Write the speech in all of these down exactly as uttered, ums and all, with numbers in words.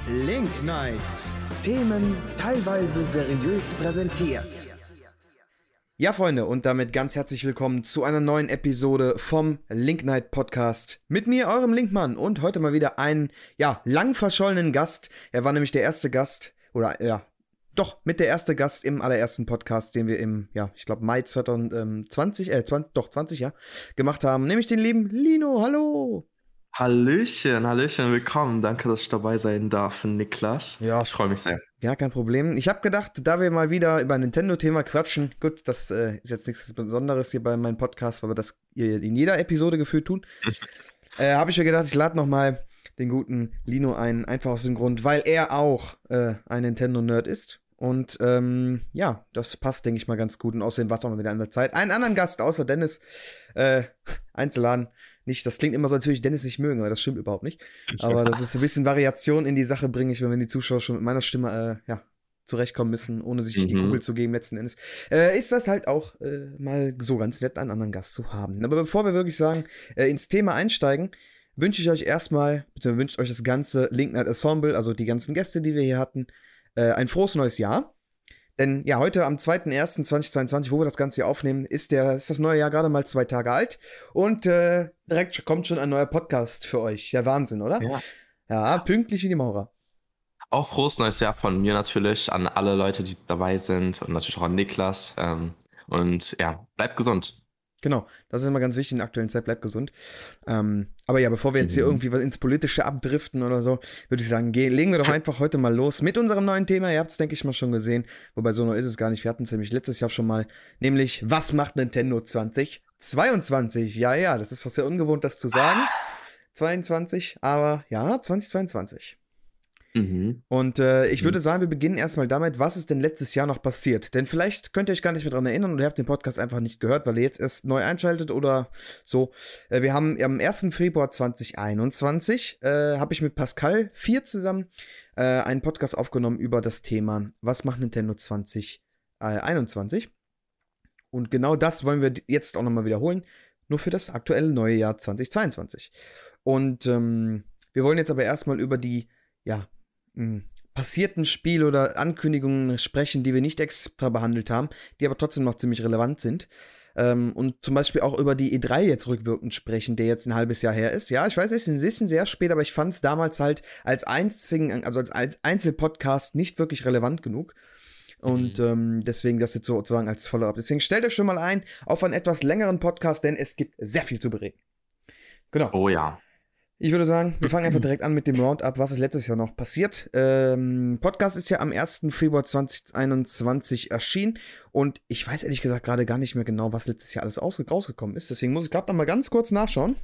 Link Night. Themen teilweise seriös präsentiert. Ja, Freunde, und damit ganz herzlich willkommen zu einer neuen Episode vom Link Night Podcast. Mit mir, eurem Linkmann, und heute mal wieder einen, ja, lang verschollenen Gast. Er war nämlich der erste Gast, oder, ja, doch, mit der erste Gast im allerersten Podcast, den wir im, ja, ich glaube Mai zwanzig zwanzig, äh, zwanzig, doch, zwanzig, ja, gemacht haben. Nämlich den lieben Lino, hallo! Hallöchen, Hallöchen, willkommen. Danke, dass ich dabei sein darf, Niklas. Ja, ich freue mich sehr. Ja, kein Problem. Ich habe gedacht, da wir mal wieder über ein Nintendo-Thema quatschen, gut, das äh, ist jetzt nichts Besonderes hier bei meinem Podcast, weil wir das in jeder Episode gefühlt tun, äh, habe ich mir gedacht, ich lade noch mal den guten Lino ein, einfach aus dem Grund, weil er auch äh, ein Nintendo-Nerd ist. Und ähm, ja, das passt, denke ich mal, ganz gut. Und außerdem war es auch mal wieder an der Zeit. Einen anderen Gast außer Dennis äh, einzuladen. Nicht, das klingt immer so, als würde ich Dennis nicht mögen, aber das stimmt überhaupt nicht. Aber das ist ein bisschen Variation in die Sache, bringe ich, wenn die Zuschauer schon mit meiner Stimme äh, ja, zurechtkommen müssen, ohne sich mhm. die Kugel zu geben, letzten Endes. Äh, ist das halt auch äh, mal so ganz nett, einen anderen Gast zu haben. Aber bevor wir wirklich sagen, äh, ins Thema einsteigen, wünsche ich euch erstmal, bitte wünsche euch das ganze Link Night Ensemble, also die ganzen Gäste, die wir hier hatten, äh, ein frohes neues Jahr. Denn ja, heute am zweiten ersten zweitausendzweiundzwanzig, wo wir das Ganze hier aufnehmen, ist, der, ist das neue Jahr gerade mal zwei Tage alt. Und äh, direkt kommt schon ein neuer Podcast für euch. Ja, Wahnsinn, oder? Ja. Ja, pünktlich wie die Maurer. Auch frohes neues Jahr von mir natürlich an alle Leute, die dabei sind und natürlich auch an Niklas. Ähm, und ja, bleibt gesund. Genau, das ist immer ganz wichtig in der aktuellen Zeit, bleibt gesund. Ähm, aber ja, bevor wir jetzt mhm. hier irgendwie was ins Politische abdriften oder so, würde ich sagen, geh, legen wir doch einfach heute mal los mit unserem neuen Thema. Ihr habt es, denke ich mal, schon gesehen, wobei so neu ist es gar nicht. Wir hatten es nämlich letztes Jahr schon mal, nämlich, was macht Nintendo zwanzig zweiundzwanzig? Ja, ja, das ist doch sehr ungewohnt, das zu sagen. zweiundzwanzig, aber ja, zwanzig zweiundzwanzig. Mhm. Und äh, ich würde sagen, wir beginnen erstmal damit, was ist denn letztes Jahr noch passiert? Denn vielleicht könnt ihr euch gar nicht mehr dran erinnern und ihr habt den Podcast einfach nicht gehört, weil ihr jetzt erst neu einschaltet oder so. Äh, wir haben am ersten Februar zweitausendeinundzwanzig, äh, habe ich mit Pascal vier zusammen äh, einen Podcast aufgenommen über das Thema, was macht Nintendo zwanzig einundzwanzig? Und genau das wollen wir jetzt auch nochmal wiederholen, nur für das aktuelle neue Jahr zweitausendzweiundzwanzig. Und ähm, wir wollen jetzt aber erstmal über die, ja, passierten Spiele oder Ankündigungen sprechen, die wir nicht extra behandelt haben, die aber trotzdem noch ziemlich relevant sind. Ähm, und zum Beispiel auch über die E drei jetzt rückwirkend sprechen, der jetzt ein halbes Jahr her ist. Ja, ich weiß, es ist ein bisschen sehr spät, aber ich fand es damals halt als einzigen, also als, als Einzelpodcast nicht wirklich relevant genug. Und mhm. ähm, deswegen das jetzt sozusagen als Follow-up. Deswegen stellt euch schon mal ein auf einen etwas längeren Podcast, denn es gibt sehr viel zu bereden. Genau. Oh ja. Ich würde sagen, wir fangen einfach direkt an mit dem Roundup, was ist letztes Jahr noch passiert. Ähm, Podcast ist ja am ersten Februar zweitausendeinundzwanzig erschienen und ich weiß ehrlich gesagt gerade gar nicht mehr genau, was letztes Jahr alles ausge- rausgekommen ist. Deswegen muss ich gerade noch mal ganz kurz nachschauen.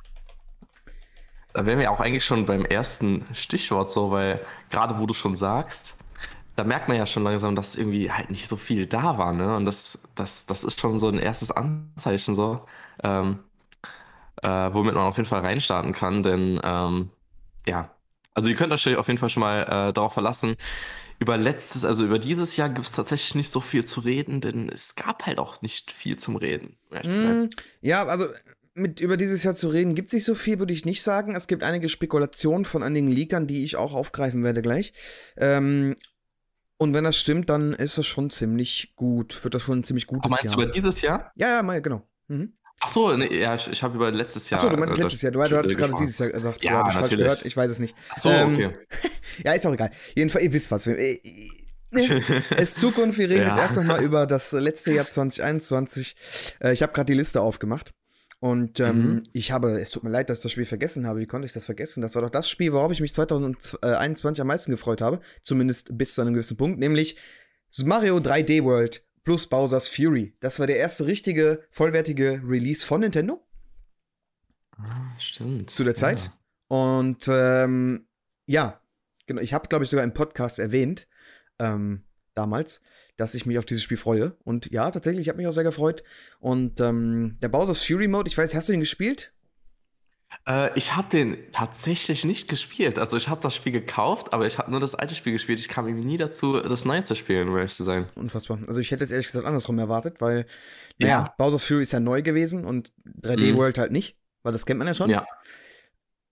Da wären wir auch eigentlich schon beim ersten Stichwort so, weil gerade wo du schon sagst, da merkt man ja schon langsam, dass irgendwie halt nicht so viel da war, ne? Und das, das, das ist schon so ein erstes Anzeichen so. Ähm, Äh, womit man auf jeden Fall reinstarten kann, denn ähm, ja, also ihr könnt euch auf jeden Fall schon mal äh, darauf verlassen. Über letztes, also über dieses Jahr gibt es tatsächlich nicht so viel zu reden, denn es gab halt auch nicht viel zum Reden. Mm, ja, also mit über dieses Jahr zu reden gibt es nicht so viel, würde ich nicht sagen. Es gibt einige Spekulationen von einigen Leakern, die ich auch aufgreifen werde gleich. Ähm, und wenn das stimmt, dann ist das schon ziemlich gut. Wird das schon ein ziemlich gutes Jahr. Meinst Jahr. du über dieses Jahr? Ja, ja, mal, genau. Mhm. Ach so, nee, ja, ich, ich habe über letztes Jahr. Ach so, du meinst letztes Jahr. Du, du hattest gerade dieses Jahr gesagt. Ja, ja, habe ich natürlich. falsch gehört. Ich weiß es nicht. Ach so, ähm, okay. Ja, ist auch egal. Jedenfalls, ihr wisst was. Es ist Zukunft. Wir reden ja. jetzt erst noch mal über das letzte Jahr zwanzig einundzwanzig. Äh, ich habe gerade die Liste aufgemacht. Und ähm, mhm. ich habe, es tut mir leid, dass ich das Spiel vergessen habe. Wie konnte ich das vergessen? Das war doch das Spiel, worauf ich mich zwanzig einundzwanzig am meisten gefreut habe. Zumindest bis zu einem gewissen Punkt. Nämlich Mario drei D World plus Bowser's Fury. Das war der erste richtige, vollwertige Release von Nintendo. Ah, stimmt. Zu der Zeit. Ja. Und ähm, ja, genau, ich habe, glaube ich, sogar im Podcast erwähnt, ähm, damals, dass ich mich auf dieses Spiel freue. Und ja, tatsächlich, ich habe mich auch sehr gefreut. Und ähm, der Bowser's Fury Mode, ich weiß, hast du den gespielt? Äh, ich habe den tatsächlich nicht gespielt. Also ich habe das Spiel gekauft, aber ich habe nur das alte Spiel gespielt. Ich kam irgendwie nie dazu, das neue zu spielen, um ehrlich zu sein. Unfassbar. Also ich hätte es ehrlich gesagt andersrum erwartet, weil, naja, Ja. Bowser's Fury ist ja neu gewesen und drei D Mhm. World halt nicht, weil das kennt man ja schon. Ja.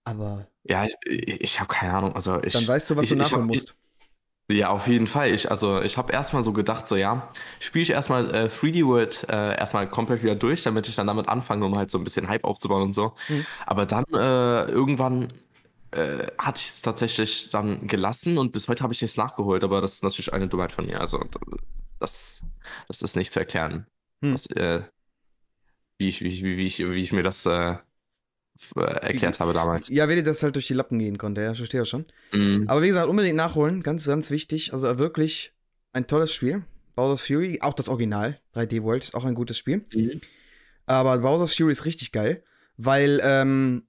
Aber Ja, ich, ich habe keine Ahnung. Also ich, dann weißt du, was ich, du ich nachholen hab, musst. Ja, auf jeden Fall. Ich, also ich habe erstmal so gedacht, so ja, spiele ich erstmal äh, drei D World äh, erstmal komplett wieder durch, damit ich dann damit anfange, um halt so ein bisschen Hype aufzubauen und so. Mhm. Aber dann äh, irgendwann äh, hatte ich es tatsächlich dann gelassen und bis heute habe ich nichts nachgeholt, aber das ist natürlich eine Dummheit von mir. Also das, das ist nicht zu erklären, Hm. was, äh, wie ich, wie ich, wie ich, wie ich mir das äh, f- äh, erklärt habe damals. Ja, wie dir das halt durch die Lappen gehen konnte, ja, ich verstehe das schon. Mhm. Aber wie gesagt, unbedingt nachholen, ganz, ganz wichtig. Also wirklich ein tolles Spiel. Bowser's Fury, auch das Original, drei D World, ist auch ein gutes Spiel. Mhm. Aber Bowser's Fury ist richtig geil, weil, ähm,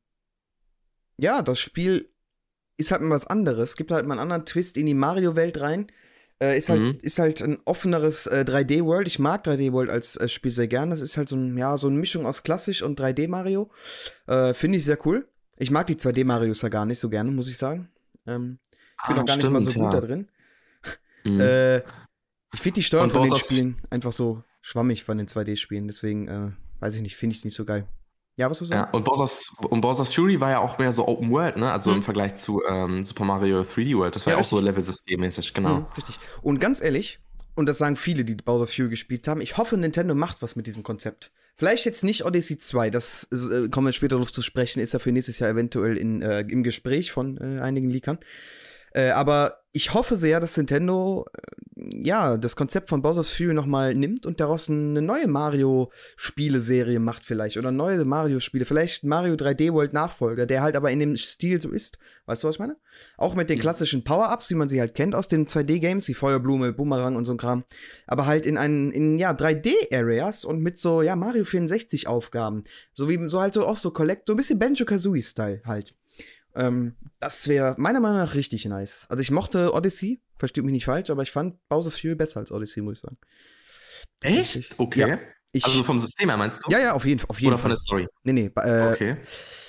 ja, das Spiel ist halt mal was anderes. Gibt halt mal einen anderen Twist in die Mario-Welt rein. Äh, ist, halt, Mhm. ist halt ein offeneres äh, drei D World. Ich mag drei D World als äh, Spiel sehr gern. Das ist halt so, ein, ja, so eine Mischung aus klassisch und drei D Mario. Äh, Finde ich sehr cool. Ich mag die zwei D Marios ja gar nicht so gerne, muss ich sagen. Ähm, ich bin Ah, auch gar nicht mal so stimmt, gut ja. da drin. Mhm. Äh, ich finde die Steuerung Und von den Bowser's Spielen einfach so schwammig von den zwei D-Spielen. Deswegen, äh, weiß ich nicht, finde ich nicht so geil. Ja, was du Ja, sagen? und Bowser's, und Bowser's Fury war ja auch mehr so Open World, ne? Also im Hm? Vergleich zu ähm, Super Mario drei D World. Das war Ja, ja auch so richtig. Level-Systemmäßig, Mhm, genau. richtig. Und ganz ehrlich, und das sagen viele, die Bowser Fury gespielt haben, ich hoffe, Nintendo macht was mit diesem Konzept. Vielleicht jetzt nicht Odyssey zwei, das äh, kommen wir später darauf zu sprechen, ist ja für nächstes Jahr eventuell in, äh, im Gespräch von äh, einigen Leakern. Äh, aber ich hoffe sehr, dass Nintendo äh, ja das Konzept von Bowser's Fury nochmal nimmt und daraus eine neue Mario-Spieleserie macht vielleicht. Oder neue Mario-Spiele. Vielleicht Mario drei D World Nachfolger, der halt aber in dem Stil so ist. Weißt du, was ich meine? Auch mit den Mhm. klassischen Power-Ups, wie man sie halt kennt aus den zwei D-Games, wie Feuerblume, Boomerang und so ein Kram. Aber halt in einen, in, ja, drei D-Areas und mit so, ja, Mario vierundsechzig-Aufgaben. So wie, so halt so auch so Collect, so ein bisschen Banjo-Kazooie-Style halt. Ähm, das wäre meiner Meinung nach richtig nice. Also ich mochte Odyssey, versteht mich nicht falsch, aber ich fand Bowser's Fury besser als Odyssey, muss ich sagen. Tatsächlich. Echt? Ja, Okay. Also ich, vom System her meinst du? ja, ja, auf jeden, auf jeden Oder von Fall. der Story? Nee, nee, äh, Okay.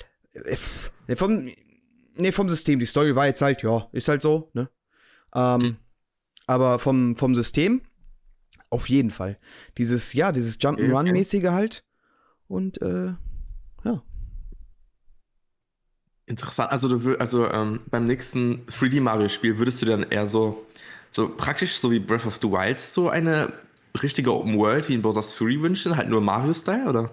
nee, vom, nee, vom System. Die Story war jetzt halt, ja, ist halt so, ne? Ähm, Mhm. aber vom, vom System auf jeden Fall. Dieses, ja, dieses Okay, okay. Jump'n'Run-mäßige halt. Und, äh, ja. Interessant. Also, du wür also ähm, beim nächsten drei D Mario-Spiel würdest du dann eher so, so praktisch so wie Breath of the Wild so eine richtige Open World wie in Bowser's Fury wünschen, halt nur Mario-Style, oder?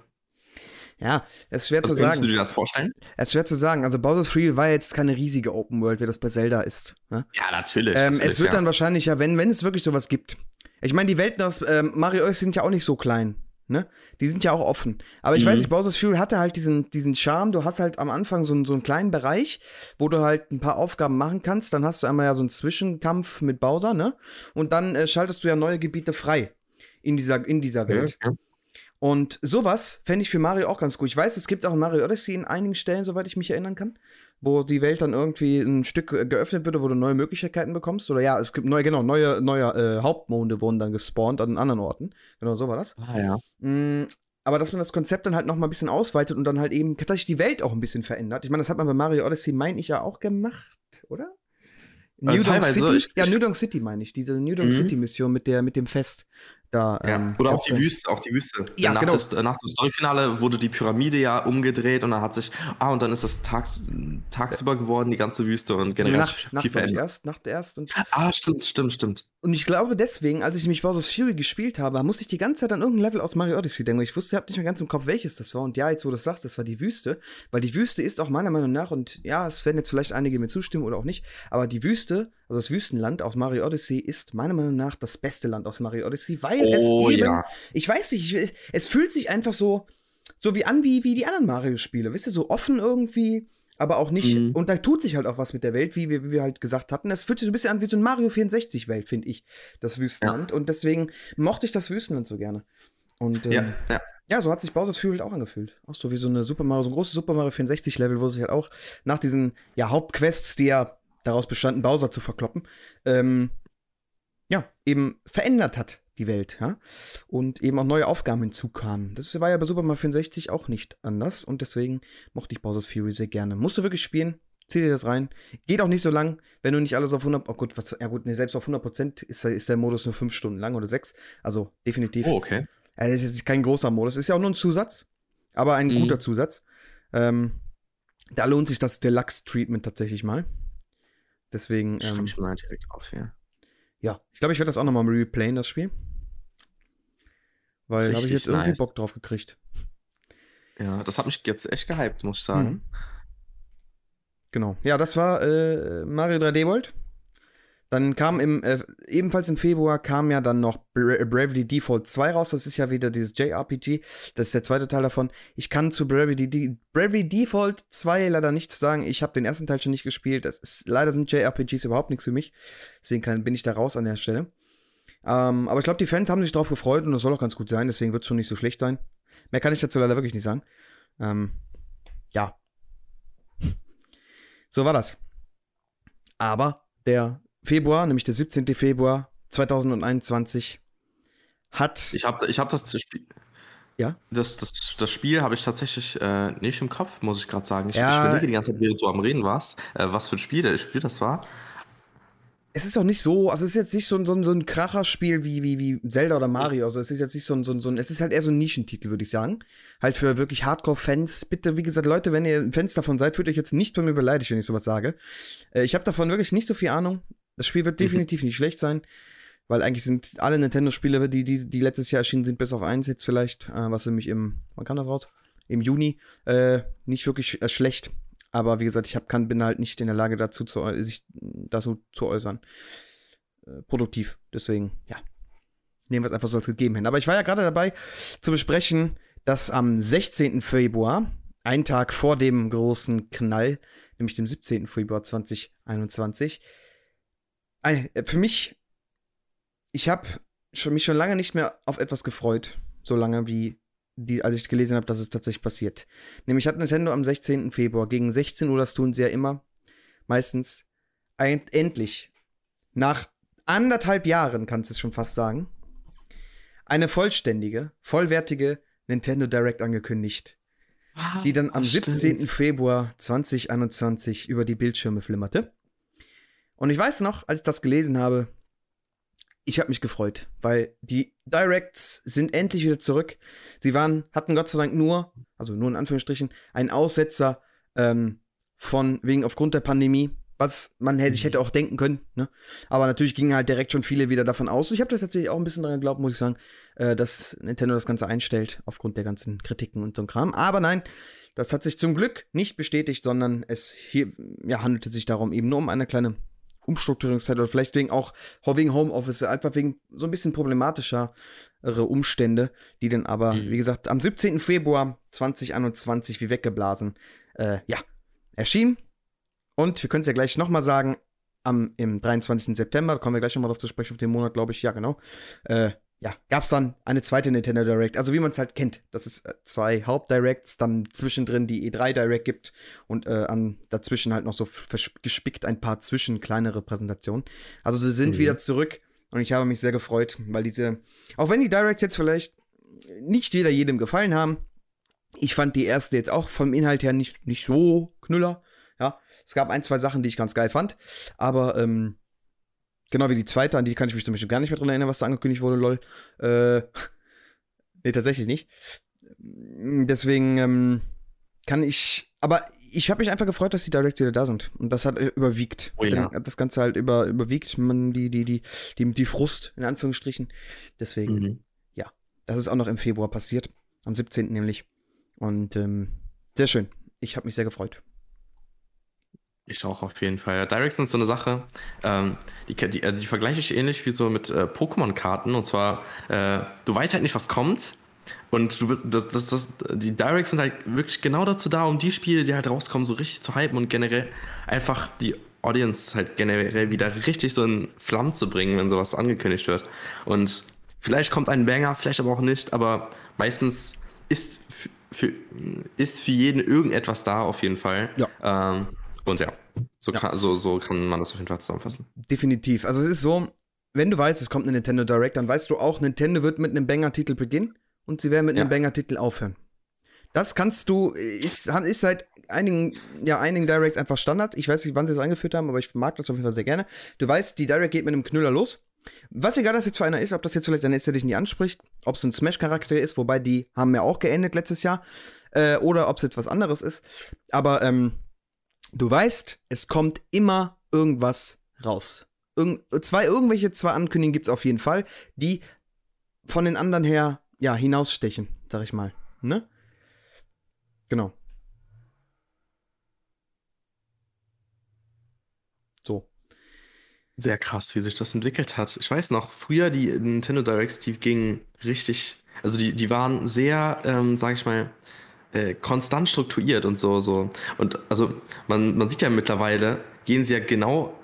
Ja, es ist schwer Also zu könntest du sagen. dir das vorstellen? Es ist schwer zu sagen. Also Bowser's Fury war jetzt keine riesige Open World, wie das bei Zelda ist. Ne? Ja, natürlich, Ähm, natürlich, es wird ja. dann wahrscheinlich ja, wenn, wenn es wirklich sowas gibt. Ich meine, die Welten aus ähm, Mario Odyssey sind ja auch nicht so klein. Ne? Die sind ja auch offen. Aber ich weiß nicht, Mhm. Bowser's Fury hatte halt diesen, diesen Charme. Du hast halt am Anfang so, einen- so einen kleinen Bereich, wo du halt ein paar Aufgaben machen kannst. Dann hast du einmal ja so einen Zwischenkampf mit Bowser, ne? Und dann äh, schaltest du ja neue Gebiete frei in dieser, in dieser Okay, Welt. okay. Und sowas fände ich für Mario auch ganz gut. Ich weiß, es gibt auch in Mario Odyssey in einigen Stellen, soweit ich mich erinnern kann, wo die Welt dann irgendwie ein Stück äh, geöffnet wird, wo du neue Möglichkeiten bekommst. Oder ja, es gibt neue, genau, neue, neue äh, Hauptmonde wurden dann gespawnt an anderen Orten. Genau, so war das. Ah, ja. Mm, aber dass man das Konzept dann halt noch mal ein bisschen ausweitet und dann halt eben tatsächlich die Welt auch ein bisschen verändert. Ich meine, das hat man bei Mario Odyssey, meine ich, ja auch gemacht, oder? Also New Donk teilweise, City? ich, Ja, ich, New Donk City meine ich. Diese New Donk mhm. City-Mission mit, der, mit dem Fest. Da, Ja, ähm, oder auch gab's die ja. Wüste, auch die Wüste. Ja, Denn nach, genau. des, äh, nach dem Storyfinale wurde die Pyramide ja umgedreht und dann hat sich, ah, und dann ist das tags, tagsüber geworden, die ganze Wüste und So generell Nacht, viel Nacht glaube ich verändert. erst, Nacht erst. Und, Ah, stimmt, stimmt, stimmt. und ich glaube deswegen, als ich mich Bowser's Fury gespielt habe, musste ich die ganze Zeit an irgendein Level aus Mario Odyssey denken. Ich wusste, ich habe nicht mehr ganz im Kopf, welches das war. Und ja, jetzt wo du das sagst, das war die Wüste. Weil die Wüste ist auch meiner Meinung nach, und ja, es werden jetzt vielleicht einige mir zustimmen oder auch nicht, aber die Wüste, also das Wüstenland aus Mario Odyssey, ist meiner Meinung nach das beste Land aus Mario Odyssey, weil Oh es eben, ja. ich weiß nicht, ich, es fühlt sich einfach so, so wie an wie, wie die anderen Mario-Spiele. Wisst ihr, so offen irgendwie, aber auch nicht. Mhm. Und da tut sich halt auch was mit der Welt, wie wir, wie wir halt gesagt hatten. Es fühlt sich so ein bisschen an wie so ein Mario vierundsechzig-Welt, finde ich, das Wüstenland. Und deswegen mochte ich das Wüstenland so gerne. Und ähm, Ja, ja. ja, so hat sich Bowser's Fury halt auch angefühlt. Auch so wie so eine Super Mario, so ein großes Super Mario vierundsechzig-Level, wo sich halt auch nach diesen ja, Hauptquests, die ja daraus bestanden, Bowser zu verkloppen, ähm, ja, eben verändert hat, die Welt, ja. Und eben auch neue Aufgaben hinzukamen. Das war ja bei Super Mario vierundsechzig auch nicht anders und deswegen mochte ich Bowser's Fury sehr gerne. Musst du wirklich spielen, zieh dir das rein. Geht auch nicht so lang, wenn du nicht alles auf hundert, oh gut, was, ja gut, nee, selbst auf hundert Prozent ist, ist der Modus nur fünf Stunden lang oder sechs. Also definitiv. Oh, okay. Ja, das ist jetzt kein großer Modus, ist ja auch nur ein Zusatz, aber ein Mhm. guter Zusatz. Ähm, Da lohnt sich das Deluxe-Treatment tatsächlich mal. Deswegen. Schreibe Ähm, ich mal direkt auf hier. ja, ich glaube, ich werde das auch nochmal replayen, das Spiel. Weil da habe ich jetzt irgendwie nice. Bock drauf gekriegt. Ja, das hat mich jetzt echt gehypt, muss ich sagen. Mhm. Genau. Ja, das war äh, Mario drei D World. Dann kam im, äh, ebenfalls im Februar kam ja dann noch Bra- Bravely Default zwei raus. Das ist ja wieder dieses J R P G. Das ist der zweite Teil davon. Ich kann zu Bravely, De- Bravely Default zwei leider nichts sagen. Ich habe den ersten Teil schon nicht gespielt. Das ist, leider sind J R P Gs überhaupt nichts für mich. Deswegen kann, bin ich da raus an der Stelle. Ähm, aber ich glaube, die Fans haben sich drauf gefreut und das soll auch ganz gut sein. Deswegen wird es schon nicht so schlecht sein. Mehr kann ich dazu leider wirklich nicht sagen. Ähm, ja. So war das. Aber der Februar, nämlich der siebzehnten Februar zweitausendeinundzwanzig, hat. Ich habe ich hab das Spiel. Ja? Das, das, das Spiel habe ich tatsächlich äh, nicht im Kopf, muss ich gerade sagen. Ich, Ja. ich überlege die ganze Zeit, während du am Reden warst, äh, was für ein Spiel, das Spiel das war. Es ist auch nicht so, also es ist jetzt nicht so ein, so ein, so ein Kracherspiel wie, wie, wie Zelda oder Mario. Also es ist jetzt nicht so ein, so ein, so ein, es ist halt eher so ein Nischentitel, würde ich sagen. Halt für wirklich Hardcore-Fans. Bitte, wie gesagt, Leute, wenn ihr Fans davon seid, fühlt euch jetzt nicht von mir beleidigt, wenn ich sowas sage. Äh, ich habe davon wirklich nicht so viel Ahnung. Das Spiel wird definitiv nicht schlecht sein, weil eigentlich sind alle Nintendo-Spiele, die, die, die letztes Jahr erschienen sind, bis auf eins jetzt vielleicht, äh, was nämlich im, wann kam das raus? Im Juni, äh, nicht wirklich äh, schlecht. Aber wie gesagt, ich hab, kann, bin halt nicht in der Lage, dazu zu, sich dazu zu äußern. Äh, produktiv. Deswegen, ja. Nehmen wir es einfach so als gegeben hin. Aber ich war ja gerade dabei zu besprechen, dass am sechzehnten Februar, ein Tag vor dem großen Knall, nämlich dem siebzehnten Februar zweitausendeinundzwanzig, ein, äh, für mich, ich habe schon, mich schon lange nicht mehr auf etwas gefreut. So lange wie Die, als ich gelesen habe, dass es tatsächlich passiert. Nämlich hat Nintendo am sechzehnten Februar gegen sechzehn Uhr, das tun sie ja immer, meistens, ein, endlich, nach anderthalb Jahren, kannst du es schon fast sagen, eine vollständige, vollwertige Nintendo Direct angekündigt, die dann am siebzehnten Februar zweitausendeinundzwanzig über die Bildschirme flimmerte. Und ich weiß noch, als ich das gelesen habe, ich habe mich gefreut, weil die Directs sind endlich wieder zurück. Sie waren, hatten Gott sei Dank nur, also nur in Anführungsstrichen, einen Aussetzer ähm, von, wegen aufgrund der Pandemie, was man hätte, sich hätte auch denken können, ne? Aber natürlich gingen halt direkt schon viele wieder davon aus. Ich habe das tatsächlich auch ein bisschen daran geglaubt, muss ich sagen, äh, dass Nintendo das Ganze einstellt, aufgrund der ganzen Kritiken und so ein Kram. Aber nein, das hat sich zum Glück nicht bestätigt, sondern es hier, ja, handelte sich darum eben nur um eine kleine Umstrukturierungszeit oder vielleicht wegen auch wegen Homeoffice, einfach wegen so ein bisschen problematischere Umstände, die dann aber, mhm. wie gesagt, am siebzehnten Februar zweitausendeinundzwanzig wie weggeblasen, äh, ja, erschien. Und wir können es ja gleich nochmal sagen, am, im dreiundzwanzigsten September, da kommen wir gleich nochmal drauf zu sprechen, auf den Monat, glaube ich, ja, genau, äh, ja, gab es dann eine zweite Nintendo Direct, also wie man es halt kennt, dass es äh, zwei Hauptdirects, dann zwischendrin die E drei Direct gibt und äh, an, dazwischen halt noch so gespickt ein paar zwischen kleinere Präsentationen. Also sie sind mhm. wieder zurück und ich habe mich sehr gefreut, weil diese, auch wenn die Directs jetzt vielleicht nicht jeder jedem gefallen haben, ich fand die erste jetzt auch vom Inhalt her nicht, nicht so knüller, ja, es gab ein, zwei Sachen, die ich ganz geil fand, aber ähm, genau wie die zweite, an die kann ich mich zum Beispiel gar nicht mehr dran erinnern, was da angekündigt wurde, lol. Äh, nee, tatsächlich nicht. Deswegen ähm, kann ich, aber ich habe mich einfach gefreut, dass die Directs wieder da sind. Und das hat äh, überwiegt. Oh, ja. Dann hat das Ganze halt über, überwiegt, man, die, die, die, die, die Frust, in Anführungsstrichen. Deswegen, mhm. ja, das ist auch noch im Februar passiert. Am siebzehnten nämlich. Und ähm, sehr schön. Ich habe mich sehr gefreut. Ich auch auf jeden Fall. Directs sind so eine Sache, ähm, die, die, die vergleiche ich ähnlich wie so mit äh, Pokémon-Karten. Und zwar, äh, du weißt halt nicht, was kommt. Und du bist, das, das, das, die Directs sind halt wirklich genau dazu da, um die Spiele, die halt rauskommen, so richtig zu hypen und generell einfach die Audience halt generell wieder richtig so in Flammen zu bringen, wenn sowas angekündigt wird. Und vielleicht kommt ein Banger, vielleicht aber auch nicht, aber meistens ist für, für, ist für jeden irgendetwas da, auf jeden Fall. Ja. Ähm, Und ja, so, ja. Kann, so, so kann man das auf jeden Fall zusammenfassen. Definitiv. Also es ist so, wenn du weißt, es kommt eine Nintendo Direct, dann weißt du auch, Nintendo wird mit einem Banger-Titel beginnen und sie werden mit ja. einem Banger-Titel aufhören. Das kannst du, ist, ist seit einigen, ja, einigen Directs einfach Standard. Ich weiß nicht, wann sie das eingeführt haben, aber ich mag das auf jeden Fall sehr gerne. Du weißt, die Direct geht mit einem Knüller los. Was egal das jetzt für einer ist, ob das jetzt vielleicht einer ist, der dich nicht anspricht, ob es ein Smash-Charakter ist, wobei die haben ja auch geendet letztes Jahr, äh, oder ob es jetzt was anderes ist. Aber, ähm, du weißt, es kommt immer irgendwas raus. Irgend, zwei, irgendwelche zwei Ankündigungen gibt es auf jeden Fall, die von den anderen her, ja, hinausstechen, sag ich mal. Ne? Genau. So. Sehr krass, wie sich das entwickelt hat. Ich weiß noch, früher die Nintendo Directs, die gingen richtig, also die, die waren sehr, ähm, sag ich mal, äh, konstant strukturiert und so, so. Und also man, man sieht ja mittlerweile, gehen sie ja genau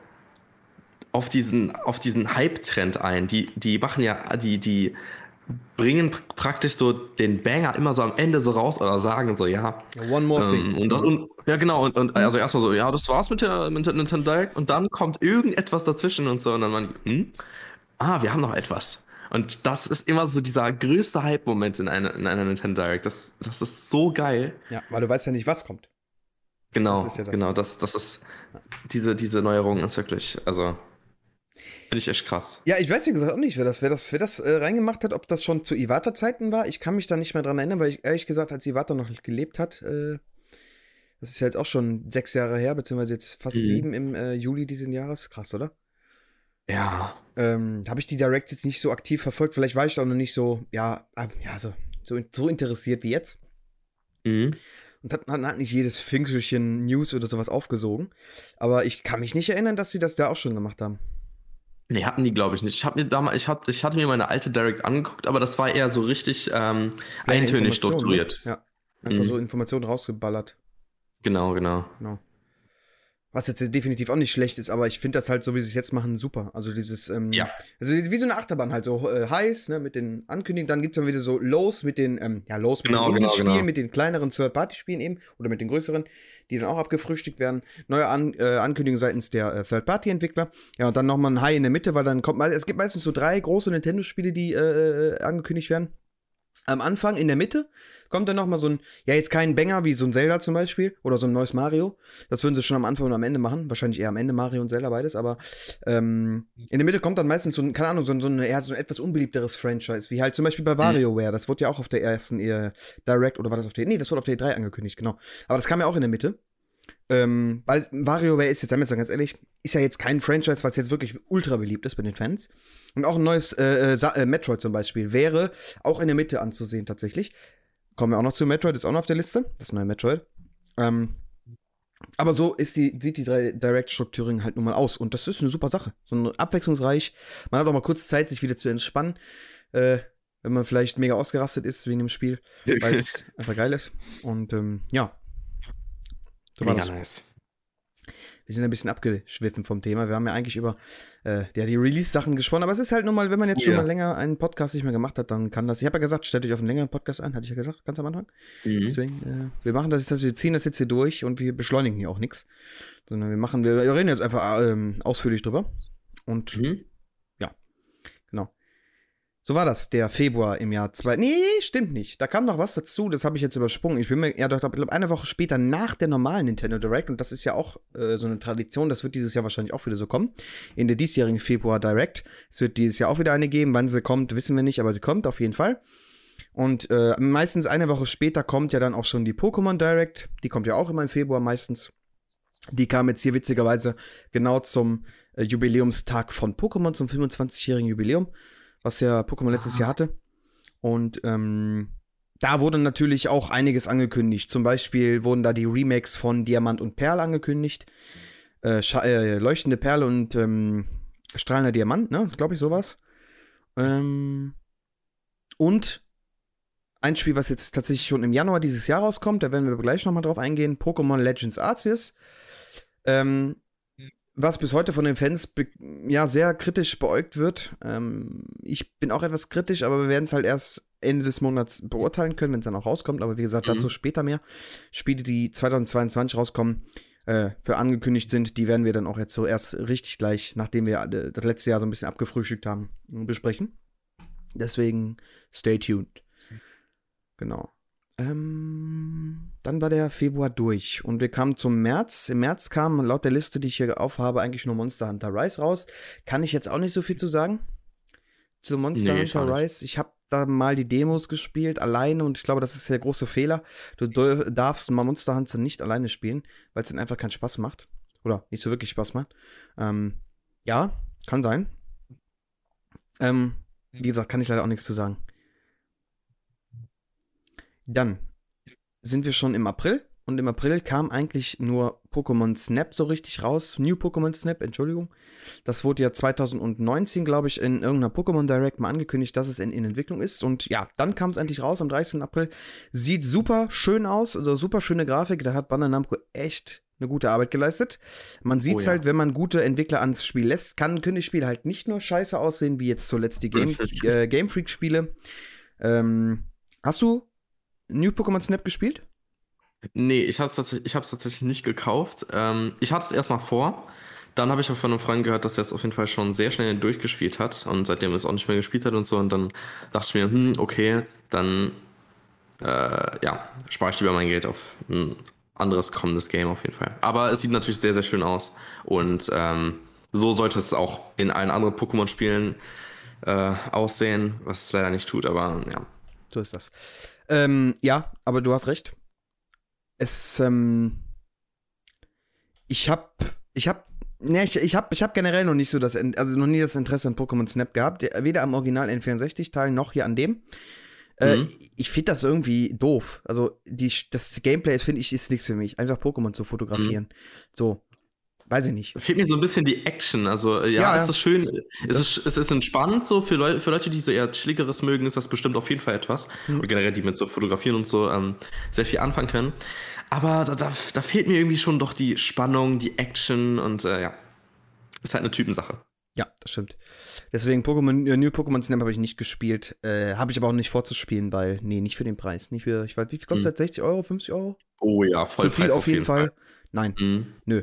auf diesen, auf diesen Hype-Trend ein. Die, die machen ja, die, die bringen pr- praktisch so den Banger immer so am Ende so raus oder sagen so, ja. One more Ähm, thing. und das, und, ja, genau, und, und also erstmal so, ja, das war's mit der, mit der Nintendo Direct und dann kommt irgendetwas dazwischen und so und dann man, hm? Ah, wir haben noch etwas. Und das ist immer so dieser größte Hype-Moment in einer, in einer Nintendo Direct. Das, das ist so geil. Ja, weil du weißt ja nicht, was kommt. Genau, Das ist ja das. genau, das, das ist, diese, diese Neuerung ist wirklich, also, finde ich echt krass. Ja, ich weiß wie gesagt auch nicht, wer das, wer das, wer das äh, reingemacht hat, ob das schon zu Iwata-Zeiten war. Ich kann mich da nicht mehr dran erinnern, weil ich ehrlich gesagt, als Iwata noch gelebt hat, äh, das ist ja jetzt auch schon sechs Jahre her, beziehungsweise jetzt fast Mhm. sieben im äh, Juli dieses Jahres. Krass, oder? Ja, Ähm, habe ich die Direct jetzt nicht so aktiv verfolgt. Vielleicht war ich da auch noch nicht so, ja, ah, ja, so, so, so interessiert wie jetzt. mhm. Und hat, hat nicht jedes Fünkchen News oder sowas aufgesogen. Aber ich kann mich nicht erinnern, dass sie das da auch schon gemacht haben. Nee, hatten die, glaube ich, nicht. Ich habe mir damals, ich, hab, ich hatte mir meine alte Direct angeguckt, aber das war eher so richtig ähm, Kleine eintönig Informationen, strukturiert. Ne? Ja, einfach Mhm. so Informationen rausgeballert. Genau, genau. Genau. Was jetzt definitiv auch nicht schlecht ist, aber ich finde das halt so, wie sie es jetzt machen, super. Also dieses, ähm, Ja. also wie so eine Achterbahn halt, so äh, Highs, ne, mit den Ankündigungen, dann gibt es dann wieder so Lows mit den, ähm, ja, Lows mit Genau, den genau, Indie-Spielen, genau. mit den kleineren Third-Party-Spielen eben, oder mit den größeren, die dann auch abgefrühstückt werden. Neue An äh, Ankündigungen seitens der äh, Third-Party-Entwickler. Ja, und dann nochmal ein High in der Mitte, weil dann kommt mal, es gibt meistens so drei große Nintendo-Spiele, die äh, angekündigt werden. Am Anfang, in der Mitte, kommt dann nochmal so ein, ja, jetzt kein Banger wie so ein Zelda zum Beispiel oder so ein neues Mario. Das würden sie schon am Anfang und am Ende machen. Wahrscheinlich eher am Ende Mario und Zelda beides, aber ähm, in der Mitte kommt dann meistens so ein, keine Ahnung, so ein, so, ein, ja, so ein etwas unbeliebteres Franchise, wie halt zum Beispiel bei WarioWare. Das wurde ja auch auf der ersten äh, Direct, oder war das auf der, nee, das wurde auf der E drei angekündigt, genau. Aber das kam ja auch in der Mitte. Ähm, weil WarioWare ist jetzt, sagen wir jetzt mal ganz ehrlich, ist ja jetzt kein Franchise, was jetzt wirklich ultra beliebt ist bei den Fans. Und auch ein neues äh, äh, Metroid zum Beispiel wäre auch in der Mitte anzusehen tatsächlich. Kommen wir auch noch zu Metroid, ist auch noch auf der Liste, das neue Metroid. Ähm, aber so ist die, sieht die Direct-Strukturierung halt nun mal aus. Und das ist eine super Sache. So abwechslungsreich. Man hat auch mal kurz Zeit, sich wieder zu entspannen. Äh, wenn man vielleicht mega ausgerastet ist wegen dem Spiel. Weil es einfach geil ist. Und ähm, ja. So war Mega das. nice. Wir sind ein bisschen abgeschwiffen vom Thema. Wir haben ja eigentlich über äh, ja, die Release-Sachen gesprochen. Aber es ist halt nun mal, wenn man jetzt schon Ja. mal länger einen Podcast nicht mehr gemacht hat, dann kann das. Ich habe ja gesagt, stellt euch auf einen längeren Podcast ein, hatte ich ja gesagt, ganz am Anfang. Mhm. Deswegen, äh, wir machen das jetzt, wir ziehen das jetzt hier durch und wir beschleunigen hier auch nichts. Sondern wir machen, wir reden jetzt einfach ähm, ausführlich drüber. Und Mhm. ja, genau. So war das, der Februar im Jahr zwei. Nee, stimmt nicht. Da kam noch was dazu, das habe ich jetzt übersprungen. Ich bin mir, ja, doch, ich glaube, eine Woche später nach der normalen Nintendo Direct, und das ist ja auch äh, so eine Tradition, das wird dieses Jahr wahrscheinlich auch wieder so kommen, in der diesjährigen Februar Direct. Es wird dieses Jahr auch wieder eine geben. Wann sie kommt, wissen wir nicht, aber sie kommt auf jeden Fall. Und äh, meistens eine Woche später kommt ja dann auch schon die Pokémon Direct. Die kommt ja auch immer im Februar meistens. Die kam jetzt hier witzigerweise genau zum äh, Jubiläumstag von Pokémon, zum fünfundzwanzigjährigen Jubiläum, was ja Pokémon letztes Jahr hatte. Und ähm, da wurde natürlich auch einiges angekündigt. Zum Beispiel wurden da die Remakes von Diamant und Perl angekündigt. Äh, Scha- äh, Leuchtende Perle und ähm, Strahlender Diamant, ne? Das glaube ich sowas. Ähm, und ein Spiel, was jetzt tatsächlich schon im Januar dieses Jahr rauskommt, da werden wir gleich nochmal drauf eingehen, Pokémon Legends Arceus. Ähm, was bis heute von den Fans be- ja sehr kritisch beäugt wird. Ähm, ich bin auch etwas kritisch, aber wir werden es halt erst Ende des Monats beurteilen können, wenn es dann auch rauskommt. Aber wie gesagt, Mhm. dazu später mehr. Spiele, die zweitausendzweiundzwanzig rauskommen, äh, für angekündigt sind, die werden wir dann auch jetzt so erst richtig gleich, nachdem wir äh, das letzte Jahr so ein bisschen abgefrühstückt haben, besprechen. Deswegen stay tuned. Genau. Ähm, dann war der Februar durch und wir kamen zum März. Im März kam laut der Liste, die ich hier aufhabe, eigentlich nur Monster Hunter Rise raus. Kann ich jetzt auch nicht so viel zu sagen. Zu Monster Nee, ich Hunter auch nicht. Rise. Ich habe da mal die Demos gespielt, alleine, und ich glaube, das ist der große Fehler. Du darfst mal Monster Hunter nicht alleine spielen, weil es dann einfach keinen Spaß macht. Oder nicht so wirklich Spaß macht. Ähm, ja, kann sein. Ähm, wie gesagt, kann ich leider auch nichts zu sagen. Dann sind wir schon im April. Und im April kam eigentlich nur Pokémon Snap so richtig raus. New Pokémon Snap, Entschuldigung. Das wurde ja zwanzig neunzehn, glaube ich, in irgendeiner Pokémon Direct mal angekündigt, dass es in, in Entwicklung ist. Und ja, dann kam es endlich raus am dreißigsten April. Sieht super schön aus, also super schöne Grafik. Da hat Bandai Namco echt eine gute Arbeit geleistet. Man sieht es oh, ja. halt, wenn man gute Entwickler ans Spiel lässt, kann, können die Spiele halt nicht nur scheiße aussehen, wie jetzt zuletzt die Game, äh, Game Freak-Spiele. Ähm, hast du New Pokémon Snap gespielt? Nee, ich habe es tatsächlich, tatsächlich nicht gekauft. Ähm, ich hatte es erstmal vor. Dann habe ich auch von einem Freund gehört, dass er es auf jeden Fall schon sehr schnell durchgespielt hat und seitdem es auch nicht mehr gespielt hat und so. Und dann dachte ich mir, hm, okay, dann äh, ja, spare ich lieber mein Geld auf ein anderes kommendes Game auf jeden Fall. Aber es sieht natürlich sehr, sehr schön aus. Und ähm, so sollte es auch in allen anderen Pokémon-Spielen äh, aussehen, was es leider nicht tut, aber ja. So ist das. Ähm, ja, aber du hast recht. Es, ähm, ich hab, ich hab, ne, ich, ich hab, ich hab generell noch nicht so das, also noch nie das Interesse an Pokémon Snap gehabt, weder am Original N vierundsechzig-Teil noch hier an dem. Äh, mhm. Ich finde das irgendwie doof. Also, die, das Gameplay, finde ich, ist nichts für mich. Einfach Pokémon zu fotografieren. Mhm. So. Weiß ich nicht. Fehlt mir so ein bisschen die Action. Also, ja, ja, es ist schön. Es ist, es ist entspannt so. Für Leute, für Leute, die so eher Chilligeres mögen, ist das bestimmt auf jeden Fall etwas. Mhm. Und generell, die mit so Fotografieren und so ähm, sehr viel anfangen können. Aber da, da, da fehlt mir irgendwie schon doch die Spannung, die Action und äh, ja. Ist halt eine Typensache. Ja, das stimmt. Deswegen Pokémon, äh, New Pokémon Snap habe ich nicht gespielt. Äh, habe ich aber auch nicht vorzuspielen, weil, nee, nicht für den Preis. Nicht für, ich weiß, wie viel kostet mhm. das? sechzig Euro, fünfzig Euro? Oh ja, voll Zu viel Preis auf jeden, jeden Fall. Fall. Nein, mhm. nö.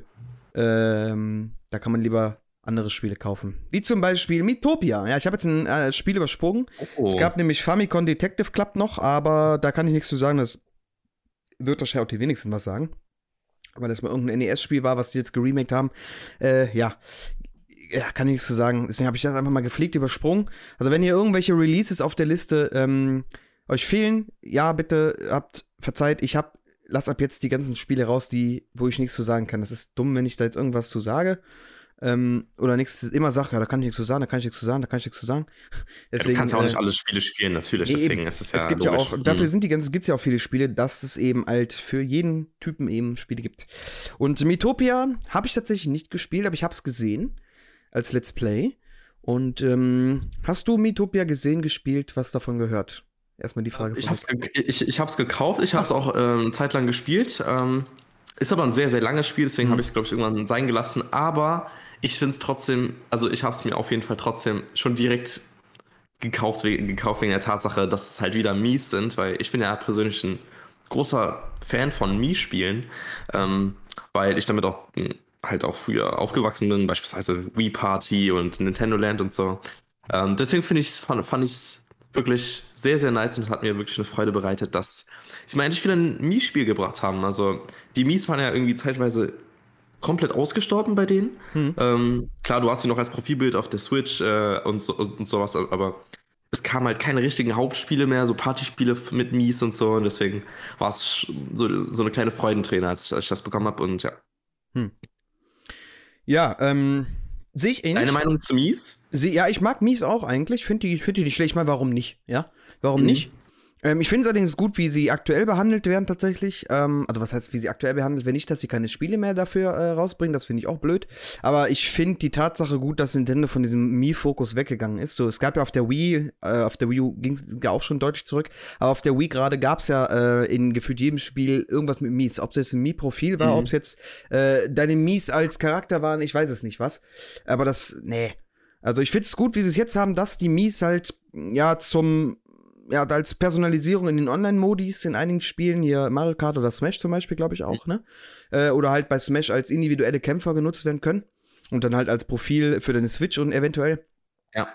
Ähm, da kann man lieber andere Spiele kaufen. Wie zum Beispiel Miitopia. Ja, ich habe jetzt ein äh, Spiel übersprungen. Oh. Es gab nämlich Famicom Detective Club noch, aber da kann ich nichts zu sagen. Das wird wahrscheinlich auch die wenigsten was sagen. Weil das mal irgendein N E S-Spiel war, was die jetzt geremaked haben. Äh, ja. Ja, kann ich nichts zu sagen. Deswegen habe ich das einfach mal gepflegt übersprungen. Also wenn ihr irgendwelche Releases auf der Liste ähm, euch fehlen, ja, bitte habt verzeiht, ich hab lass ab jetzt die ganzen Spiele raus, die, wo ich nichts zu sagen kann. Das ist dumm, wenn ich da jetzt irgendwas zu sage. Ähm, oder nichts, immer sage, ja, da kann ich nichts zu sagen, da kann ich nichts zu sagen, da kann ich nichts zu sagen. Deswegen, ja, du kannst ja auch äh, nicht alle Spiele spielen, natürlich, deswegen ist es ja Es gibt logisch. ja auch, dafür mhm. sind die ganzen, gibt es ja auch viele Spiele, dass es eben halt für jeden Typen eben Spiele gibt. Und Miitopia habe ich tatsächlich nicht gespielt, aber ich habe es gesehen als Let's Play. Und ähm, hast du Miitopia gesehen, gespielt, was davon gehört? Erstmal die Frage. Ich hab's, ich, ich hab's gekauft, ich hab's auch ähm, eine Zeit lang gespielt. Ähm, ist aber ein sehr, sehr langes Spiel, deswegen mhm. habe ich es, glaube ich, irgendwann sein gelassen. Aber ich finde es trotzdem, also ich habe es mir auf jeden Fall trotzdem schon direkt gekauft, gekauft wegen der Tatsache, dass es halt wieder Mies sind, weil ich bin ja persönlich ein großer Fan von Mies-Spielen, ähm, weil ich damit auch halt auch früher aufgewachsen bin, beispielsweise Wii Party und Nintendo Land und so. Ähm, deswegen finde ich fand, fand ich es wirklich sehr, sehr nice und hat mir wirklich eine Freude bereitet, dass sie mal endlich wieder ein Mies-Spiel gebracht haben. Also die Mies waren ja irgendwie zeitweise komplett ausgestorben bei denen. Hm. Ähm, klar, du hast sie noch als Profilbild auf der Switch äh, und, so, und sowas, aber es kamen halt keine richtigen Hauptspiele mehr, so Partyspiele mit Mies und so, und deswegen war es so, so eine kleine Freudenträne, als ich, als ich das bekommen habe, und ja. Hm. Ja, ähm, sehe ich ähnlich. Deine Meinung zu Mies? Sie, ja, ich mag Mies auch eigentlich. Finde die, find die nicht schlecht. Mal, warum nicht? Ja, warum mhm. nicht? Ähm, ich finde es allerdings gut, wie sie aktuell behandelt werden tatsächlich. Ähm, also was heißt, wie sie aktuell behandelt werden? Nicht, dass sie keine Spiele mehr dafür äh, rausbringen. Das finde ich auch blöd. Aber ich finde die Tatsache gut, dass Nintendo von diesem Mii-Fokus weggegangen ist. So, es gab ja auf der Wii, äh, auf der Wii U ging es ja auch schon deutlich zurück. Aber auf der Wii gerade gab es ja äh, in gefühlt jedem Spiel irgendwas mit Mies. Ob es jetzt ein Mii-Profil war, mhm. ob es jetzt äh, deine Mies als Charakter waren, ich weiß es nicht was. Aber das, nee. Also ich finde es gut, wie sie es jetzt haben, dass die Mies halt, ja, zum, ja, als Personalisierung in den Online-Modis in einigen Spielen, hier Mario Kart oder Smash zum Beispiel, glaube ich auch, ne? Äh, oder halt bei Smash als individuelle Kämpfer genutzt werden können. Und dann halt als Profil für deine Switch und eventuell. Ja.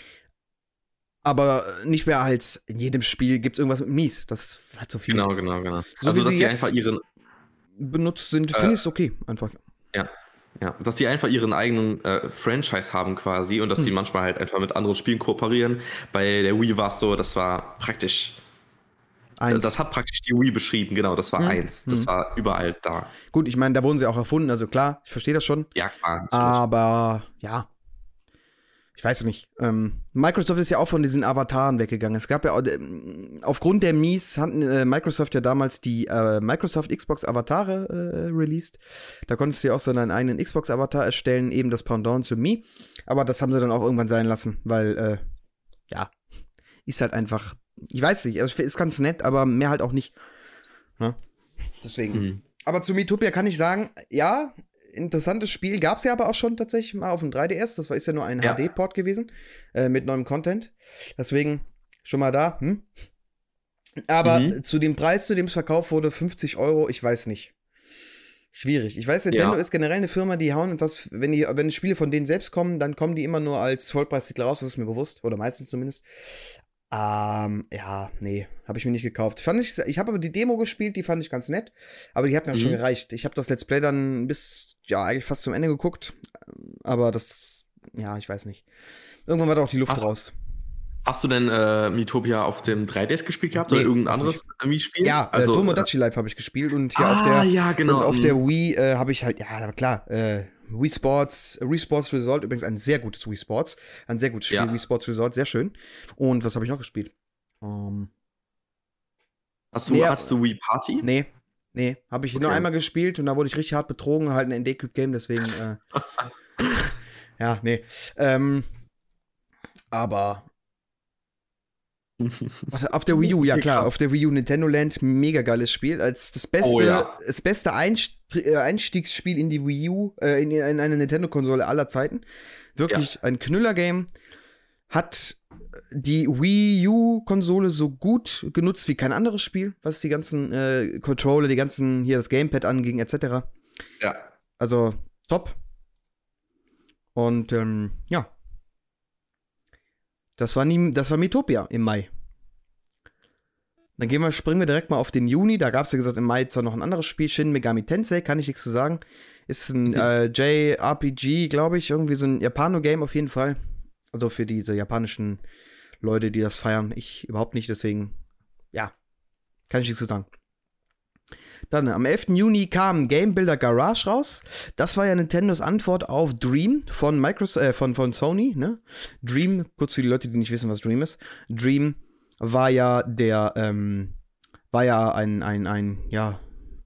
Aber nicht mehr als in jedem Spiel gibt es irgendwas mit Mies. Das hat so viel. Genau, genau, genau. So also, wie dass sie sie jetzt einfach ihren benutzt sind, äh, finde ich es okay, einfach. Ja. Ja, dass die einfach ihren eigenen äh, Franchise haben quasi und dass Hm. die manchmal halt einfach mit anderen Spielen kooperieren. Bei der Wii war es so, das war praktisch, Eins. das hat praktisch die Wii beschrieben, genau, das war Hm. eins. Das Hm. war überall da. Gut, ich meine, da wurden sie auch erfunden, also klar, ich verstehe das schon. Ja, klar. natürlich. Aber ja, ich weiß nicht. Ähm, Microsoft ist ja auch von diesen Avataren weggegangen. Es gab ja auch, ähm, aufgrund der Mies hat äh, Microsoft ja damals die äh, Microsoft Xbox Avatare äh, released. Da konntest du ja auch so deinen eigenen Xbox Avatar erstellen, eben das Pendant zu Mii. Aber das haben sie dann auch irgendwann sein lassen, weil, äh, ja, ist halt einfach, ich weiß nicht, also ist ganz nett, aber mehr halt auch nicht. Ne? Deswegen. Mhm. Aber zu Miitopia kann ich sagen, ja, interessantes Spiel. Gab es ja aber auch schon tatsächlich mal auf dem drei D S. Das war, ist ja nur ein Ja. H D-Port gewesen äh, mit neuem Content. Deswegen schon mal da. Hm? Aber Mhm. zu dem Preis, zu dem es verkauft wurde, fünfzig Euro, ich weiß nicht. Schwierig. Ich weiß, Nintendo Ja. ist generell eine Firma, die hauen etwas, wenn die, wenn Spiele von denen selbst kommen, dann kommen die immer nur als Vollpreistitel raus, das ist mir bewusst. Oder meistens zumindest. Ähm, ja, nee, habe ich mir nicht gekauft. Fand ich, ich habe aber die Demo gespielt, die fand ich ganz nett, aber die hat mir Mhm. schon gereicht. Ich habe das Let's Play dann bis, ja, eigentlich fast zum Ende geguckt, aber das, ja, ich weiß nicht. Irgendwann war da auch die Luft Ach. raus. Hast du denn äh, Miitopia auf dem drei D S gespielt gehabt Nee, oder irgendein noch anderes Wii-Spiel? Ja, also, äh, Tomodachi Life habe ich gespielt und hier ah, auf der, ja, genau. und auf mhm. der Wii äh, habe ich halt, ja, aber klar, äh, Wii Sports, Wii Sports Resort, übrigens ein sehr gutes Wii Sports, ein sehr gutes Spiel, Ja. Wii Sports Resort, sehr schön. Und was habe ich noch gespielt? Um, Hast du, Nee, hast du Wii Party? nee, nee, habe ich nur Okay. einmal gespielt und da wurde ich richtig hart betrogen, halt ein N D-Cube-Game, deswegen, äh, ja, nee. Ähm, aber warte, auf der Wii U, ja klar, Krass. auf der Wii U Nintendo Land, mega geiles Spiel, als das beste, Oh, ja. das beste Einst äh, Einstiegsspiel in die Wii U, äh, in, in eine Nintendo-Konsole aller Zeiten. Wirklich ein Knüller-Game. Hat die Wii U-Konsole so gut genutzt wie kein anderes Spiel, was die ganzen äh, Controller, die ganzen, hier das Gamepad anging, et cetera. Ja. Also, top. Und, ähm, ja. Das war, nie, das war Miitopia im Mai. Dann gehen wir, springen wir direkt mal auf den Juni. Da gab es, wie gesagt, im Mai zwar noch ein anderes Spiel, Shin Megami Tensei, kann ich nichts zu sagen. Ist ein Mhm. äh, J R P G, glaube ich, irgendwie so ein Japano-Game auf jeden Fall. Also für diese japanischen Leute, die das feiern. Ich überhaupt nicht, deswegen, ja, kann ich nichts zu sagen. Dann am elften Juni kam Game Builder Garage raus. Das war ja Nintendos Antwort auf Dream von Microsoft, äh, von, von Sony, ne? Dream, kurz für die Leute, die nicht wissen, was Dream ist. Dream war ja der, ähm, war ja ein, ein, ein, ja,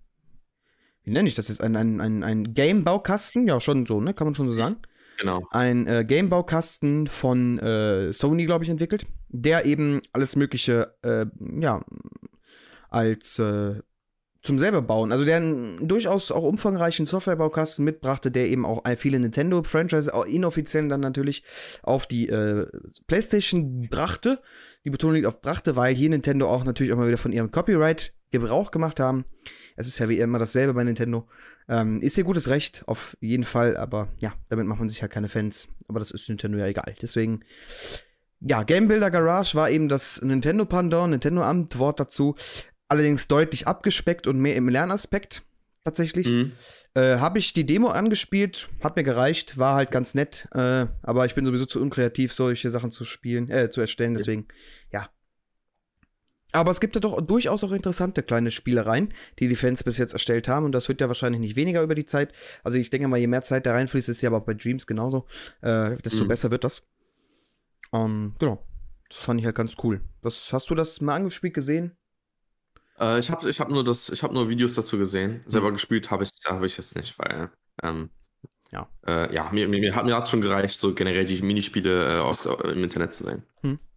wie nenne ich das jetzt? Ein, ein, ein, ein Game-Baukasten, ja, schon so, ne? Kann man schon so sagen. Genau. Ein äh, Game-Baukasten von äh, Sony, glaube ich, entwickelt, der eben alles Mögliche, äh, ja, als äh, zum selber bauen. Also der einen durchaus auch umfangreichen Softwarebaukasten mitbrachte, der eben auch viele Nintendo-Franchises, auch inoffiziell dann natürlich, auf die äh, PlayStation brachte. Die Betonung liegt auf brachte, weil hier Nintendo auch natürlich auch mal wieder von ihrem Copyright Gebrauch gemacht haben. Es ist ja wie immer dasselbe bei Nintendo. Ähm, ist ihr gutes Recht, auf jeden Fall, aber ja, damit macht man sich halt keine Fans. Aber das ist Nintendo ja egal. Deswegen, ja, Game Builder Garage war eben das Nintendo-Pendant, Nintendo-Antwort dazu. Allerdings deutlich abgespeckt und mehr im Lernaspekt tatsächlich. Mhm. Äh, habe ich die Demo angespielt, hat mir gereicht, war halt ganz nett, äh, aber ich bin sowieso zu unkreativ, solche Sachen zu spielen, äh, zu erstellen, deswegen, ja. Aber es gibt ja doch durchaus auch interessante kleine Spielereien, die die Fans bis jetzt erstellt haben, und das wird ja wahrscheinlich nicht weniger über die Zeit. Also ich denke mal, je mehr Zeit da reinfließt, ist ja aber bei Dreams genauso, äh, desto Mhm. besser wird das. Ähm, genau, das fand ich halt ganz cool. Das, hast du das mal angespielt, gesehen? Äh, ich habe ich hab nur, das- ich hab nur Videos dazu gesehen. Selber gespielt habe ich, hab ich jetzt nicht, weil ähm, Ja. äh, ja, mir, mir, mir hat mir hat's schon gereicht, so generell die Minispiele äh, oft im Internet zu sehen.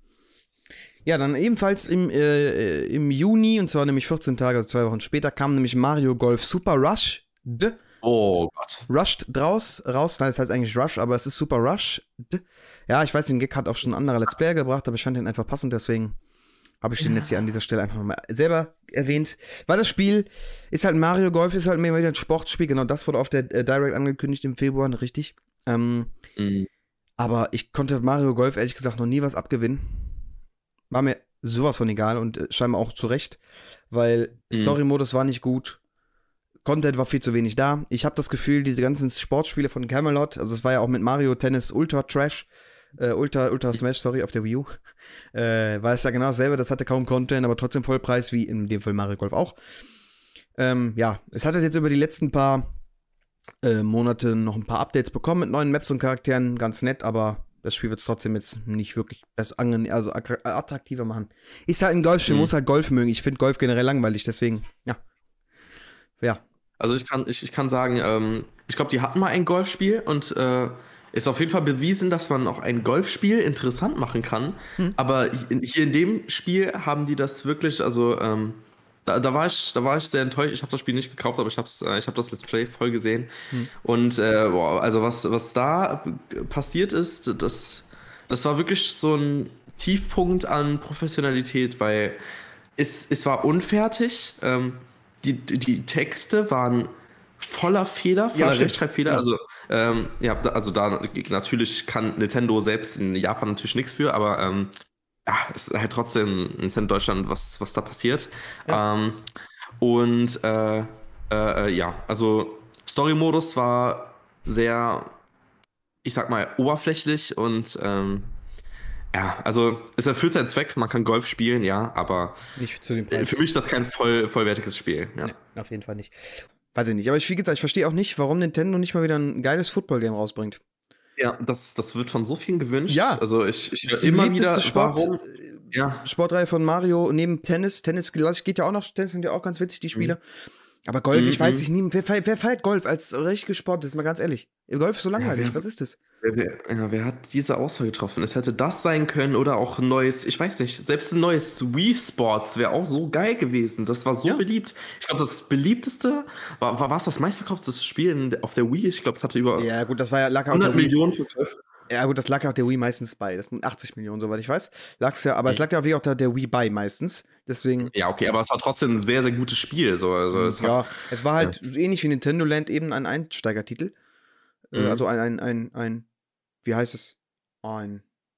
Ja, dann ebenfalls im, äh, im Juni, und zwar nämlich vierzehn Tage, also zwei Wochen später, kam nämlich Mario Golf Super Rush. D. Oh Gott. Rushed draus, raus, nein, das heißt eigentlich Rush, aber es ist Super Rush. D. Ja, ich weiß, den Gag hat auch schon ein anderer Let's Player gebracht, aber ich fand den einfach passend, deswegen habe ich den jetzt hier an dieser Stelle einfach mal selber erwähnt. Weil das Spiel ist halt Mario Golf, ist halt mehr wieder ein Sportspiel, genau das wurde auf der äh, Direct angekündigt im Februar, richtig. Ähm, Mhm. aber ich konnte Mario Golf ehrlich gesagt noch nie was abgewinnen. War mir sowas von egal und äh, scheinbar auch zu Recht, weil Mhm. Story-Modus war nicht gut, Content war viel zu wenig da. Ich habe das Gefühl, diese ganzen Sportspiele von Camelot, also es war ja auch mit Mario Tennis Ultra Trash, äh, Ultra, Ultra Smash, sorry, auf der Wii U, äh, war es ja genau dasselbe, das hatte kaum Content, aber trotzdem Vollpreis, wie in dem Fall Mario Golf auch. Ähm, ja, es hat jetzt über die letzten paar äh, Monate noch ein paar Updates bekommen mit neuen Maps und Charakteren, ganz nett, aber das Spiel wird es trotzdem jetzt nicht wirklich besser, also attraktiver machen. Ist halt ein Golfspiel, mhm. muss halt Golf mögen. Ich finde Golf generell langweilig, deswegen, ja. Ja. Also ich kann, ich, ich kann sagen, ähm, ich glaube, die hatten mal ein Golfspiel und äh, ist auf jeden Fall bewiesen, dass man auch ein Golfspiel interessant machen kann. Mhm. Aber hier in dem Spiel haben die das wirklich, also ähm, Da, da, war ich, da war ich sehr enttäuscht. Ich habe das Spiel nicht gekauft, aber ich habe äh, ich hab das Let's Play voll gesehen. Hm. Und äh, boah, also was, was da passiert ist, das, das war wirklich so ein Tiefpunkt an Professionalität, weil es, es war unfertig. Ähm, die, die Texte waren voller Fehler, voller ja, Rechtschreibfehler. Ja. Also, ähm, ja, also da natürlich kann Nintendo selbst in Japan natürlich nichts für, aber ähm, ja, es ist halt trotzdem Nintendo Deutschland, was, was da passiert. Ja. Ähm, und äh, äh, ja, also Story-Modus war sehr, ich sag mal, oberflächlich und ähm, ja, also es erfüllt seinen Zweck, man kann Golf spielen, ja, aber nicht zu dem Preis. Für mich ist das kein voll, vollwertiges Spiel. Ja. Nee, auf jeden Fall nicht. Weiß ich nicht, aber ich, wie gesagt, ich verstehe auch nicht, warum Nintendo nicht mal wieder ein geiles Football-Game rausbringt. Ja, das, das wird von so vielen gewünscht. Ja, also ich, ich höre immer wieder, Sport, warum? Ja. Sportreihe von Mario neben Tennis. Tennis geht ja auch noch, Tennis sind ja auch ganz witzig, die Spiele. Mhm. Aber Golf, mhm. ich weiß nicht, nie, wer, wer feiert Golf als richtig Sport? Das ist mal ganz ehrlich. Golf ist so langweilig, ja, wer, was ist das? Wer, wer, ja, wer hat diese Aussage getroffen? Es hätte das sein können oder auch ein neues, ich weiß nicht, selbst ein neues Wii Sports wäre auch so geil gewesen. Das war so ja. beliebt. Ich glaube, das beliebteste, war, war, war es das meistverkaufte Spiel in, auf der Wii? Ich glaube, es hatte über ja, gut, das war ja lag hundert Millionen verkauft. Ja, gut, das lag ja auch der Wii meistens bei. Das sind achtzig Millionen, soweit ich weiß. Lag's ja, aber mhm. es lag ja auch, wie auch der, der Wii bei meistens. Deswegen. Ja, okay, aber es war trotzdem ein sehr, sehr gutes Spiel. So. Also es ja, hat, es war halt ja. ähnlich wie Nintendo Land eben ein Einsteigertitel. Mhm. Äh, also ein, ein, ein, ein, wie heißt es? Ein.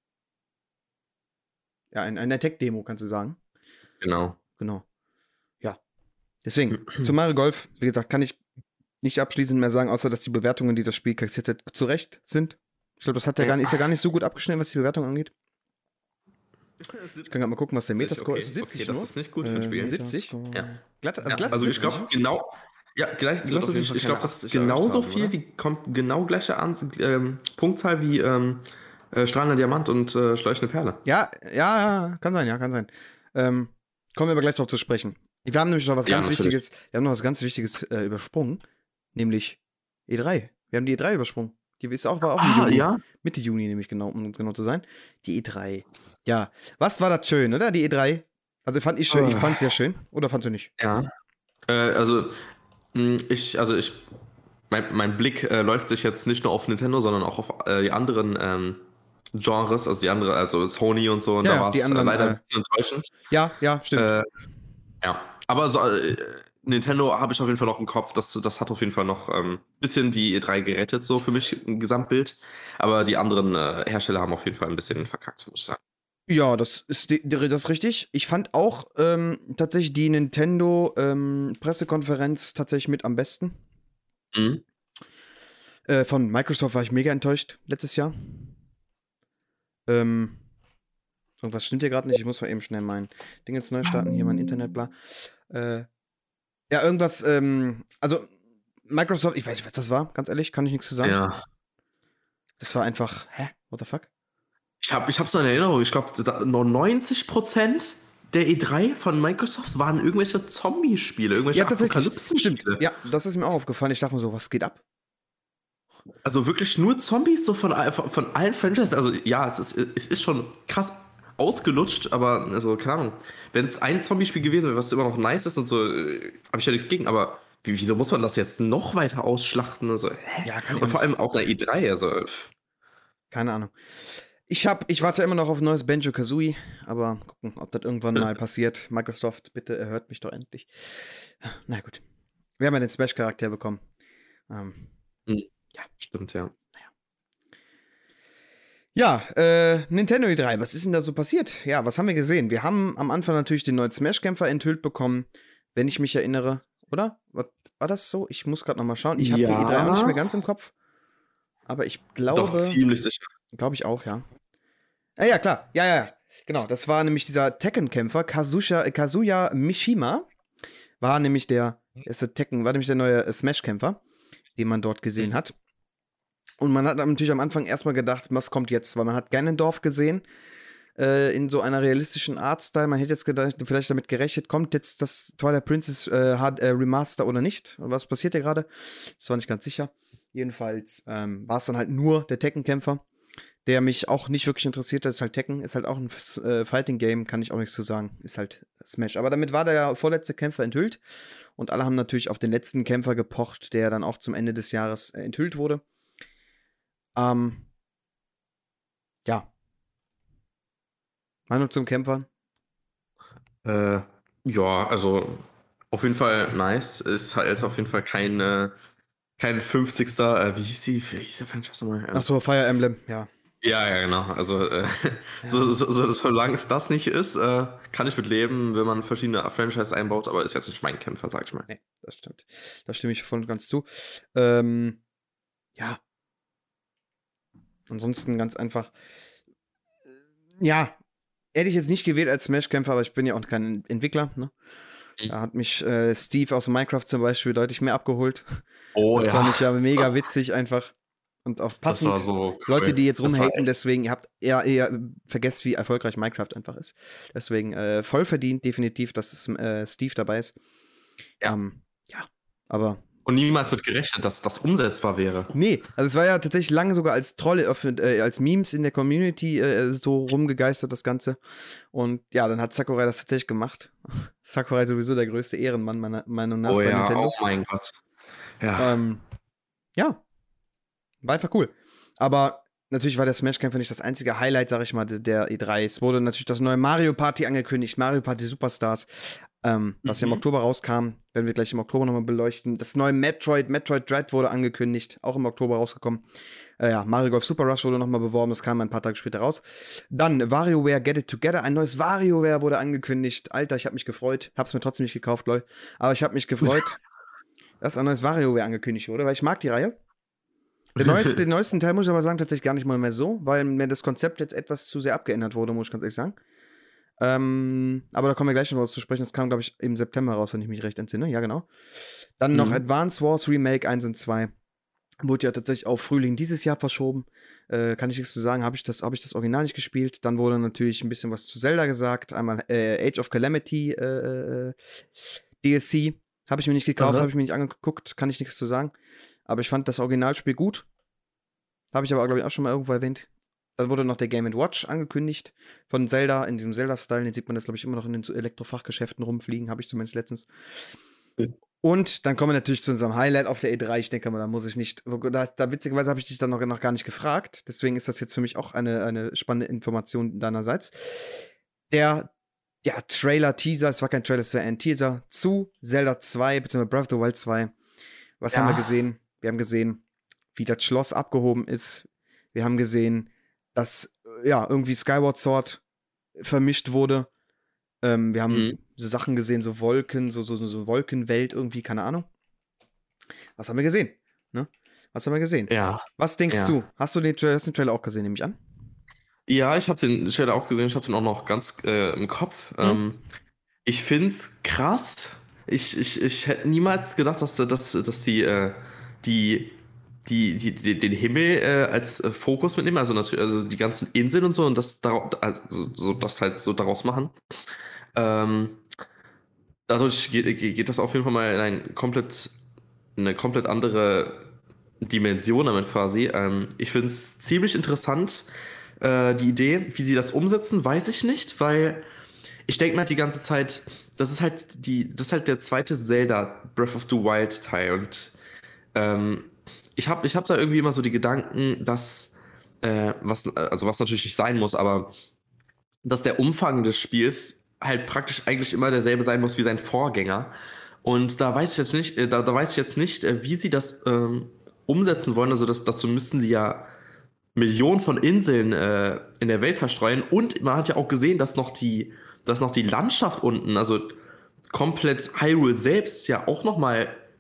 Ja, ein, ein Tech-Demo, kannst du sagen. Genau. Genau. Ja. Deswegen, zu Mario Golf, wie gesagt, kann ich nicht abschließend mehr sagen, außer dass die Bewertungen, die das Spiel kassiert hat, zu Recht sind. Ich glaube, das hat ja gar nicht, ist ja gar nicht so gut abgeschnitten, was die Bewertung angeht. Ich kann gerade mal gucken, was der Metascore okay. ist. siebzig okay, das nur? ist nicht gut für ein Spiel. Äh, siebzig? Ja. Glatt, also, ja. glatt also ich glaube genau, ja, gleich, glatt ich, ich glaube, das ist genauso viel, oder? Die kommt genau gleiche An ähm, Punktzahl wie ähm, äh, strahlender Diamant und äh, leuchtende Perle. Ja, ja, ja, kann sein, ja, kann sein. Ähm, kommen wir aber gleich drauf zu sprechen. Wir haben nämlich noch was ja, ganz natürlich. Wichtiges, wir haben noch was ganz Wichtiges äh, übersprungen, nämlich E drei. Wir haben die E drei übersprungen. Die ist auch, war auch ah, im Juni. Ja? Mitte Juni, nämlich genau, um genau zu sein. Die E drei. Ja, was war das schön, oder? Die E drei. Also fand ich schön, oh. ich fand sehr schön. Oder fandst du nicht? Ja. Äh, also, mh, ich, also ich, mein, mein Blick äh, läuft sich jetzt nicht nur auf Nintendo, sondern auch auf äh, die anderen ähm, Genres, also die andere, also Sony und so. Und ja, da war es leider äh, ein bisschen enttäuschend. Ja, ja, stimmt. Äh, ja, aber so, äh, Nintendo habe ich auf jeden Fall noch im Kopf, das, das hat auf jeden Fall noch ein ähm, bisschen die E drei gerettet, so für mich im Gesamtbild. Aber die anderen äh, Hersteller haben auf jeden Fall ein bisschen verkackt, muss ich sagen. Ja, das ist, die, das ist richtig. Ich fand auch ähm, tatsächlich die Nintendo-Pressekonferenz ähm, tatsächlich mit am besten. Mhm. Äh, von Microsoft war ich mega enttäuscht letztes Jahr. Ähm, irgendwas stimmt hier gerade nicht. Ich muss mal eben schnell mein Ding jetzt neu starten. Hier mein Internet, bla. Äh, Ja, irgendwas, ähm, also Microsoft, ich weiß nicht, was das war, ganz ehrlich, kann ich nichts zu sagen. Ja. Das war einfach, hä? What the fuck? Ich habe ich hab so eine Erinnerung, ich glaube, neunzig Prozent der E drei von Microsoft waren irgendwelche Zombie-Spiele, irgendwelche ja, Apokalypsen-Spiele. Stimmt. Ja, das ist mir auch aufgefallen. Ich dachte mir so, was geht ab? Also wirklich nur Zombies, so von, von, von allen Franchises. Also ja, es ist, es ist schon krass ausgelutscht, aber also keine Ahnung, wenn es ein Zombie-Spiel gewesen wäre, was immer noch nice ist und so, äh, habe ich ja nichts gegen, aber wie, wieso muss man das jetzt noch weiter ausschlachten? Also, hä? Ja, und vor allem auf einer E drei, also pff. Keine Ahnung. Ich hab, ich warte immer noch auf ein neues Banjo-Kazooie, aber gucken, ob das irgendwann mal passiert. Microsoft, bitte erhört mich doch endlich. Na gut. Wir haben ja den Smash-Charakter bekommen. Ähm, mhm. Ja, stimmt, ja. Ja, äh, Nintendo E drei, was ist denn da so passiert? Ja, was haben wir gesehen? Wir haben am Anfang natürlich den neuen Smash-Kämpfer enthüllt bekommen, wenn ich mich erinnere, oder? Was? War das so? Ich muss gerade nochmal schauen. Ich habe Ja. die E drei auch nicht mehr ganz im Kopf. Aber ich glaube. Doch, ziemlich sicher. Glaube ich auch, ja. Ja, ja, klar. Ja, ja, ja. Genau, das war nämlich dieser Tekken-Kämpfer, Kazuya, Kazuya Mishima. War nämlich der, ist der Tekken, war nämlich der neue Smash-Kämpfer, den man dort gesehen mhm. hat. Und man hat natürlich am Anfang erstmal gedacht, was kommt jetzt? Weil man hat Ganondorf gesehen, äh, in so einer realistischen Artstyle. Man hätte jetzt gedacht, vielleicht damit gerechnet, kommt jetzt das Twilight Princess äh, Hard, äh, Remaster oder nicht? Was passiert hier gerade? Das war nicht ganz sicher. Jedenfalls ähm, war es dann halt nur der Tekken-Kämpfer, der mich auch nicht wirklich interessiert. Das ist halt Tekken, ist halt auch ein äh, Fighting-Game, kann ich auch nichts zu sagen. Ist halt Smash. Aber damit war der vorletzte Kämpfer enthüllt. Und alle haben natürlich auf den letzten Kämpfer gepocht, der dann auch zum Ende des Jahres äh, enthüllt wurde. Ähm, ja. Meinung zum Kämpfer? Äh, ja, also auf jeden Fall nice. Ist halt auf jeden Fall kein, äh, kein fünfzigster. Äh, wie hieß die? Wie hieß der Franchise nochmal? Ach so, Fire Emblem, ja. Ja, ja, genau. Also, äh, ja. so, so, so, solange es das nicht ist, äh, kann ich mit leben, wenn man verschiedene Franchise einbaut, aber ist jetzt nicht mein Kämpfer, sag ich mal. Nee, das stimmt. Da stimme ich voll und ganz zu. Ähm, ja. Ansonsten ganz einfach. Ja, hätte ich jetzt nicht gewählt als Smash-Kämpfer, aber ich bin ja auch kein Entwickler. Ne? Mhm. Da hat mich äh, Steve aus Minecraft zum Beispiel deutlich mehr abgeholt. Oh, das ja. fand ich ja mega witzig einfach. Und auch passend. So cool. Leute, die jetzt rumhaten, deswegen, ihr habt eher, eher vergesst, wie erfolgreich Minecraft einfach ist. Deswegen äh, voll verdient, definitiv, dass es, äh, Steve dabei ist. Ja. Ähm, ja, aber. Und niemals mit gerechnet, dass das umsetzbar wäre. Nee, also es war ja tatsächlich lange sogar als Trolle, äh, als Memes in der Community äh, so rumgegeistert, das Ganze. Und ja, dann hat Sakurai das tatsächlich gemacht. Sakurai sowieso der größte Ehrenmann, meiner Meinung nach, oh, bei ja. Nintendo. Oh mein Gott. Ja. Ähm, ja. War einfach cool. Aber natürlich war der Smash-Kämpfer nicht das einzige Highlight, sag ich mal, der E drei. Es wurde natürlich das neue Mario Party angekündigt, Mario Party Superstars, ähm, was mhm. ja im Oktober rauskam, werden wir gleich im Oktober nochmal beleuchten. Das neue Metroid, Metroid Dread wurde angekündigt, auch im Oktober rausgekommen. Äh, ja, Mario Golf Super Rush wurde nochmal beworben, das kam ein paar Tage später raus. Dann WarioWare Get It Together, ein neues WarioWare wurde angekündigt. Alter, ich habe mich gefreut, hab's mir trotzdem nicht gekauft, lol. Aber ich habe mich gefreut, dass ein neues WarioWare angekündigt wurde, weil ich mag die Reihe. Den neuesten, den neuesten Teil muss ich aber sagen, tatsächlich gar nicht mal mehr so, weil mir das Konzept jetzt etwas zu sehr abgeändert wurde, muss ich ganz ehrlich sagen. Ähm, aber da kommen wir gleich noch draus zu sprechen. Das kam, glaube ich, im September raus, wenn ich mich recht entsinne. Ja, genau. Dann mhm. noch Advance Wars Remake eins und zwei. Wurde ja tatsächlich auf Frühling dieses Jahr verschoben. Äh, kann ich nichts zu sagen, habe ich, das, hab ich das Original nicht gespielt. Dann wurde natürlich ein bisschen was zu Zelda gesagt. Einmal äh, Age of Calamity äh, D L C. Habe ich mir nicht gekauft, habe ich mir nicht angeguckt, kann ich nichts zu sagen. Aber ich fand das Originalspiel gut. Habe ich aber, glaube ich, auch schon mal irgendwo erwähnt. Dann wurde noch der Game and Watch angekündigt von Zelda, in diesem Zelda-Style. Den sieht man das, glaube ich, immer noch in den Elektrofachgeschäften rumfliegen. Habe ich zumindest letztens. Ja. Und dann kommen wir natürlich zu unserem Highlight auf der E drei. Ich denke mal, da muss ich nicht, da, da witzigerweise habe ich dich dann noch, noch gar nicht gefragt. Deswegen ist das jetzt für mich auch eine, eine spannende Information deinerseits. Der ja, Trailer-Teaser, es war kein Trailer, es war ein Teaser zu Zelda zwei, beziehungsweise Breath of the Wild zwei. Was ja. haben wir gesehen? Wir haben gesehen, wie das Schloss abgehoben ist. Wir haben gesehen, dass ja irgendwie Skyward Sword vermischt wurde. Ähm, wir haben mhm. so Sachen gesehen, so Wolken, so, so, so Wolkenwelt irgendwie, keine Ahnung. Was haben wir gesehen? Ne? Was haben wir gesehen? Ja. Was denkst ja. du? Hast du den, hast den Trailer auch gesehen, nehme ich an? Ja, ich habe den Trailer auch gesehen. Ich habe den auch noch ganz äh, im Kopf. Mhm. Ähm, ich find's krass. Ich, ich, ich hätte niemals gedacht, dass, dass, dass die, äh, die, die, die, die den Himmel äh, als äh, Fokus mitnehmen, also natürlich, also die ganzen Inseln und so und das, also, so, das halt so daraus machen. Ähm, dadurch geht, geht das auf jeden Fall mal in ein komplett, eine komplett andere Dimension damit quasi. Ähm, ich finde es ziemlich interessant, äh, die Idee, wie sie das umsetzen, weiß ich nicht, weil ich denke mir halt die ganze Zeit, das ist halt die, das ist halt der zweite Zelda Breath of the Wild Teil und ähm, ich habe ich hab da irgendwie immer so die Gedanken, dass äh, was, also was natürlich nicht sein muss, aber dass der Umfang des Spiels halt praktisch eigentlich immer derselbe sein muss wie sein Vorgänger. Und da weiß ich jetzt nicht, äh, da, da weiß ich jetzt nicht, äh, wie sie das ähm, umsetzen wollen. Also das, dazu müssten sie ja Millionen von Inseln äh, in der Welt verstreuen. Und man hat ja auch gesehen, dass noch die dass noch die Landschaft unten, also komplett Hyrule selbst, ja auch nochmal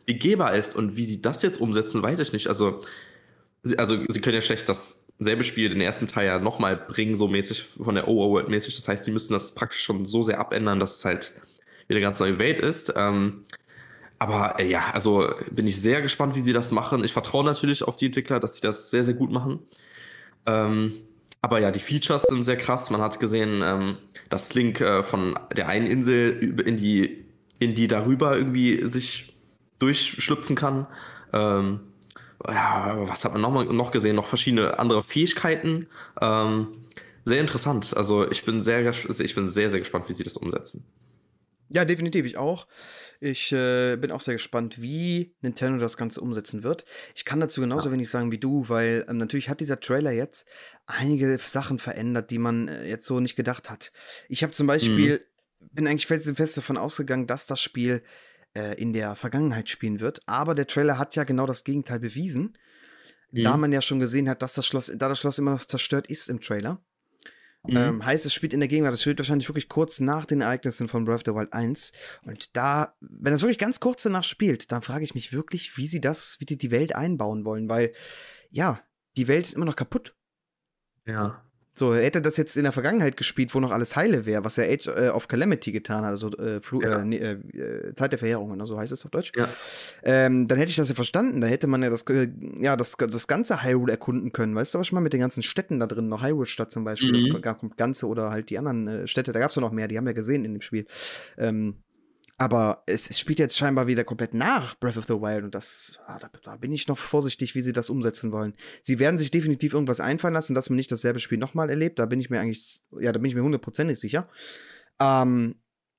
begehbar ist und wie sie das jetzt umsetzen, weiß ich nicht. Also, sie, also sie können ja schlecht dasselbe Spiel, den ersten Teil ja nochmal bringen, so mäßig von der Overworld mäßig. Das heißt, sie müssen das praktisch schon so sehr abändern, dass es halt wieder eine ganz neue Welt ist. Ähm, aber äh, ja, also bin ich sehr gespannt, wie sie das machen. Ich vertraue natürlich auf die Entwickler, dass sie das sehr, sehr gut machen. Ähm, aber ja, die Features sind sehr krass. Man hat gesehen, ähm, dass Link äh, von der einen Insel in die, in die darüber irgendwie sich durchschlüpfen kann. Ähm, ja, was hat man noch, mal, noch gesehen? Noch verschiedene andere Fähigkeiten. Ähm, sehr interessant. Also ich bin sehr, ich bin sehr, sehr gespannt, wie sie das umsetzen. Ja, definitiv, ich auch. Ich äh, bin auch sehr gespannt, wie Nintendo das Ganze umsetzen wird. Ich kann dazu genauso Ja. wenig sagen wie du, weil ähm, natürlich hat dieser Trailer jetzt einige Sachen verändert, die man äh, jetzt so nicht gedacht hat. Ich habe zum Beispiel, mhm. bin eigentlich fest, fest davon ausgegangen, dass das Spiel äh, in der Vergangenheit spielen wird, aber der Trailer hat ja genau das Gegenteil bewiesen, mhm. da man ja schon gesehen hat, dass das Schloss, da das Schloss immer noch zerstört ist im Trailer. Mhm. Ähm, heißt, es spielt in der Gegenwart, es spielt wahrscheinlich wirklich kurz nach den Ereignissen von Breath of the Wild eins. Und da, wenn das wirklich ganz kurz danach spielt, dann frage ich mich wirklich, wie sie das, wie die die Welt einbauen wollen, weil, ja, die Welt ist immer noch kaputt. Ja. So, er hätte das jetzt in der Vergangenheit gespielt, wo noch alles heile wäre, was ja Age äh, of Calamity getan hat, also äh, Flu Ja. äh, nee, äh, Zeit der Verheerungen, so heißt es auf Deutsch. Ja. Ähm, dann hätte ich das ja verstanden, da hätte man ja das, äh, ja, das, das ganze Hyrule erkunden können, weißt du, was ich mal mit den ganzen Städten da drin, noch Hyrule-Stadt zum Beispiel, Mhm. das ganze oder halt die anderen äh, Städte, da gab es ja noch mehr, die haben wir gesehen in dem Spiel. Ähm, aber es, es spielt jetzt scheinbar wieder komplett nach Breath of the Wild und das, ah, da, da bin ich noch vorsichtig, wie sie das umsetzen wollen. Sie werden sich definitiv irgendwas einfallen lassen, dass man nicht dasselbe Spiel nochmal erlebt. Da bin ich mir eigentlich, ja, da bin ich mir hundertprozentig sicher. Ähm,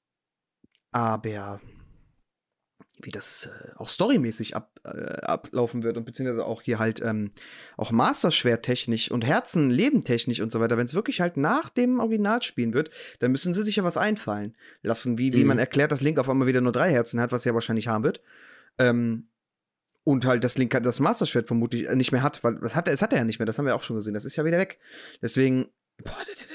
aber wie das äh, auch storymäßig ab, äh, ablaufen wird und beziehungsweise auch hier halt ähm, auch Master-Schwert-technisch und Herzen-Leben-technisch und so weiter, wenn es wirklich halt nach dem Original spielen wird, dann müssen sie sich ja was einfallen lassen, wie, wie Mhm. man erklärt, dass Link auf einmal wieder nur drei Herzen hat, was er wahrscheinlich haben wird. Ähm, und halt, dass Link das Master-Schwert vermutlich nicht mehr hat, weil das hat, das hat er ja nicht mehr, das haben wir auch schon gesehen, das ist ja wieder weg. Deswegen, boah,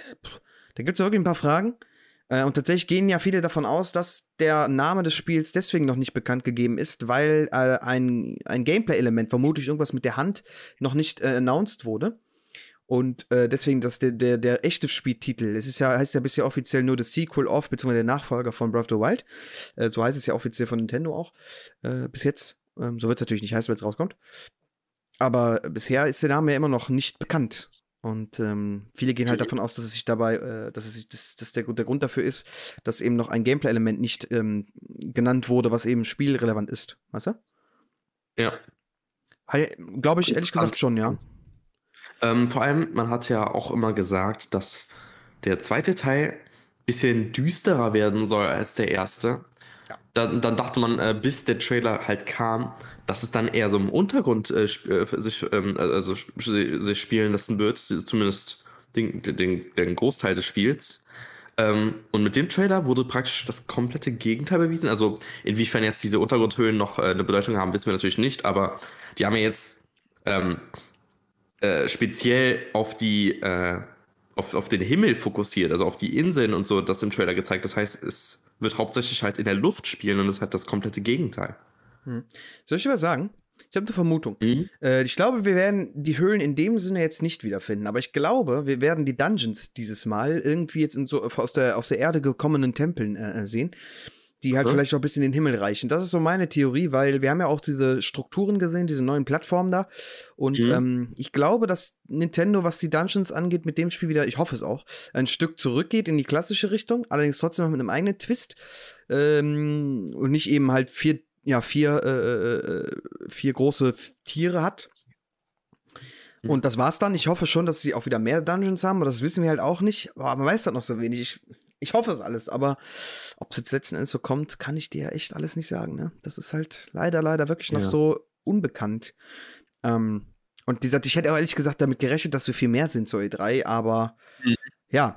da gibt es wirklich ein paar Fragen. Und tatsächlich gehen ja viele davon aus, dass der Name des Spiels deswegen noch nicht bekannt gegeben ist, weil äh, ein, ein Gameplay-Element, vermutlich irgendwas mit der Hand, noch nicht äh, announced wurde. Und äh, deswegen, dass der, der, der echte Spieltitel, es ist ja, heißt ja bisher offiziell nur das Sequel of, beziehungsweise der Nachfolger von Breath of the Wild. Äh, so heißt es ja offiziell von Nintendo auch. Äh, bis jetzt. Ähm, so wird es natürlich nicht heißen, wenn es rauskommt. Aber bisher ist der Name ja immer noch nicht bekannt. Und ähm, viele gehen halt davon aus, dass es sich dabei, äh, dass es sich, dass, dass der, der Grund dafür ist, dass eben noch ein Gameplay-Element nicht ähm, genannt wurde, was eben spielrelevant ist. Weißt du? Ja. Glaube ich ehrlich gesagt schon, ja. Ähm, vor allem, man hat ja auch immer gesagt, dass der zweite Teil ein bisschen düsterer werden soll als der erste. Ja. Dann, dann dachte man, äh, bis der Trailer halt kam, dass es dann eher so im Untergrund äh, sich, ähm, also, sich spielen lassen wird, zumindest den, den, den Großteil des Spiels. Ähm, und mit dem Trailer wurde praktisch das komplette Gegenteil bewiesen. Also inwiefern jetzt diese Untergrundhöhlen noch äh, eine Bedeutung haben, wissen wir natürlich nicht, aber die haben ja jetzt ähm, äh, speziell auf die äh, auf, auf den Himmel fokussiert, also auf die Inseln und so, das im Trailer gezeigt. Das heißt, es wird hauptsächlich halt in der Luft spielen und das hat das komplette Gegenteil. Hm. Soll ich dir was sagen? Ich habe eine Vermutung. Mhm. Äh, ich glaube, wir werden die Höhlen in dem Sinne jetzt nicht wiederfinden, aber ich glaube, wir werden die Dungeons dieses Mal irgendwie jetzt in so aus der, aus der Erde gekommenen Tempeln äh, sehen, die halt Mhm. vielleicht auch bis in den Himmel reichen. Das ist so meine Theorie, weil wir haben ja auch diese Strukturen gesehen, diese neuen Plattformen da. Und Mhm. ähm, ich glaube, dass Nintendo, was die Dungeons angeht, mit dem Spiel wieder, ich hoffe es auch, ein Stück zurückgeht in die klassische Richtung, allerdings trotzdem noch mit einem eigenen Twist. Ähm, und nicht eben halt vier, ja, vier, äh, vier große Tiere hat. Mhm. Und das war's dann. Ich hoffe schon, dass sie auch wieder mehr Dungeons haben, aber das wissen wir halt auch nicht. Aber man weiß das noch so wenig. Ich, ich hoffe es alles, aber ob es jetzt letzten Endes so kommt, kann ich dir echt alles nicht sagen. Ne? Das ist halt leider, leider wirklich noch Ja. so unbekannt. Ähm, und dieser, ich hätte auch ehrlich gesagt damit gerechnet, dass wir viel mehr sind zur E drei, aber Mhm. ja,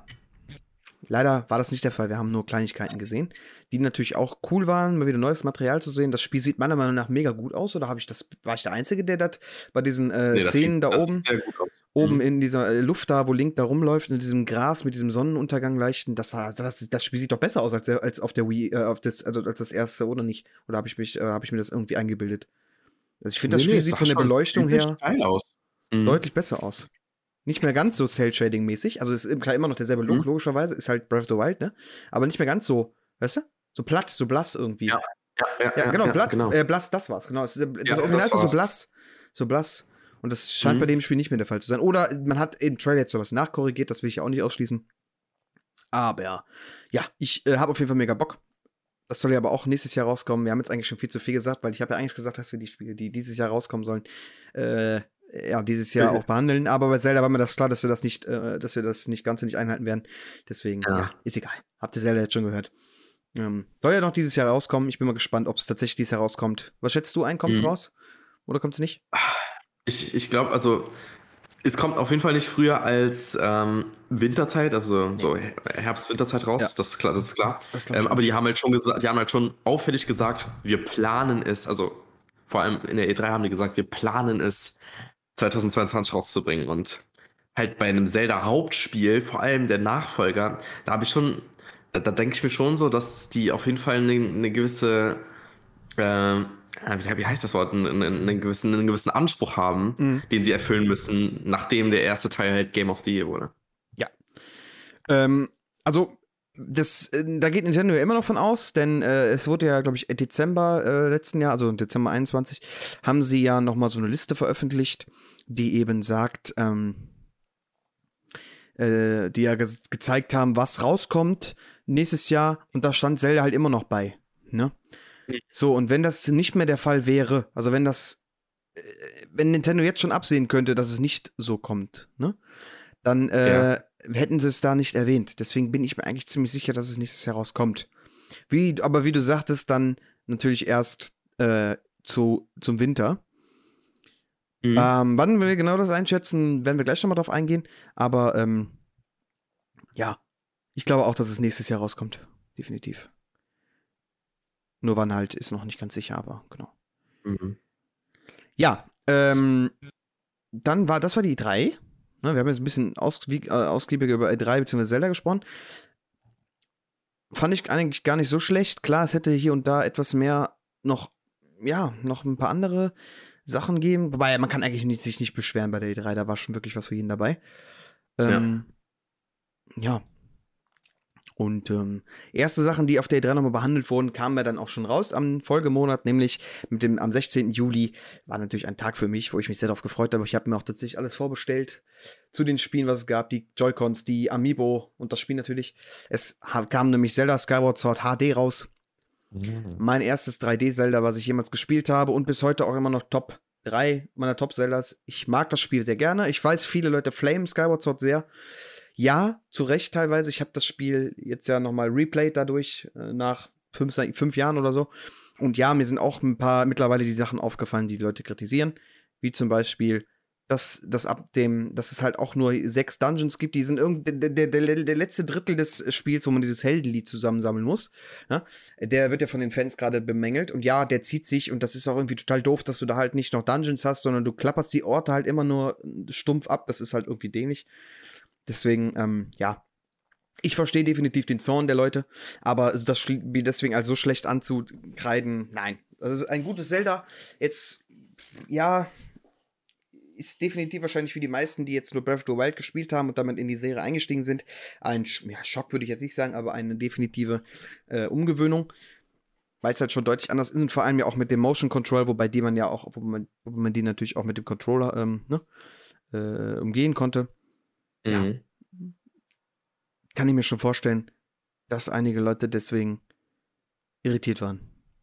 leider war das nicht der Fall. Wir haben nur Kleinigkeiten gesehen, die natürlich auch cool waren, mal wieder neues Material zu sehen. Das Spiel sieht meiner Meinung nach mega gut aus, oder habe ich das, war ich der Einzige, der das bei diesen äh, Nee, das Szenen sieht- da das oben sieht sehr gut aus. oben Mhm. in dieser äh, Luft da, wo Link da rumläuft, in diesem Gras mit diesem Sonnenuntergang leichten, das, das, das Spiel sieht doch besser aus als, der- als auf der Wii, äh, auf das, also als das erste, oder nicht? Oder habe ich mich, äh, habe ich mir das irgendwie eingebildet? Also ich finde, das Nee, nee, Spiel es sieht sah von der schon Beleuchtung ziemlich her geil aus. Mhm. deutlich besser aus. Nicht mehr ganz so Cell-Shading-mäßig. Also es ist klar immer noch derselbe Look, Mhm. logischerweise. Ist halt Breath of the Wild, ne? Aber nicht mehr ganz so, weißt du? So platt, so blass irgendwie. Ja, ja, ja, Ja, ja, genau, ja, platt. genau. Äh, blass, das war's, genau. Das, das Ja, Original das ist so war's. blass. So blass. Und das scheint bei Mhm. dem Spiel nicht mehr der Fall zu sein. Oder man hat im Trailer jetzt sowas nachkorrigiert, das will ich ja auch nicht ausschließen. Aber ja, ich äh, habe auf jeden Fall mega Bock. Das soll ja aber auch nächstes Jahr rauskommen. Wir haben jetzt eigentlich schon viel zu viel gesagt, weil ich habe ja eigentlich gesagt, dass wir die Spiele, die dieses Jahr rauskommen sollen, äh, ja, dieses Jahr Mhm. auch behandeln. Aber bei Zelda war mir das klar, dass wir das nicht, äh, dass wir das nicht ganz nicht einhalten werden. Deswegen, ja. Ja. ist egal. Habt ihr Zelda jetzt schon gehört? Ähm, soll ja noch dieses Jahr rauskommen. Ich bin mal gespannt, ob es tatsächlich dieses Jahr rauskommt. Was schätzt du ein? Kommt's Mhm. raus? Oder kommt's nicht? Ich, ich glaube, also es kommt auf jeden Fall nicht früher als ähm, Winterzeit, also so Her- Herbst-Winterzeit raus, Ja. das ist klar, das ist klar. Das glaub ich Ähm, auch aber die nicht. haben halt schon gesagt, die haben halt schon auffällig gesagt, wir planen es, also vor allem in der E drei haben die gesagt, wir planen es zwanzig zweiundzwanzig rauszubringen. Und halt bei einem Zelda-Hauptspiel, vor allem der Nachfolger, da habe ich schon, da, da denke ich mir schon so, dass die auf jeden Fall eine, eine gewisse, ähm, wie, wie heißt das Wort, einen, einen, gewissen, einen gewissen Anspruch haben, Mhm. den sie erfüllen müssen, nachdem der erste Teil halt Game of the Year wurde. Ja. Ähm, also, das, äh, da geht Nintendo ja immer noch von aus, denn äh, es wurde ja, glaube ich, im Dezember äh, letzten Jahr, also Dezember einundzwanzig, haben sie ja noch mal so eine Liste veröffentlicht, die eben sagt, ähm, äh, die ja ge gezeigt haben, was rauskommt nächstes Jahr, und da stand Zelda halt immer noch bei, ne? So, und wenn das nicht mehr der Fall wäre, also wenn das, äh, wenn Nintendo jetzt schon absehen könnte, dass es nicht so kommt, ne? Dann äh, Ja. hätten sie es da nicht erwähnt. Deswegen bin ich mir eigentlich ziemlich sicher, dass es nächstes Jahr rauskommt. Wie, aber wie du sagtest, dann natürlich erst äh, zu, zum Winter. Mhm. Ähm, wann wir genau das einschätzen, werden wir gleich nochmal drauf eingehen. Aber ähm, ja, ich glaube auch, dass es nächstes Jahr rauskommt. Definitiv. Nur wann halt, ist noch nicht ganz sicher, aber genau. Mhm. Ja, ähm, dann war, das war die E drei. Ne, wir haben jetzt ein bisschen ausgiebig, äh, ausgiebiger über E drei bzw. Zelda gesprochen. Fand ich eigentlich gar nicht so schlecht. Klar, es hätte hier und da etwas mehr noch, ja, noch ein paar andere Sachen geben. Wobei, man kann eigentlich nicht, sich nicht beschweren bei der E drei. Da war schon wirklich was für jeden dabei. Ähm, ja. Und ähm, erste Sachen, die auf der E drei nochmal behandelt wurden, kamen ja dann auch schon raus am Folgemonat, nämlich mit dem, am sechzehnten Juli. War natürlich ein Tag für mich, wo ich mich sehr darauf gefreut habe. Ich habe mir auch tatsächlich alles vorbestellt zu den Spielen, was es gab. Die Joy-Cons, die Amiibo und das Spiel natürlich. Es kam nämlich Zelda Skyward Sword H D raus. Mhm. Mein erstes drei D-Zelda, was ich jemals gespielt habe und bis heute auch immer noch Top drei meiner Top-Zeldas. Ich mag das Spiel sehr gerne. Ich weiß, viele Leute flamen Skyward Sword sehr. Ja, zu Recht teilweise. Ich habe das Spiel jetzt ja nochmal replayed dadurch, äh, nach fünf, fünf Jahren oder so. Und ja, mir sind auch ein paar mittlerweile die Sachen aufgefallen, die die Leute kritisieren. Wie zum Beispiel, dass, dass ab dem, dass es halt auch nur sechs Dungeons gibt, die sind irgendwie der, der, der, der letzte Drittel des Spiels, wo man dieses Heldenlied zusammensammeln muss. Ja? Der wird ja von den Fans gerade bemängelt. Und ja, der zieht sich, und das ist auch irgendwie total doof, dass du da halt nicht noch Dungeons hast, sondern du klapperst die Orte halt immer nur stumpf ab. Das ist halt irgendwie dämlich. Deswegen, ähm, ja. Ich verstehe definitiv den Zorn der Leute, aber das Spiel deswegen als so schlecht anzukreiden, nein. Also ein gutes Zelda, jetzt, ja, ist definitiv wahrscheinlich für die meisten, die jetzt nur Breath of the Wild gespielt haben und damit in die Serie eingestiegen sind, ein ja, Schock würde ich jetzt nicht sagen, aber eine definitive äh, Umgewöhnung, weil es halt schon deutlich anders ist und vor allem ja auch mit dem Motion Control, wobei die man ja auch, wo man, wo man die natürlich auch mit dem Controller ähm, ne, äh, umgehen konnte. Ja. Mhm. Kann ich mir schon vorstellen, dass einige Leute deswegen irritiert waren.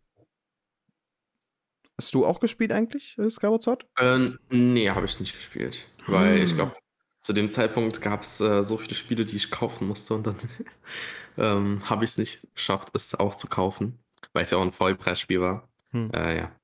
Hast du auch gespielt eigentlich, äh, Skyward Sword? Ähm, nee, habe ich nicht gespielt. Weil ich glaube, zu dem Zeitpunkt gab es äh, so viele Spiele, die ich kaufen musste und dann ähm, habe ich es nicht geschafft, es auch zu kaufen. Weil es ja auch ein Vollpreisspiel war. Hm. Äh, ja.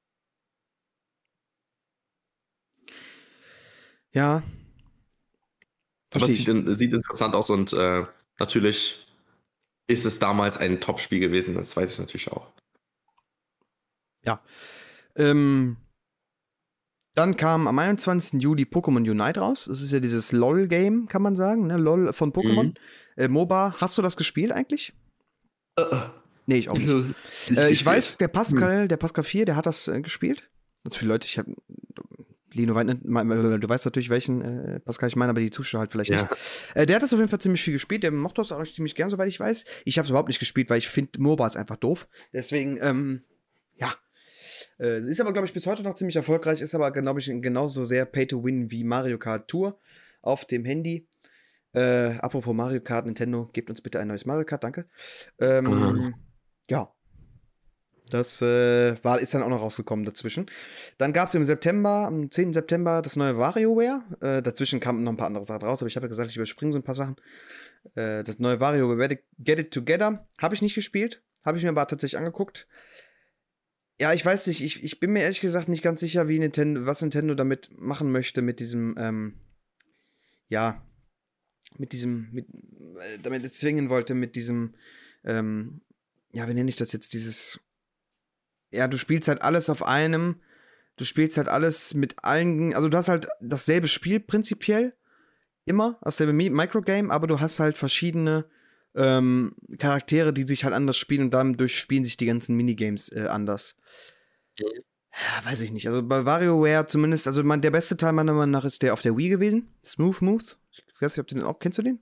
Ja. Aber Verstehe es sieht, ich. in, sieht interessant aus und äh, natürlich ist es damals ein Top-Spiel gewesen, das weiß ich natürlich auch. Ja. Ähm, Dann kam am einundzwanzigsten Juli Pokémon Unite raus. Das ist ja dieses LOL-Game, kann man sagen, ne? LOL von Pokémon. Mhm. Äh, MOBA. Hast du das gespielt eigentlich? Uh, nee, ich auch nicht. nicht äh, ich weiß, der Pascal, der Pascal vier, der hat das äh, gespielt. Ganz viele Leute, ich habe Lino, du weißt natürlich, welchen äh, Pascal ich meine, aber die Zuschauer halt vielleicht ja. nicht. Äh, der hat das auf jeden Fall ziemlich viel gespielt. Der mochte das auch ziemlich gern, soweit ich weiß. Ich habe es überhaupt nicht gespielt, weil ich finde, MOBA ist einfach doof. Deswegen, ähm, ja. Äh, ist aber, glaube ich, bis heute noch ziemlich erfolgreich. Ist aber, glaube ich, genauso sehr Pay-to-Win wie Mario Kart Tour auf dem Handy. Äh, apropos Mario Kart, Nintendo, gebt uns bitte ein neues Mario Kart, danke. Ähm, mhm. Ja. Das äh, war, ist dann auch noch rausgekommen dazwischen. Dann gab es im September, am zehnten September, das neue WarioWare. Äh, dazwischen kamen noch ein paar andere Sachen raus, aber ich habe ja gesagt, ich überspringe so ein paar Sachen. Äh, das neue WarioWare Get It Together habe ich nicht gespielt, habe ich mir aber tatsächlich angeguckt. Ja, ich weiß nicht, ich, ich bin mir ehrlich gesagt nicht ganz sicher, wie Nintendo, was Nintendo damit machen möchte, mit diesem, ähm, ja, mit diesem, mit, äh, damit erzwingen wollte, mit diesem, ähm, ja, wie nenne ich das jetzt, dieses, ja, du spielst halt alles auf einem, du spielst halt alles mit allen, also du hast halt dasselbe Spiel prinzipiell, immer, dasselbe Microgame, aber du hast halt verschiedene ähm, Charaktere, die sich halt anders spielen und dadurch spielen sich die ganzen Minigames äh, anders. Mhm. Ja, weiß ich nicht, also bei WarioWare zumindest, also man, der beste Teil meiner Meinung nach ist der auf der Wii gewesen, Smooth Moves, ich weiß nicht, ob du den auch, kennst du den?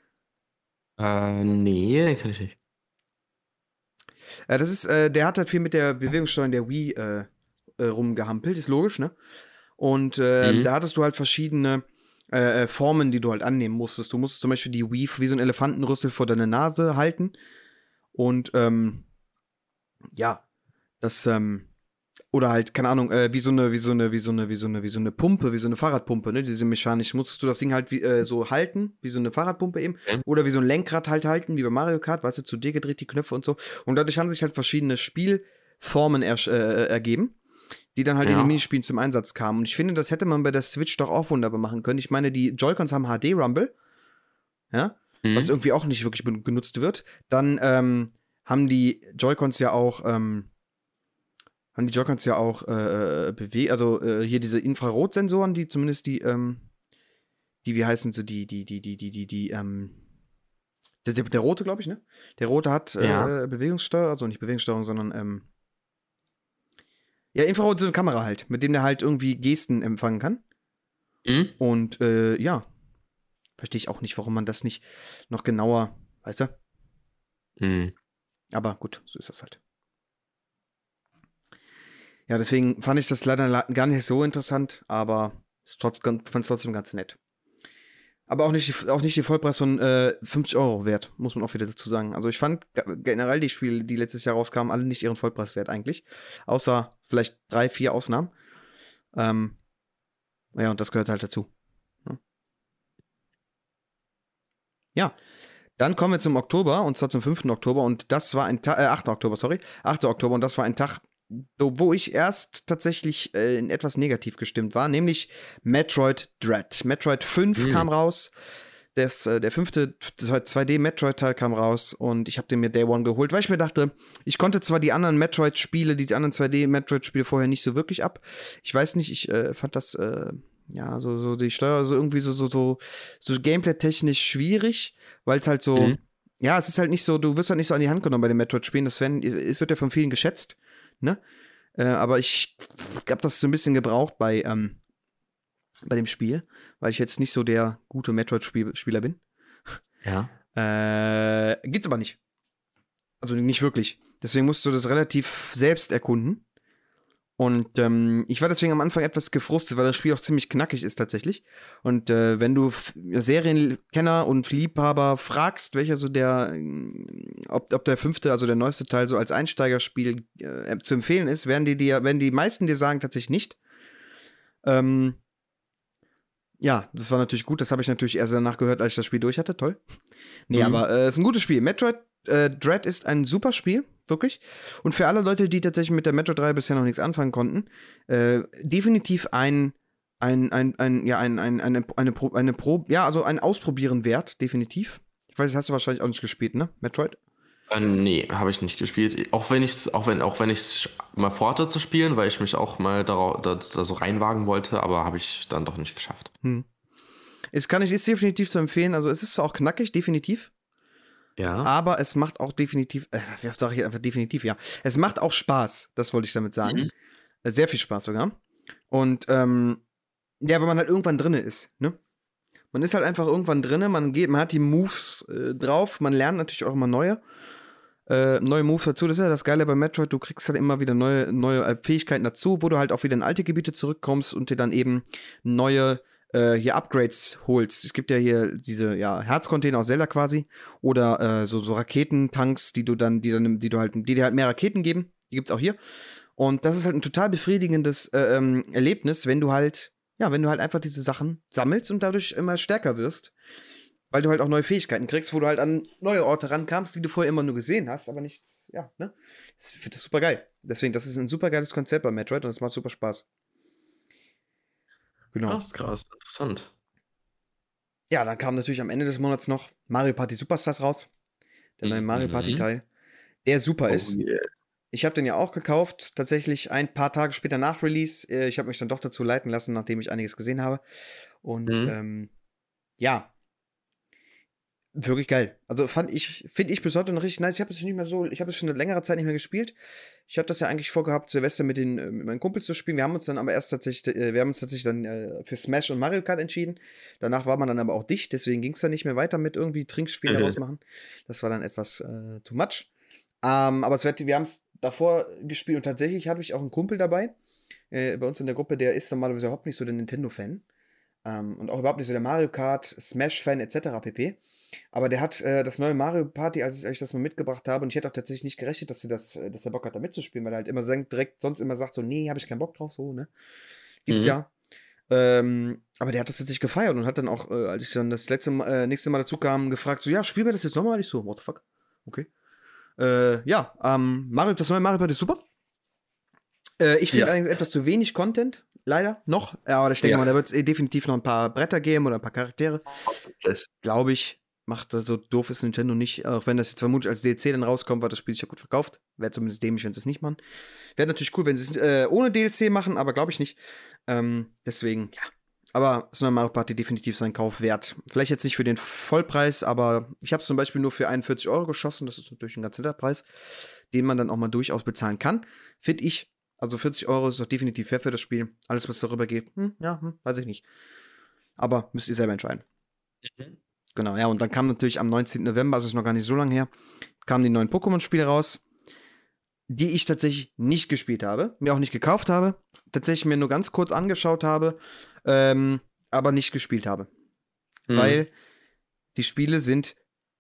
Äh, nee, den kenn ich nicht. Äh, das ist, äh, der hat halt viel mit der Bewegungssteuerung der Wii äh, äh, rumgehampelt, ist logisch, ne? Und äh, mhm. da hattest du halt verschiedene äh, Formen, die du halt annehmen musstest. Du musstest zum Beispiel die Wii wie so ein Elefantenrüssel vor deine Nase halten. Und, ähm, ja, das, ähm, oder halt, keine Ahnung, äh, wie so eine, wie so eine, wie so eine, wie so eine, wie so eine Pumpe, wie so eine Fahrradpumpe, ne? Diese mechanisch, musstest du das Ding halt wie, äh, so halten, wie so eine Fahrradpumpe eben. Mhm. Oder wie so ein Lenkrad halt halten, wie bei Mario Kart, weißt du, zu dir gedreht, die Knöpfe und so. Und dadurch haben sich halt verschiedene Spielformen er, äh, ergeben, die dann halt ja. in den Minispielen zum Einsatz kamen. Und ich finde, das hätte man bei der Switch doch auch wunderbar machen können. Ich meine, die Joy-Cons haben H D-Rumble, ja, mhm. was irgendwie auch nicht wirklich genutzt wird. Dann ähm, haben die Joy-Cons ja auch, ähm, haben die Joy-Cons ja auch äh, bewegt, also äh, hier diese Infrarotsensoren, die zumindest die, ähm, die, wie heißen sie, die, die, die, die, die, die, die, ähm, der, der, der rote, glaube ich, ne? Der rote hat äh, ja. Bewegungssteuerung, also nicht Bewegungssteuerung, sondern, ähm, ja, Infrarot ist eine Kamera halt, mit dem der halt irgendwie Gesten empfangen kann. Mhm. Und, äh, ja, verstehe ich auch nicht, warum man das nicht noch genauer, weißt du? Mhm. Aber gut, so ist das halt. Ja, deswegen fand ich das leider gar nicht so interessant, aber fand es trotzdem ganz nett. Aber auch nicht, auch nicht den Vollpreis von äh, fünfzig Euro wert, muss man auch wieder dazu sagen. Also ich fand generell die Spiele, die letztes Jahr rauskamen, alle nicht ihren Vollpreis wert eigentlich. Außer vielleicht drei, vier Ausnahmen. Ähm, ja, und das gehört halt dazu. Ja. ja. Dann kommen wir zum Oktober, und zwar zum fünften Oktober. Und das war ein Tag, äh, achten Oktober, sorry. achten Oktober, und das war ein Tag, wo ich erst tatsächlich äh, in etwas negativ gestimmt war, nämlich Metroid Dread. Metroid fünf mhm. kam raus. Das, äh, der fünfte zwei D-Metroid-Teil kam raus und ich habe den mir Day One geholt, weil ich mir dachte, ich konnte zwar die anderen Metroid-Spiele, die anderen zwei D-Metroid-Spiele vorher nicht so wirklich ab. Ich weiß nicht, ich äh, fand das, äh, ja, so, so die Steuer so irgendwie so, so, so, so Gameplay-technisch schwierig, weil es halt so, mhm. ja, es ist halt nicht so, du wirst halt nicht so an die Hand genommen bei den Metroid-Spielen. Das werden, es wird ja von vielen geschätzt. Ne? Äh, aber ich hab das so ein bisschen gebraucht bei, ähm, bei dem Spiel, weil ich jetzt nicht so der gute Metroid-Spieler bin. Ja. Äh, gibt's aber nicht. Also nicht wirklich. Deswegen musst du das relativ selbst erkunden. Und ähm, ich war deswegen am Anfang etwas gefrustet, weil das Spiel auch ziemlich knackig ist tatsächlich. Und äh, wenn du F- Serienkenner und Liebhaber fragst, welcher so der, ob, ob der fünfte, also der neueste Teil so als Einsteigerspiel äh, zu empfehlen ist, werden die dir, werden die meisten dir sagen tatsächlich nicht. Ähm, ja, das war natürlich gut. Das habe ich natürlich erst danach gehört, als ich das Spiel durch hatte. Toll. Nee, mhm. aber es äh, ist ein gutes Spiel. Metroid äh, Dread ist ein super Spiel. Wirklich. Und für alle Leute, die tatsächlich mit der Metroid-Reihe bisher noch nichts anfangen konnten, äh, definitiv ein, ein, ein, ein, ja, ein, ein, eine, eine, Pro, eine Pro, ja, also ein Ausprobieren wert, definitiv. Ich weiß, hast du wahrscheinlich auch nicht gespielt, ne? Metroid? Äh, nee, habe ich nicht gespielt. Auch wenn ich auch wenn, auch wenn ich mal vorhatte zu spielen, weil ich mich auch mal da, da, da so reinwagen wollte, aber habe ich dann doch nicht geschafft. Hm. Es kann ich, ist definitiv zu empfehlen. Also es ist zwar auch knackig, definitiv. Ja. Aber es macht auch definitiv, äh, wie oft sage ich einfach definitiv, ja. Es macht auch Spaß, das wollte ich damit sagen. Mhm. Äh, Sehr viel Spaß sogar. Und, ähm, ja, wenn man halt irgendwann drinne ist, ne? Man ist halt einfach irgendwann drinne, man geht, man hat die Moves äh, drauf, man lernt natürlich auch immer neue. Äh, neue Moves dazu, das ist ja das Geile bei Metroid, du kriegst halt immer wieder neue, neue äh, Fähigkeiten dazu, wo du halt auch wieder in alte Gebiete zurückkommst und dir dann eben neue äh, hier Upgrades holst. Es gibt ja hier diese ja, Herzcontainer aus Zelda quasi oder äh, so, so Raketentanks, die du dann, die dann, die du halt, die dir halt mehr Raketen geben. Die gibt's auch hier. Und das ist halt ein total befriedigendes äh, ähm, Erlebnis, wenn du halt, ja, wenn du halt einfach diese Sachen sammelst und dadurch immer stärker wirst. Weil du halt auch neue Fähigkeiten kriegst, wo du halt an neue Orte rankamst, die du vorher immer nur gesehen hast, aber nicht, ja, ne? Ich finde das super geil. Deswegen, das ist ein super geiles Konzept bei Metroid und es macht super Spaß. Genau. Krass, krass, interessant. Ja, dann kam natürlich am Ende des Monats noch Mario Party Superstars raus. Der neue Mario Party Mhm. Teil. Der super Oh ist. yeah. Ich habe den ja auch gekauft, tatsächlich ein paar Tage später nach Release. Äh, Ich habe mich dann doch dazu leiten lassen, nachdem ich einiges gesehen habe. Und Mhm. ähm, ja, wirklich geil. Also fand ich, finde ich bis heute noch richtig nice. Ich habe es nicht mehr so, ich habe es schon eine längere Zeit nicht mehr gespielt. Ich hatte das ja eigentlich vorgehabt, Silvester mit den äh, mit meinen Kumpels zu spielen. Wir haben uns dann aber erst tatsächlich, äh, wir haben uns tatsächlich dann äh, für Smash und Mario Kart entschieden. Danach war man dann aber auch dicht, deswegen ging es dann nicht mehr weiter mit irgendwie Trinkspielen Mhm. daraus machen. Das war dann etwas äh, too much. Ähm, aber es wird, wir haben es davor gespielt und tatsächlich habe ich auch einen Kumpel dabei, äh, bei uns in der Gruppe, der ist normalerweise überhaupt nicht so der Nintendo-Fan. Ähm, und auch überhaupt nicht so der Mario Kart, Smash-Fan et cetera pp. Aber der hat äh, das neue Mario Party, als ich, als ich das mal mitgebracht habe, und ich hätte auch tatsächlich nicht gerechnet, dass, sie das, äh, dass er Bock hat, da mitzuspielen, weil er halt immer sen- direkt sonst immer sagt, so, nee, habe ich keinen Bock drauf, so, ne? Gibt's Mhm. ja. Ähm, aber der hat das tatsächlich gefeiert und hat dann auch, äh, als ich dann das letzte Mal, äh, nächste Mal dazu kam, gefragt, so, ja, spielen wir das jetzt nochmal? Ich so, what the fuck? Okay. Äh, ja, ähm, Mario, das neue Mario Party ist super. Äh, ich finde Ja. allerdings etwas zu wenig Content, leider, noch. Ja, aber ich denke Ja. mal, da wird es definitiv noch ein paar Bretter geben oder ein paar Charaktere. Hoffentlich. Glaube ich. Macht das so doof ist Nintendo nicht, auch wenn das jetzt vermutlich als D L C dann rauskommt, weil das Spiel sich ja gut verkauft. Wäre zumindest dämlich, wenn sie es nicht machen. Wäre natürlich cool, wenn sie es äh, ohne D L C machen, aber glaube ich nicht. Ähm, deswegen, ja. Aber das neue Mario Party definitiv seinen Kauf wert. Vielleicht jetzt nicht für den Vollpreis, aber ich habe es zum Beispiel nur für einundvierzig Euro geschossen. Das ist natürlich ein ganz netter Preis, den man dann auch mal durchaus bezahlen kann. Finde ich. Also vierzig Euro ist doch definitiv fair für das Spiel. Alles, was darüber geht, hm, ja, hm, weiß ich nicht. Aber müsst ihr selber entscheiden. Mhm. Genau, ja, und dann kam natürlich am neunzehnten November, also ist noch gar nicht so lange her, kamen die neuen Pokémon-Spiele raus, die ich tatsächlich nicht gespielt habe, mir auch nicht gekauft habe, tatsächlich mir nur ganz kurz angeschaut habe, ähm, aber nicht gespielt habe. Mhm. Weil die Spiele sind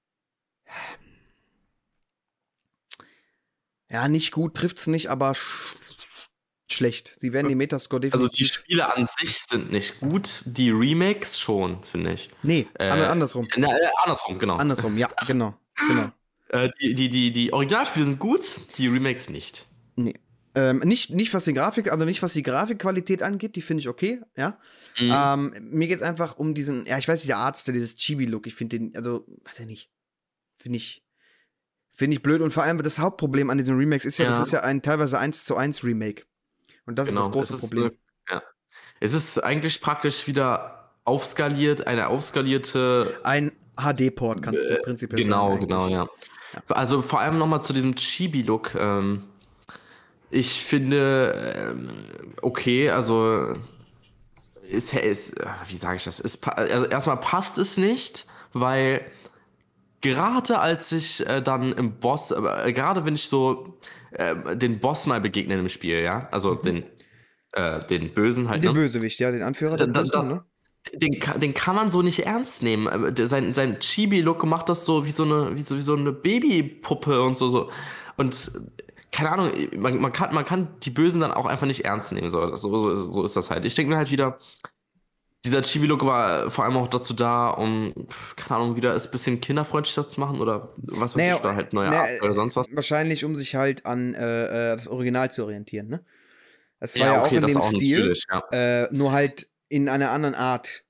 ja nicht gut, trifft's nicht, aber sch schlecht. Sie werden die Metascore Also die definitiv. Spiele an sich sind nicht gut, die Remakes schon, finde ich. Nee, Äh, an- andersrum. Na, äh, andersrum, genau. Andersrum, ja, genau. Genau. Äh, die, die, die, die Originalspiele sind gut, die Remakes nicht. Nee. Ähm, nicht, nicht was die Grafik, also nicht was die Grafikqualität angeht, die finde ich okay, ja. Mhm. Ähm, mir geht's einfach um diesen, ja, ich weiß, dieser Arzt, dieses Chibi-Look, ich finde den, also, weiß ich nicht. Finde ich, finde ich blöd und vor allem das Hauptproblem an diesen Remakes ist ja, das Ja. ist ja ein teilweise eins zu eins Remake. Und das ist das Genau, große es ist Problem. eine, ja. Es ist eigentlich praktisch wieder aufskaliert, eine aufskalierte. Ein H D-Port kannst du Äh, prinzipiell genau, sagen. genau, eigentlich. ja. Ja. Also vor allem nochmal zu diesem Chibi-Look. Ähm, ich finde, ähm, okay, also ist, ist äh, wie sage ich das? Ist, pa- also erstmal passt es nicht, weil gerade als ich äh, dann im Boss, äh, gerade wenn ich so äh, den Boss mal begegne im Spiel, ja, also Mhm. den, äh, den Bösen halt, Den ne? Bösewicht, ja, den Anführer Da, der da, Bösen, da, ne? den, ka- den kann man so nicht ernst nehmen. Aber der- Sein, sein Chibi-Look macht das so wie so eine, wie so, wie so eine Babypuppe und so, so. Und äh, keine Ahnung, man, man, kann, man kann die Bösen dann auch einfach nicht ernst nehmen. So, so, so, so ist das halt. Ich denke mir halt wieder, dieser Chibi-Look war vor allem auch dazu da, um, pf, keine Ahnung, wieder es ein bisschen kinderfreundlicher zu machen oder was weiß Naja, ich, oder halt neue naja, Abenteuer oder sonst was. Wahrscheinlich, um sich halt an äh, äh, das Original zu orientieren, ne? Es war Ja, ja okay, auch in das dem auch Stil, natürlich, ja. äh, nur halt in einer anderen Art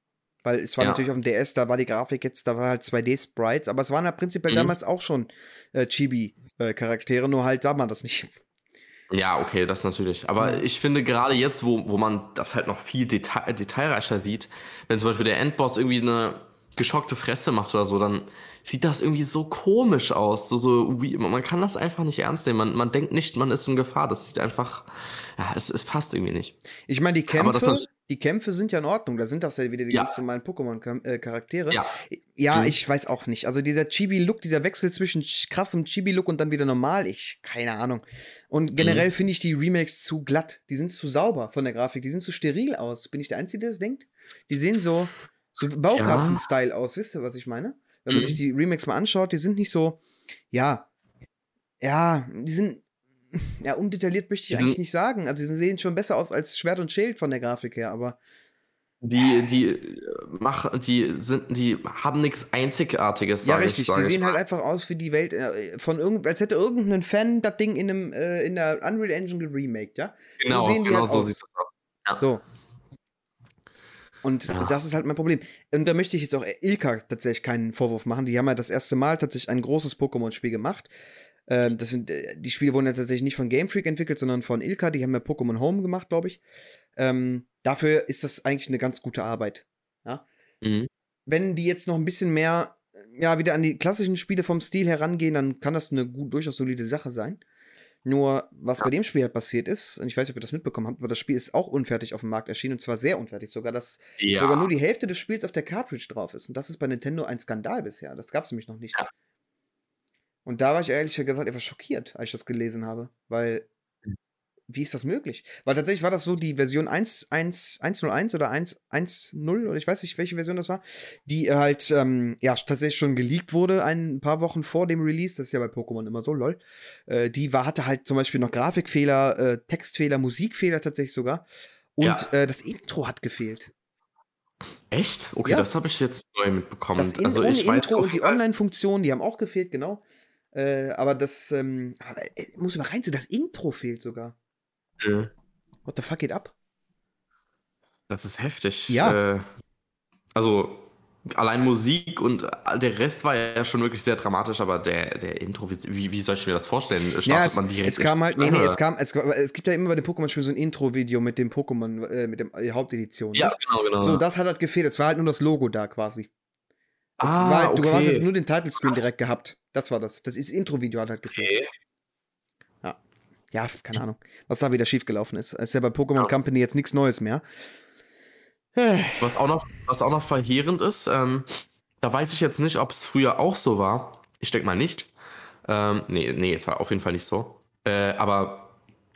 Weil es war Ja. natürlich auf dem D S, da war die Grafik jetzt, da war halt zwei D-Sprites, aber es waren ja prinzipiell Mhm. damals auch schon äh, Chibi-Charaktere, nur halt sah man das nicht. Ja, okay, das natürlich. Aber Ja. ich finde gerade jetzt, wo, wo man das halt noch viel detail, detailreicher sieht, wenn zum Beispiel der Endboss irgendwie eine geschockte Fresse macht oder so, dann sieht das irgendwie so komisch aus. So, so wie, man kann das einfach nicht ernst nehmen. Man, man denkt nicht, man ist in Gefahr. Das sieht einfach, ja, es, es passt irgendwie nicht. Ich meine, die Aber das Kämpfe, ist- die Kämpfe sind ja in Ordnung. Da sind das ja wieder die Ja. ganz normalen Pokémon-Charaktere. Ja. Ja, Mhm. ich weiß auch nicht. Also dieser Chibi-Look, dieser Wechsel zwischen ch- krassem Chibi-Look und dann wieder normal, ich, keine Ahnung. Und generell Mhm. finde ich die Remakes zu glatt. Die sind zu sauber von der Grafik. Die sind zu steril aus. Bin ich der Einzige, der das denkt? Die sehen so, so Baukasten-Style aus. Wisst ihr, was ich meine? Wenn man Mhm. sich die Remakes mal anschaut, die sind nicht so, ja, ja, die sind, ja, undetailliert möchte ich Die eigentlich sind- nicht sagen. Also, sie sehen schon besser aus als Schwert und Schild von der Grafik her, aber Die, die äh, machen, die sind, die haben nichts Einzigartiges, ja, sag ich, richtig. sag Die ich sehen mal. halt einfach aus wie die Welt äh, von irgend, als hätte irgendein Fan das Ding in einem äh, in der Unreal Engine geremaked, ja? Genau, so sehen die genau halt so aus. sieht das aus. Ja. So. Und Ja. das ist halt mein Problem. Und da möchte ich jetzt auch Ilka tatsächlich keinen Vorwurf machen. Die haben ja das erste Mal tatsächlich ein großes Pokémon-Spiel gemacht. Ähm, das sind, äh, die Spiele wurden ja tatsächlich nicht von Game Freak entwickelt, sondern von Ilka. Die haben ja Pokémon Home gemacht, glaube ich. Ähm, dafür ist das eigentlich eine ganz gute Arbeit. Ja? Mhm. Wenn die jetzt noch ein bisschen mehr, ja, wieder an die klassischen Spiele vom Stil herangehen, dann kann das eine gut, durchaus solide Sache sein. Nur, was bei dem Spiel halt passiert ist, und ich weiß nicht, ob ihr das mitbekommen habt, aber das Spiel ist auch unfertig auf dem Markt erschienen, und zwar sehr unfertig sogar, dass Ja. sogar nur die Hälfte des Spiels auf der Cartridge drauf ist. Und das ist bei Nintendo ein Skandal bisher. Das gab es nämlich noch nicht. Ja. Und da war ich ehrlich gesagt etwas schockiert, als ich das gelesen habe, weil wie ist das möglich? Weil tatsächlich war das so, die Version eins eins eins null eins oder eins eins null, oder ich weiß nicht, welche Version das war, die halt, ähm, ja, tatsächlich schon geleakt wurde, ein paar Wochen vor dem Release, das ist ja bei Pokémon immer so, lol. Äh, die war, hatte halt zum Beispiel noch Grafikfehler, äh, Textfehler, Musikfehler tatsächlich sogar. Und Ja. äh, das Intro hat gefehlt. Echt? Okay, Ja. das habe ich jetzt neu mitbekommen. Das in, also ohne ich weiß Intro auf und die jeden Fall- Online-Funktionen, die haben auch gefehlt, genau. Äh, aber das, ähm, aber, äh, muss mal reinziehen, das Intro fehlt sogar. Äh, What the fuck geht ab? Das ist heftig. Ja. Äh, also allein Musik und der Rest war ja schon wirklich sehr dramatisch, aber der, der Intro, wie, wie, wie soll ich mir das vorstellen? Startet Ja, es, man direkt es kam halt, nee, nee, oder? es kam, es, es gibt ja immer bei den Pokémon-Spielen so ein Intro-Video mit dem Pokémon, äh, mit der äh, Hauptedition. Ja, ne? genau, genau. So, das hat halt gefehlt. Es war halt nur das Logo da quasi. Es Ah, war halt, du hast okay. jetzt nur den Title-Screen Krass. direkt gehabt. Das war das. Das ist Intro-Video hat halt gefehlt. Okay. Ja, keine Ahnung, was da wieder schiefgelaufen ist. Ist ja bei Pokémon Ja. Company jetzt nichts Neues mehr. Was auch noch, was auch noch verheerend ist, ähm, da weiß ich jetzt nicht, ob es früher auch so war. Ich denke mal nicht. Ähm, nee, nee, es war auf jeden Fall nicht so. Äh, aber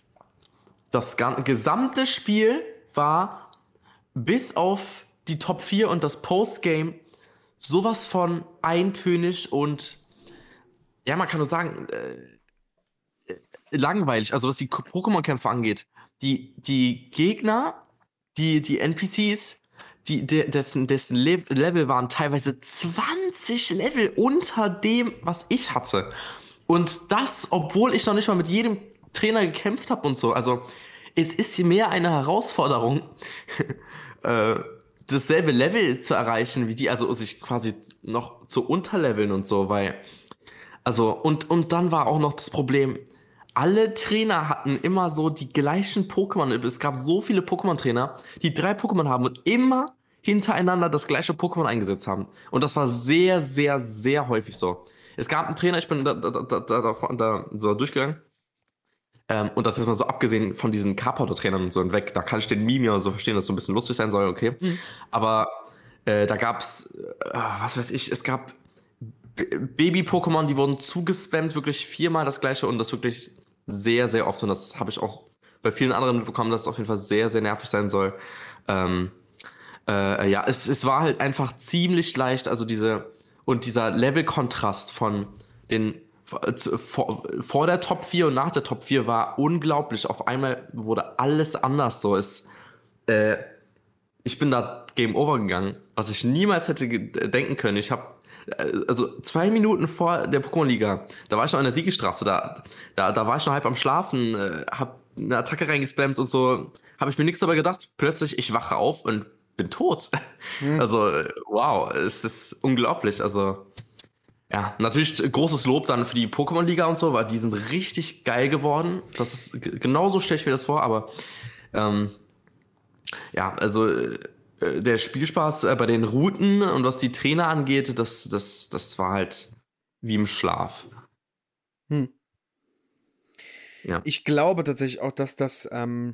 das gan- gesamte Spiel war bis auf die Top vier und das Postgame sowas von eintönig und ja, man kann nur sagen, äh, langweilig. Also was die Ko- Pokémon-Kämpfe angeht. Die, die Gegner, die, die N P Cs, die, de, dessen, dessen Le Level waren teilweise zwanzig Level unter dem, was ich hatte. Und das, obwohl ich noch nicht mal mit jedem Trainer gekämpft habe und so. Also es ist mehr eine Herausforderung, äh, dasselbe Level zu erreichen wie die, also sich quasi noch zu unterleveln und so, weil, also, und, und dann war auch noch das Problem, alle Trainer hatten immer so die gleichen Pokémon. Es gab so viele Pokémon-Trainer, die drei Pokémon haben und immer hintereinander das gleiche Pokémon eingesetzt haben. Und das war sehr, sehr, sehr häufig so. Es gab einen Trainer, ich bin da, da, da, da, da, da so durchgegangen. Ähm, und das ist mal so abgesehen von diesen Carpenter-Trainern und so und weg. Da kann ich den Meme ja so verstehen, dass es so ein bisschen lustig sein soll, okay. Mhm. Aber äh, da gab's, äh, was weiß ich, es gab B- Baby-Pokémon, die wurden zugespammt, wirklich viermal das gleiche und das wirklich sehr, sehr oft. Und das habe ich auch bei vielen anderen mitbekommen, dass es auf jeden Fall sehr, sehr nervig sein soll. Ähm, äh, ja, es, es war halt einfach ziemlich leicht, also diese, und dieser Level-Kontrast von den, vor, vor der Top vier und nach der Top vier war unglaublich. Auf einmal wurde alles anders so. Es, äh, ich bin da Game Over gegangen, was ich niemals hätte ge- denken können. Ich habe also zwei Minuten vor der Pokémon-Liga, da war ich noch in der Siegestraße, da, da, da war ich noch halb am Schlafen, äh, hab eine Attacke reingespammt und so, habe ich mir nichts dabei gedacht. Plötzlich, ich wache auf und bin tot. Hm. Also, äh, wow, es ist unglaublich. Also, ja, natürlich großes Lob dann für die Pokémon-Liga und so, weil die sind richtig geil geworden. Das ist g- genauso stelle ich mir das vor, aber ähm, ja, also äh, der Spielspaß äh, bei den Routen und was die Trainer angeht, das, das, das war halt wie im Schlaf. Hm. Ja. Ich glaube tatsächlich auch, dass das, ähm,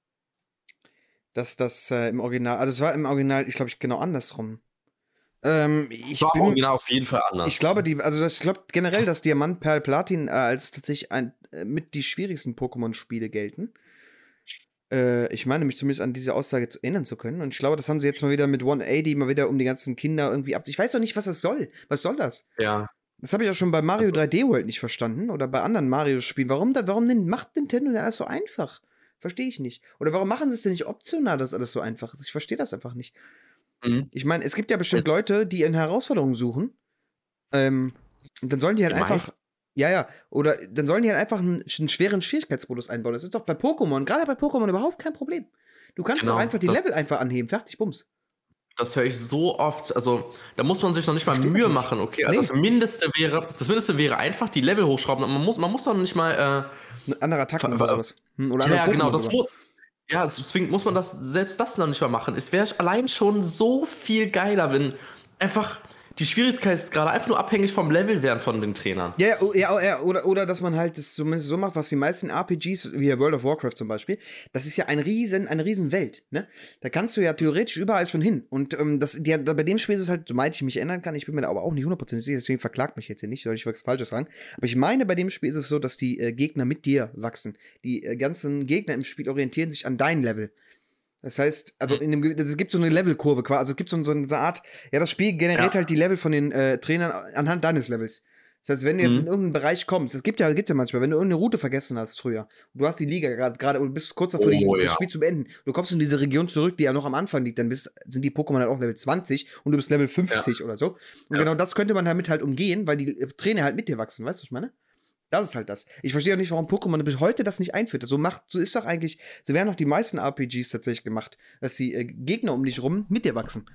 dass das äh, im Original, also es war im Original, ich glaube, ich genau andersrum. Ähm, ich War im bin, Original auf jeden Fall anders. ich glaube, die, also das, ich glaube generell, dass Diamant, Perl, Platin äh, als tatsächlich ein, äh, mit die schwierigsten Pokémon-Spiele gelten. Äh, ich meine mich zumindest an diese Aussage zu erinnern zu können. Und ich glaube, das haben sie jetzt mal wieder mit hundertachtzig mal wieder um die ganzen Kinder irgendwie ab. Ich weiß doch nicht, was das soll. Was soll das? Ja. Das habe ich auch schon bei Mario Also- drei D World nicht verstanden oder bei anderen Mario-Spielen. Warum, da, warum denn macht Nintendo denn alles so einfach? Verstehe ich nicht. Oder warum machen sie es denn nicht optional, dass alles so einfach ist? Ich verstehe das einfach nicht. Mhm. Ich meine, es gibt ja bestimmt Es- Leute, die eine Herausforderung suchen. Ähm, und dann sollen die halt Die einfach. meisten- Ja, ja. Oder dann sollen die halt einfach einen, einen schweren Schwierigkeitsmodus einbauen. Das ist doch bei Pokémon, gerade bei Pokémon überhaupt kein Problem. Du kannst Genau, doch einfach die das- Level einfach anheben. Fertig, bums. Das höre ich so oft. Also, da muss man sich noch nicht mal Verstehe Mühe das nicht. machen, okay? Also Nee. das Mindeste wäre, das Mindeste wäre einfach die Level hochschrauben. Und Man muss, man muss doch nicht mal. Eine andere Attacken Ver- oder ver- sowas. Hm, Oder Äh, andere ja, genau. Pokémon Das sogar. muss, ja, deswegen muss man das selbst das noch nicht mal machen. Es wäre allein schon so viel geiler, wenn einfach die Schwierigkeitsgrade einfach nur abhängig vom Level wären von den Trainern. Ja, ja, oh, ja, oh, ja, oder, oder dass man halt das zumindest so macht, was die meisten R P Gs, wie World of Warcraft zum Beispiel, das ist ja ein riesen, eine riesen Welt, ne? Da kannst du ja theoretisch überall schon hin. Und ähm, das, die, bei dem Spiel ist es halt, soweit ich mich erinnern kann, ich bin mir da aber auch nicht hundertprozentig sicher, deswegen verklagt mich jetzt hier nicht, soll ich was Falsches sagen. Aber ich meine, bei dem Spiel ist es so, dass die äh, Gegner mit dir wachsen. Die äh, ganzen Gegner im Spiel orientieren sich an dein Level. Das heißt, also in dem, es gibt so eine Levelkurve quasi, also es gibt so, so eine Art, ja, das Spiel generiert Ja. halt die Level von den äh, Trainern anhand deines Levels. Das heißt, wenn du jetzt Mhm. in irgendeinen Bereich kommst, es gibt ja, gibt's ja manchmal, wenn du irgendeine Route vergessen hast früher, du hast die Liga gerade gerade und bist kurz davor, Oh, die, das ja. Spiel zu beenden, du kommst in diese Region zurück, die ja noch am Anfang liegt, dann bist, sind die Pokémon halt auch Level zwanzig und du bist Level fünfzig oder so. Und Ja. genau das könnte man damit halt umgehen, weil die äh, Trainer halt mit dir wachsen, weißt du, was ich meine? Das ist halt das. Ich verstehe auch nicht, warum Pokémon bis heute das nicht einführt. So macht, so ist doch eigentlich, so werden auch die meisten R P Gs tatsächlich gemacht, dass die äh, Gegner um dich rum mit dir wachsen.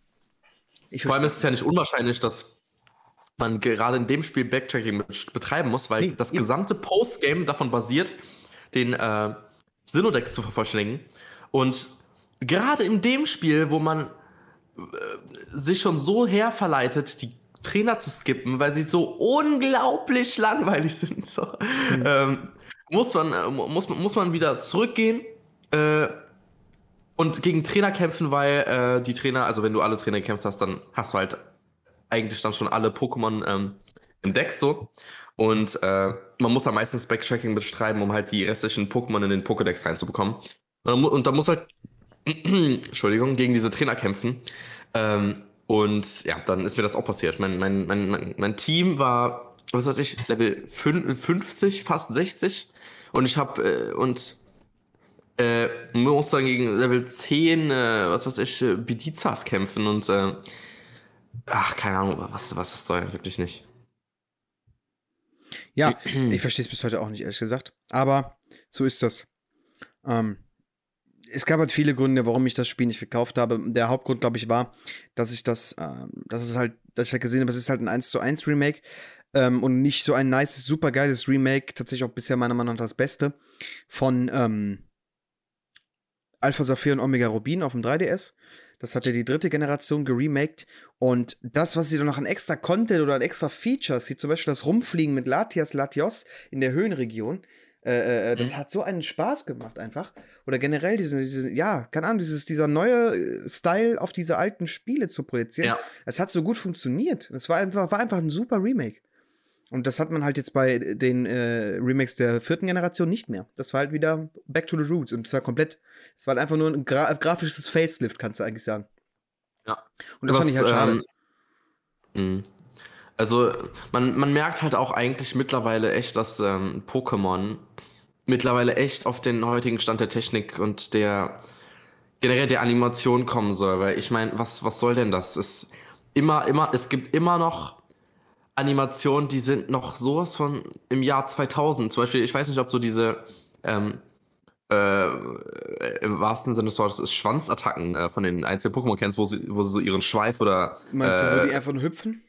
Ich Vor allem verstehe- ist es ja nicht unwahrscheinlich, dass man gerade in dem Spiel Backtracking bet- betreiben muss, weil Nee, das eben. gesamte Postgame davon basiert, den äh, Synodex zu vervollständigen. Und gerade in dem Spiel, wo man äh, sich schon so herverleitet, die Trainer zu skippen, weil sie so unglaublich langweilig sind, so, Hm. ähm, muss, man, äh, muss, man- muss man wieder zurückgehen äh, und gegen Trainer kämpfen, weil äh, die Trainer, also wenn du alle Trainer gekämpft hast, dann hast du halt eigentlich dann schon alle Pokémon ähm, im Deck so. Und äh, man muss dann meistens Backtracking betreiben, um halt die restlichen Pokémon in den Pokédex reinzubekommen. Und dann, mu- und dann muss halt, Entschuldigung, gegen diese Trainer kämpfen. Ähm, und ja, dann ist mir das auch passiert. Mein, mein, mein, mein, mein Team war, was weiß ich, Level fünfzig, fast sechzig. Und ich habe, äh, und äh, man muss dann gegen Level zehn, äh, was weiß ich, äh, Bedizas kämpfen und äh, ach, keine Ahnung, was, was das soll, wirklich nicht. Ja, ich verstehe es bis heute auch nicht, ehrlich gesagt. Aber so ist das. Ähm, es gab halt viele Gründe, warum ich das Spiel nicht gekauft habe. Der Hauptgrund, glaube ich, war, dass ich das, ähm, dass es halt, dass ich halt gesehen habe, es ist halt ein eins zu eins Remake ähm, und nicht so ein nice, super geiles Remake, tatsächlich auch bisher meiner Meinung nach das Beste, von ähm, Alpha Saphir und Omega Rubin auf dem drei D S. Das hat ja die dritte Generation geremaked. Und das, was sie dann noch an extra Content oder an extra Features, wie zum Beispiel das Rumfliegen mit Latias Latios in der Höhenregion, äh, äh, das Mhm. hat so einen Spaß gemacht einfach. Oder generell diesen, diesen ja, keine Ahnung, dieses, dieser neue äh, Style auf diese alten Spiele zu projizieren. Ja. Es hat so gut funktioniert. Das war einfach, war einfach ein super Remake. Und das hat man halt jetzt bei den äh, Remakes der vierten Generation nicht mehr. Das war halt wieder Back to the Roots und es war komplett, es war halt einfach nur ein gra grafisches Facelift, kannst du eigentlich sagen. Ja. Und das fand ich halt schade. Ähm, mh. also, man, man merkt halt auch eigentlich mittlerweile echt, dass ähm, Pokémon mittlerweile echt auf den heutigen Stand der Technik und der generell der Animation kommen soll. Weil ich meine, was, was soll denn das? Es, immer, immer, es gibt immer noch Animationen, die sind noch sowas von im Jahr zweitausend. Zum Beispiel, ich weiß nicht, ob du diese ähm, äh, im wahrsten Sinne des Wortes Schwanzattacken äh, von den einzelnen Pokémon kennst, wo sie, wo sie so ihren Schweif oder Meinst du, wo die äh, einfach nur hüpfen?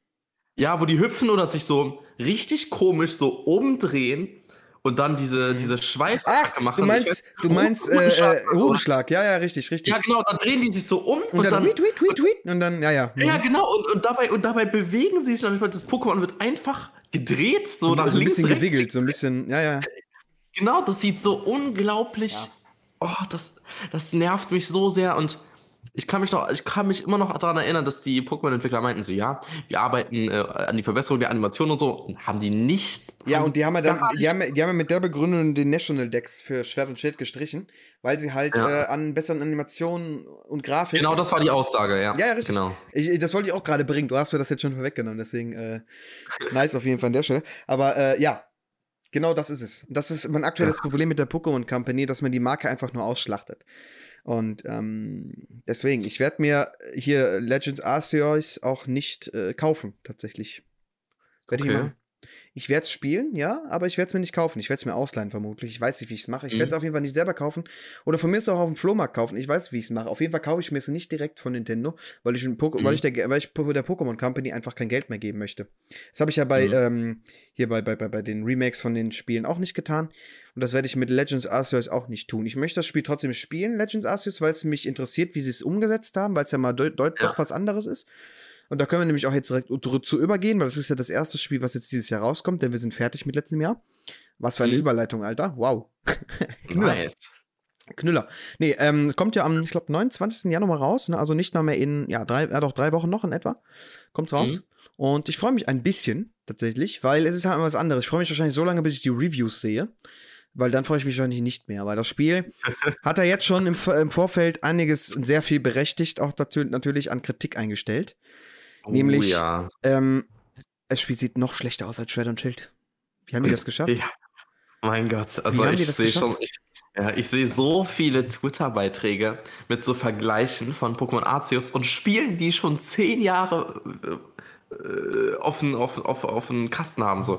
ja, wo die hüpfen oder sich so richtig komisch so umdrehen und dann diese, Mhm. diese Ach, Schweifattacke machen. du Ich meinst, weiß, du meinst äh, Hodenschlag äh, oder so. Hodenschlag, ja, ja, richtig, richtig. Ja, genau, dann drehen die sich so um und, und dann, dann. tweet, tweet, tweet, tweet, und dann, ja, ja. Ja, Mhm. genau, und, und, dabei, und dabei bewegen sie sich dann. Das Pokémon wird einfach gedreht, so Und nach so ein links, bisschen rechts, gewiggelt, links, so ein rechts. bisschen, ja, ja. Genau, das sieht so unglaublich. Ja. Oh, das, das nervt mich so sehr. Und ich kann mich noch, ich kann mich immer noch daran erinnern, dass die Pokémon-Entwickler meinten so, ja, wir arbeiten äh, an die Verbesserung der Animation und so. Und haben die nicht. Ja, haben und die haben ja dann, gar die nicht- haben, ja- die haben ja mit der Begründung den National Decks für Schwert und Schild gestrichen, weil sie halt Ja. äh, an besseren Animationen und Grafik. Genau, das war die Aussage, ja. Ja, ja, richtig. Genau. Ich, ich- das wollte ich auch gerade bringen. Du hast mir das jetzt schon vorweggenommen, deswegen äh, nice auf jeden Fall an der Stelle. Aber äh, ja, genau das ist es. Das ist mein aktuelles Ja. Problem mit der Pokémon Company, dass man die Marke einfach nur ausschlachtet. Und ähm, deswegen, ich werde mir hier Legends Arceus auch nicht äh, kaufen, tatsächlich. Werde ich Okay. nicht machen. Ich werde es spielen, ja, aber ich werde es mir nicht kaufen. Ich werde es mir ausleihen, vermutlich. Ich weiß nicht, wie ich es mache. Ich Mhm. werde es auf jeden Fall nicht selber kaufen. Oder von mir ist auch auf dem Flohmarkt kaufen. Ich weiß, wie ich es mache. Auf jeden Fall kaufe ich mir es nicht direkt von Nintendo, weil ich, ein Poko- Mhm. weil ich, der, weil ich der Pokémon Company einfach kein Geld mehr geben möchte. Das habe ich ja bei, Mhm. ähm, hier bei, bei, bei, bei den Remakes von den Spielen auch nicht getan. Und das werde ich mit Legends Arceus auch nicht tun. Ich möchte das Spiel trotzdem spielen, Legends Arceus, weil es mich interessiert, wie sie es umgesetzt haben, weil es ja mal deut deut Ja. doch was anderes ist. Und da können wir nämlich auch jetzt direkt dr- zu übergehen, weil das ist ja das erste Spiel, was jetzt dieses Jahr rauskommt, denn wir sind fertig mit letztem Jahr. Was für eine Mhm. Überleitung, Alter. Wow. Knüller. Nice. Knüller. Nee, ähm, kommt ja am, ich glaube, neunundzwanzigsten Januar raus, ne? Also nicht mal mehr in, ja, drei, ja doch, drei Wochen noch in etwa. Kommt's raus. Mhm. Und ich freue mich ein bisschen, tatsächlich, weil es ist halt immer was anderes. Ich freue mich wahrscheinlich so lange, bis ich die Reviews sehe. Weil dann freue ich mich wahrscheinlich nicht mehr. Weil das Spiel hat er jetzt schon im, im Vorfeld einiges sehr viel berechtigt, auch dazu, natürlich an Kritik eingestellt. Nämlich, Oh, ja. ähm, das Spiel sieht noch schlechter aus als Schwert und Schild. Wie haben die das geschafft? Ja, mein Gott. Wie Also haben die ich das sehe geschafft? schon, ich, ja, ich sehe so viele Twitter-Beiträge mit so Vergleichen von Pokémon Arceus und Spielen, die schon zehn Jahre äh, äh, auf den auf, auf, auf den Kasten haben. So.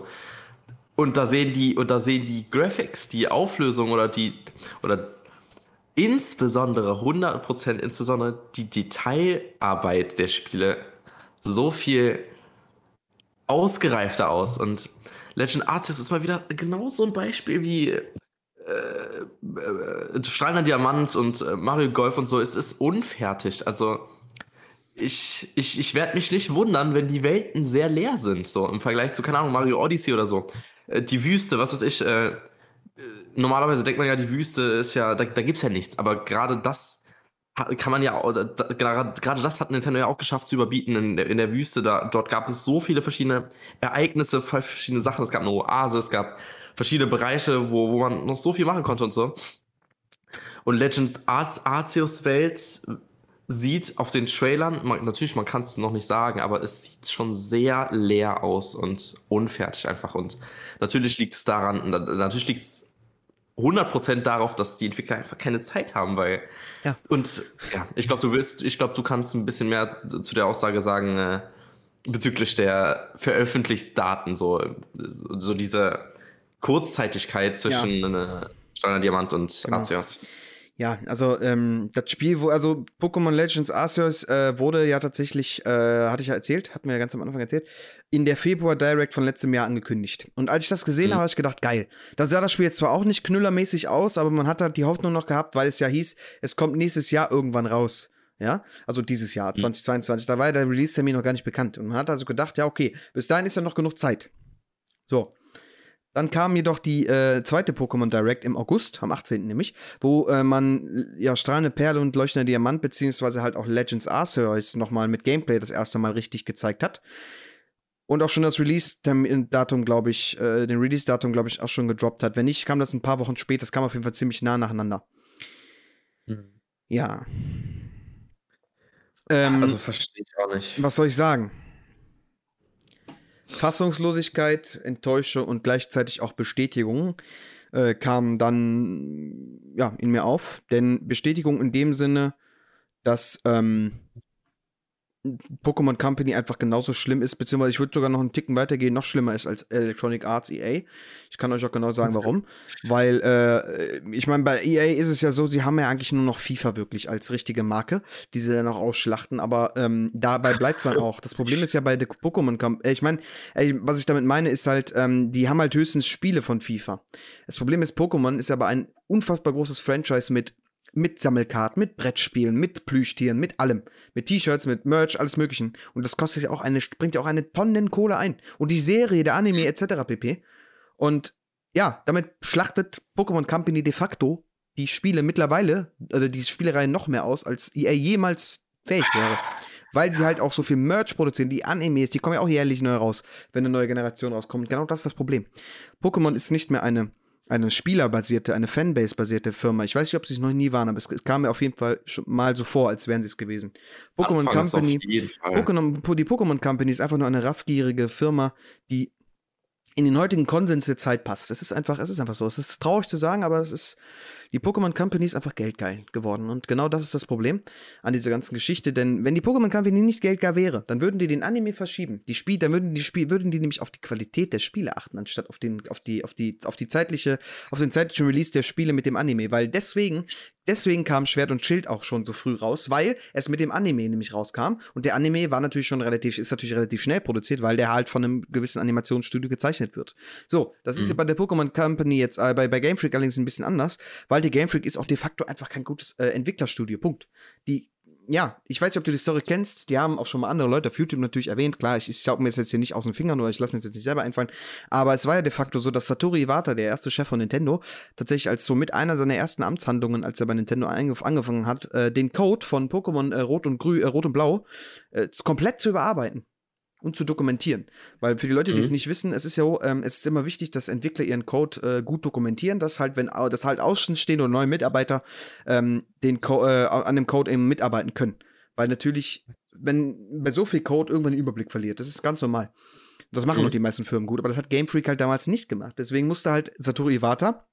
Und da sehen die, und da sehen die Graphics, die Auflösung oder die, oder insbesondere hundert Prozent, insbesondere die Detailarbeit der Spiele so viel ausgereifter aus. Und Legend Arceus ist mal wieder genau so ein Beispiel wie äh, äh, Strahlender Diamant und äh, Mario Golf und so. Es ist unfertig. Also ich, ich, ich werde mich nicht wundern, wenn die Welten sehr leer sind. So im Vergleich zu, keine Ahnung, Mario Odyssey oder so. Äh, die Wüste, was weiß ich. Äh, äh, normalerweise denkt man ja, die Wüste ist ja, da, da gibt es ja nichts. Aber gerade das ha- kann man ja, oder da, gerade gerade das hat Nintendo ja auch geschafft zu überbieten in, der- in der Wüste. Da, dort gab es so viele verschiedene Ereignisse, verschiedene Sachen. Es gab eine Oase, es gab verschiedene Bereiche, wo, wo man noch so viel machen konnte und so. Und Legends Ar- Arceus Welt sieht auf den Trailern, man, natürlich, man kann es noch nicht sagen, aber es sieht schon sehr leer aus und unfertig einfach. Und natürlich liegt es daran, na- natürlich liegt es hundert Prozent darauf, dass die Entwickler einfach keine Zeit haben, weil. Ja. Und ja, ich glaube, du wirst, ich glaube, du kannst ein bisschen mehr zu der Aussage sagen, äh, bezüglich der Veröffentlichungsdaten, so, so, so diese Kurzzeitigkeit zwischen äh, Strahlender Diamant und Genau. Arceus. Ja, also ähm, das Spiel, wo, also Pokémon Legends Arceus äh, wurde ja tatsächlich, äh, hatte ich ja erzählt, hatten wir ja ganz am Anfang erzählt, in der Februar Direct von letztem Jahr angekündigt. Und als ich das gesehen Mhm. habe, habe ich gedacht, geil. Da sah das Spiel jetzt zwar auch nicht knüllermäßig aus, aber man hat halt die Hoffnung noch gehabt, weil es ja hieß, es kommt nächstes Jahr irgendwann raus. Ja, also dieses Jahr, Mhm. zwanzig zweiundzwanzig, da war ja der Release-Termin noch gar nicht bekannt. Und man hat also gedacht, ja, okay, bis dahin ist ja noch genug Zeit. So. Dann kam jedoch die äh, zweite Pokémon Direct im August, am achtzehnten nämlich, wo äh, man äh, ja strahlende Perle und leuchtender Diamant, beziehungsweise halt auch Legends Arceus nochmal mit Gameplay das erste Mal richtig gezeigt hat. Und auch schon das Release-Datum, glaube ich, äh, den Release-Datum, glaube ich, auch schon gedroppt hat. Wenn nicht, kam das ein paar Wochen später. Das kam auf jeden Fall ziemlich nah nacheinander. Mhm. Ja. Ähm, Also verstehe ich auch nicht. was soll ich sagen? Fassungslosigkeit, Enttäuschung und gleichzeitig auch Bestätigung äh, kamen dann ja, in mir auf. Denn Bestätigung in dem Sinne, dass ähm, Pokémon Company einfach genauso schlimm ist, beziehungsweise ich würde sogar noch einen Ticken weitergehen, noch schlimmer ist als Electronic Arts E A. Ich kann euch auch genau sagen, warum. Weil, äh, ich meine, bei E A ist es ja so, sie haben ja eigentlich nur noch FIFA wirklich als richtige Marke, die sie dann auch ausschlachten, aber ähm, dabei bleibt es dann auch. Das Problem ist ja bei der Pokémon Company, ich meine, was ich damit meine, ist halt, ähm, die haben halt höchstens Spiele von FIFA. Das Problem ist, Pokémon ist aber ein unfassbar großes Franchise mit Mit Sammelkarten, mit Brettspielen, mit Plüschtieren, mit allem. Mit T-Shirts, mit Merch, alles Möglichen. Und das kostet ja auch eine, bringt ja auch eine Tonnen Kohle ein. Und die Serie, der Anime et cetera pp. Und ja, damit schlachtet Pokémon Company de facto die Spiele mittlerweile, also die Spielereihen noch mehr aus, als E A jemals fähig wäre. Weil sie halt auch so viel Merch produzieren. Die Animes, die kommen ja auch jährlich neu raus, wenn eine neue Generation rauskommt. Genau das ist das Problem. Pokémon ist nicht mehr eine eine spielerbasierte, eine Fanbase-basierte Firma. Ich weiß nicht, ob sie es noch nie waren, aber es, es kam mir auf jeden Fall schon mal so vor, als wären sie es gewesen. Pokémon Company, Pokémon, die Pokémon Company ist einfach nur eine raffgierige Firma, die in den heutigen Konsens der Zeit passt. Es ist einfach, es ist einfach so. Es ist traurig zu sagen, aber es ist, die Pokémon Company ist einfach geldgeil geworden. Und genau das ist das Problem an dieser ganzen Geschichte. Denn wenn die Pokémon Company nicht geldgeil wäre, dann würden die den Anime verschieben. Die Spiel, dann würden die Spiel, würden die nämlich auf die Qualität der Spiele achten, anstatt auf den, auf die, auf die, auf die zeitliche, auf den zeitlichen Release der Spiele mit dem Anime. Weil deswegen, deswegen kam Schwert und Schild auch schon so früh raus, weil es mit dem Anime nämlich rauskam. Und der Anime war natürlich schon relativ, ist natürlich relativ schnell produziert, weil der halt von einem gewissen Animationsstudio gezeichnet wird. So, das mhm. ist ja bei der Pokémon Company jetzt, äh, bei, bei Game Freak allerdings ein bisschen anders, weil die Game Freak ist auch de facto einfach kein gutes äh, Entwicklerstudio. Punkt. Die, ja, ich weiß nicht, ob du die Story kennst, die haben auch schon mal andere Leute auf YouTube natürlich erwähnt. Klar, ich, ich schaue mir jetzt hier nicht aus den Fingern oder ich lasse mir jetzt nicht selber einfallen. Aber es war ja de facto so, dass Satoru Iwata, der erste Chef von Nintendo, tatsächlich als so mit einer seiner ersten Amtshandlungen, als er bei Nintendo angef- angefangen hat, äh, den Code von Pokémon äh, Rot und Grün, äh, Rot und Blau äh, komplett zu überarbeiten. Und zu dokumentieren. Weil für die Leute, die es mhm. nicht wissen, es ist ja ähm, es ist immer wichtig, dass Entwickler ihren Code äh, gut dokumentieren, dass halt, wenn dass halt Außenstehende oder neue Mitarbeiter ähm, den Co- äh, an dem Code eben mitarbeiten können. Weil natürlich, wenn bei so viel Code irgendwann den Überblick verliert, das ist ganz normal. Das machen mhm. auch die meisten Firmen gut, aber das hat Game Freak halt damals nicht gemacht. Deswegen musste halt Satoru Iwata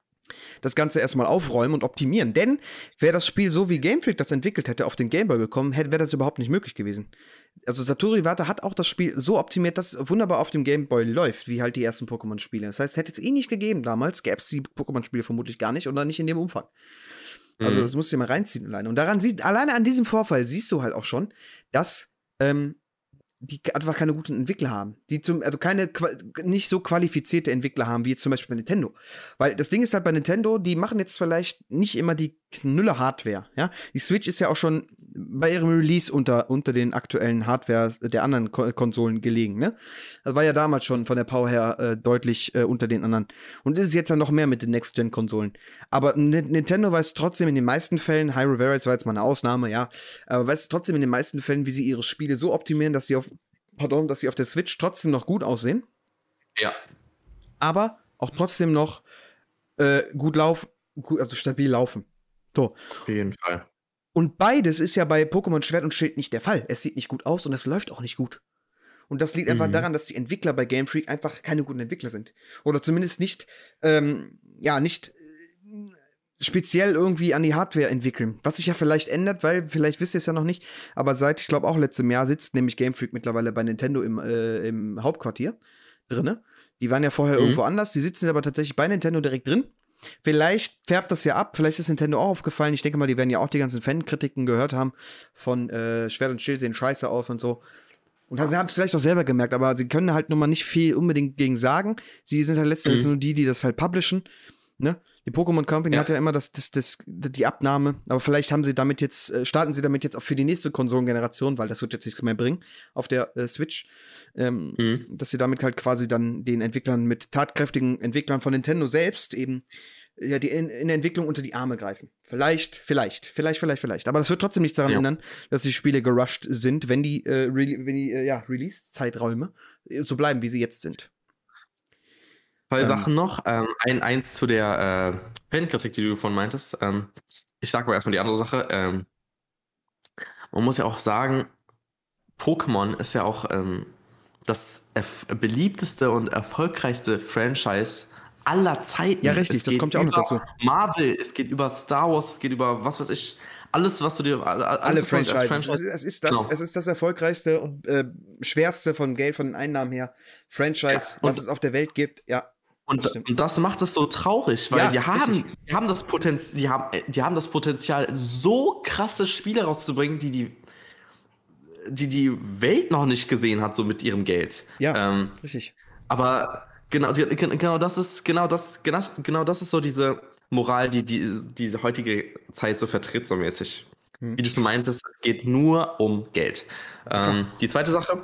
das Ganze erstmal aufräumen und optimieren. Denn wäre das Spiel so, wie Game Freak das entwickelt hätte, auf den Game Boy gekommen, wäre das überhaupt nicht möglich gewesen. Also Satoru Iwata hat auch das Spiel so optimiert, dass es wunderbar auf dem Game Boy läuft, wie halt die ersten Pokémon-Spiele. Das heißt, hätte es eh nicht gegeben damals, gäbe es die Pokémon-Spiele vermutlich gar nicht oder nicht in dem Umfang. Mhm. Also das musst du dir mal reinziehen alleine. Und daran sieht, alleine an diesem Vorfall siehst du halt auch schon, dass ähm, die einfach keine guten Entwickler haben. Die zum, also keine, nicht so qualifizierte Entwickler haben, wie jetzt zum Beispiel bei Nintendo. Weil das Ding ist halt bei Nintendo, die machen jetzt vielleicht nicht immer die Knülle-Hardware, ja. Die Switch ist ja auch schon bei ihrem Release unter, unter den aktuellen Hardware der anderen Ko- Konsolen gelegen, ne? Das war ja damals schon von der Power her äh, deutlich äh, unter den anderen. Und ist es jetzt dann noch mehr mit den Next-Gen-Konsolen. Aber N- Nintendo weiß trotzdem in den meisten Fällen, Hyrule Warriors war jetzt mal eine Ausnahme, ja, aber weiß trotzdem in den meisten Fällen, wie sie ihre Spiele so optimieren, dass sie auf Pardon, dass sie auf der Switch trotzdem noch gut aussehen. Ja. Aber auch trotzdem noch äh, gut laufen, gut, also stabil laufen. So. Auf jeden Fall. Und beides ist ja bei Pokémon Schwert und Schild nicht der Fall. Es sieht nicht gut aus und es läuft auch nicht gut. Und das liegt mhm. einfach daran, dass die Entwickler bei Game Freak einfach keine guten Entwickler sind. Oder zumindest nicht, ähm, ja, nicht äh, speziell irgendwie an die Hardware entwickeln. Was sich ja vielleicht ändert, weil, vielleicht wisst ihr es ja noch nicht, aber seit, ich glaube auch letztem Jahr sitzt nämlich Game Freak mittlerweile bei Nintendo im, äh, im Hauptquartier drinne. Die waren ja vorher mhm. irgendwo anders, die sitzen aber tatsächlich bei Nintendo direkt drin. Vielleicht färbt das ja ab, vielleicht ist Nintendo auch aufgefallen. Ich denke mal, die werden ja auch die ganzen Fankritiken gehört haben von äh, Schwert und Schild sehen scheiße aus und so. Und sie haben es vielleicht auch selber gemerkt, aber sie können halt nun mal nicht viel unbedingt gegen sagen. Sie sind halt letztendlich mhm. nur die, die das halt publishen, ne? Die Pokémon Company ja. hat ja immer das, das, das, die Abnahme, aber vielleicht haben sie damit jetzt, starten sie damit jetzt auch für die nächste Konsolengeneration, weil das wird jetzt nichts mehr bringen auf der äh, Switch, ähm, mhm. dass sie damit halt quasi dann den Entwicklern mit tatkräftigen Entwicklern von Nintendo selbst eben ja, die in, in der Entwicklung unter die Arme greifen. Vielleicht, vielleicht, vielleicht, vielleicht, vielleicht. Aber das wird trotzdem nichts daran ja. ändern, dass die Spiele gerusht sind, wenn die, äh, re- wenn die äh, ja, Release-Zeiträume so bleiben, wie sie jetzt sind. Zwei ähm, Sachen noch. Ähm, ein, eins zu der äh, Fankritik, die du vorhin meintest. Ähm, ich sage aber erstmal die andere Sache. Ähm, man muss ja auch sagen, Pokémon ist ja auch ähm, das erf- beliebteste und erfolgreichste Franchise aller Zeiten. Ja, richtig, es das kommt ja auch noch dazu. Marvel, es geht über Star Wars, es geht über was weiß ich, alles, was du dir... Alles, Alle Franchises. Franchise Es, ist das, genau. es ist das erfolgreichste und äh, schwerste von Geld, von den Einnahmen her Franchise, ja, was es auf der Welt gibt. Ja. Und das, und das macht es so traurig, weil ja, die haben, die haben das Potenzial, die haben, die haben das Potenzial, so krasse Spiele rauszubringen, die die, die die Welt noch nicht gesehen hat, so mit ihrem Geld. Ja, ähm, richtig. Aber genau, genau das ist, genau das, genau, genau das ist so diese Moral, die, die diese heutige Zeit so vertritt, so mäßig. Hm. Wie du schon meintest, es geht nur um Geld. Ähm, die zweite Sache,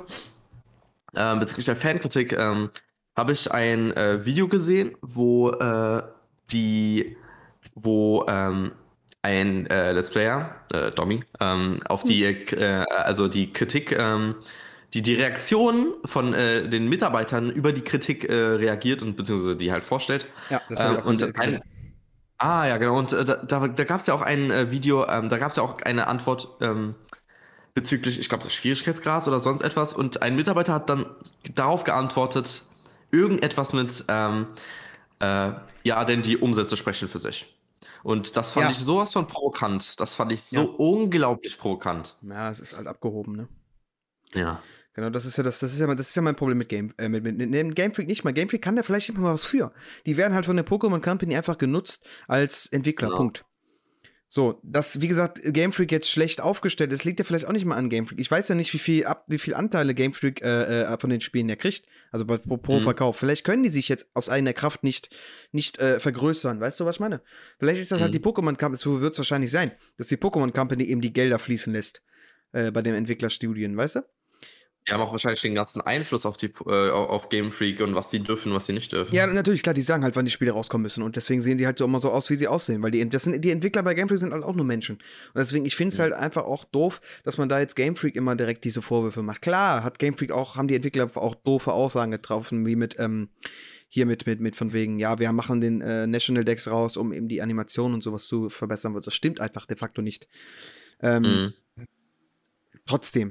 äh, bezüglich der Fankritik, ähm, habe ich ein äh, Video gesehen, wo äh, die, wo ähm, ein äh, Let's Player, äh, Domi, ähm, auf die, äh, also die Kritik, ähm, die, die Reaktion von äh, den Mitarbeitern über die Kritik äh, reagiert und beziehungsweise die halt vorstellt. Ja, das habe ich auch ähm, und gesehen. ein, Ah, ja, genau. Und äh, da, da, da gab es ja auch ein äh, Video, ähm, da gab es ja auch eine Antwort ähm, bezüglich, ich glaube, des Schwierigkeitsgrads oder sonst etwas. Und ein Mitarbeiter hat dann darauf geantwortet, irgendetwas mit, ähm, äh, ja, denn die Umsätze sprechen für sich. Und das fand Ja. ich sowas von provokant. Das fand ich so Ja. unglaublich provokant. Ja, es ist halt abgehoben, ne? Ja. Genau, das ist ja das, das ist ja, das ist ja mein Problem mit Game, äh, mit, mit, mit Game Freak nicht mal. Game Freak kann da vielleicht nicht mal was für. Die werden halt von der Pokémon Company einfach genutzt als Entwickler, Genau. Punkt. So, dass, wie gesagt, Game Freak jetzt schlecht aufgestellt ist, liegt ja vielleicht auch nicht mal an Game Freak. Ich weiß ja nicht, wie viel, ab, wie viel Anteile Game Freak äh, äh, von den Spielen er kriegt, also pro, pro mhm. Verkauf. Vielleicht können die sich jetzt aus eigener Kraft nicht, nicht äh, vergrößern, weißt du, was ich meine? Vielleicht ist das mhm. halt die Pokémon Company, so wird es wahrscheinlich sein, dass die Pokémon Company eben die Gelder fließen lässt äh, bei den Entwicklerstudien, weißt du? Die haben auch wahrscheinlich den ganzen Einfluss auf, die, äh, auf Game Freak und was die dürfen, was sie nicht dürfen. Ja, natürlich, klar, die sagen halt, wann die Spiele rauskommen müssen und deswegen sehen sie halt so immer so aus, wie sie aussehen, weil die, das sind, die Entwickler bei Game Freak sind halt auch nur Menschen. Und deswegen, ich finde es mhm. halt einfach auch doof, dass man da jetzt Game Freak immer direkt diese Vorwürfe macht. Klar, hat Game Freak auch, haben die Entwickler auch doofe Aussagen getroffen, wie mit, ähm, hier mit, mit, mit von wegen, ja, wir machen den äh, National Dex raus, um eben die Animation und sowas zu verbessern, weil das stimmt einfach de facto nicht. Ähm, mhm. Trotzdem.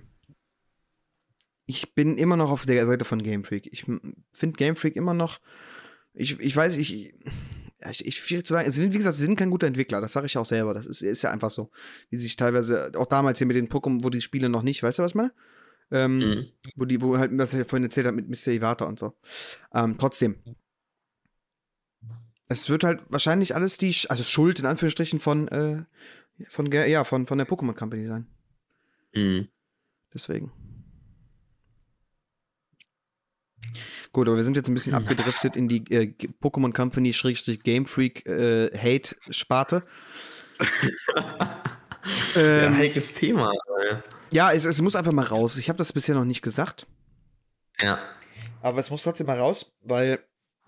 Ich bin immer noch auf der Seite von Game Freak. Ich finde Game Freak immer noch, ich, ich weiß, ich, ich, ich will zu sagen, sie sind, wie gesagt, sie sind kein guter Entwickler, das sage ich auch selber, das ist, ist ja einfach so. Wie sich teilweise, auch damals hier mit den Pokémon, wo die Spiele noch nicht, weißt du, was ich meine? Ähm, mhm. Wo die, wo halt, was ich ja vorhin erzählt habe mit Mister Iwata und so. Ähm, trotzdem. Es wird halt wahrscheinlich alles die, also Schuld in Anführungsstrichen von, äh, von, ja, von, von der Pokémon Company sein. Mhm. Deswegen. Gut, aber wir sind jetzt ein bisschen abgedriftet in die äh, Pokémon Company Game Freak äh, Hate-Sparte. ähm, ja, heikles Thema. Alter. Ja, es, es muss einfach mal raus. Ich habe das bisher noch nicht gesagt. Ja. Aber es muss trotzdem mal raus, weil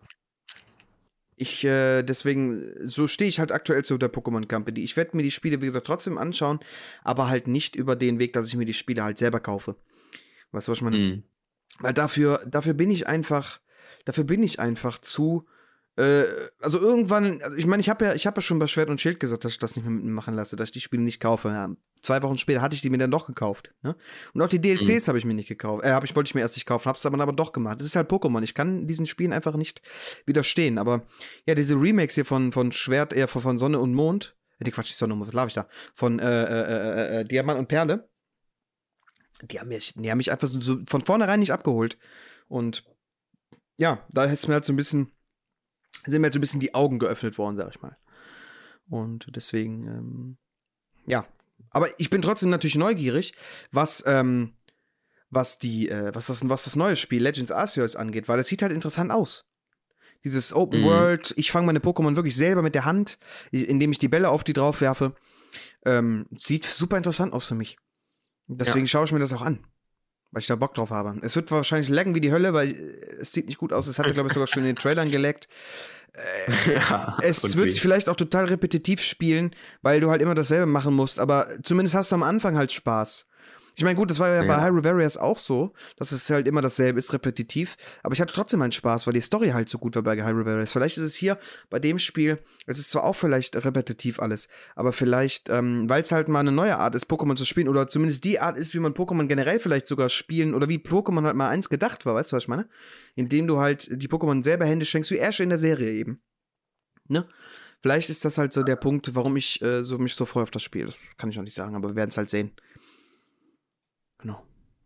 ich äh, deswegen, so stehe ich halt aktuell zu der Pokémon Company. Ich werde mir die Spiele, wie gesagt, trotzdem anschauen, aber halt nicht über den Weg, dass ich mir die Spiele halt selber kaufe. Weißt du, was ich meine? Mhm. Weil dafür, dafür bin ich einfach, dafür bin ich einfach zu, äh, also irgendwann, also ich meine, ich habe ja, ich habe ja schon bei Schwert und Schild gesagt, dass ich das nicht mehr mit mir machen lasse, dass ich die Spiele nicht kaufe. Ja, zwei Wochen später hatte ich die mir dann doch gekauft, ne? Und auch die D L Cs mhm. habe ich mir nicht gekauft, äh, habe ich, wollte ich mir erst nicht kaufen, habe es aber, aber doch gemacht. Das ist halt Pokémon, ich kann diesen Spielen einfach nicht widerstehen, aber ja, diese Remakes hier von, von Schwert, eher von Sonne und Mond, äh, die Quatsch, nicht Sonne und Mond, was lauf ich da, von äh, äh, äh, Diamant und Perle, Die haben, mich, die haben mich einfach so, so von vornherein nicht abgeholt. Und ja, da ist mir halt so ein bisschen, sind mir halt so ein bisschen die Augen geöffnet worden, sag ich mal. Und deswegen, ähm, ja. Aber ich bin trotzdem natürlich neugierig, was, ähm, was die, äh, was das, was das neue Spiel Legends Arceus angeht, weil es sieht halt interessant aus. Dieses Open mhm. World, ich fange meine Pokémon wirklich selber mit der Hand, indem ich die Bälle auf die drauf werfe. Ähm, sieht super interessant aus für mich. Deswegen ja. schaue ich mir das auch an, weil ich da Bock drauf habe. Es wird wahrscheinlich laggen wie die Hölle, weil es sieht nicht gut aus. Es hatte, glaube ich, sogar schon in den Trailern geleckt. Äh, ja, es wird sich vielleicht auch total repetitiv spielen, weil du halt immer dasselbe machen musst. Aber zumindest hast du am Anfang halt Spaß. Ich meine, gut, das war ja, Ja. bei Hyrule Warriors auch so, dass es halt immer dasselbe ist, repetitiv. Aber ich hatte trotzdem meinen Spaß, weil die Story halt so gut war bei Hyrule Warriors. Vielleicht ist es hier bei dem Spiel, es ist zwar auch vielleicht repetitiv alles, aber vielleicht, ähm, weil es halt mal eine neue Art ist, Pokémon zu spielen, oder zumindest die Art ist, wie man Pokémon generell vielleicht sogar spielen, oder wie Pokémon halt mal eins gedacht war, weißt du, was ich meine? Indem du halt die Pokémon selber händisch fängst, wie Ash in der Serie eben. Ne? Vielleicht ist das halt so der Punkt, warum ich äh, so, mich so freue auf das Spiel. Das kann ich noch nicht sagen, aber wir werden es halt sehen. Genau.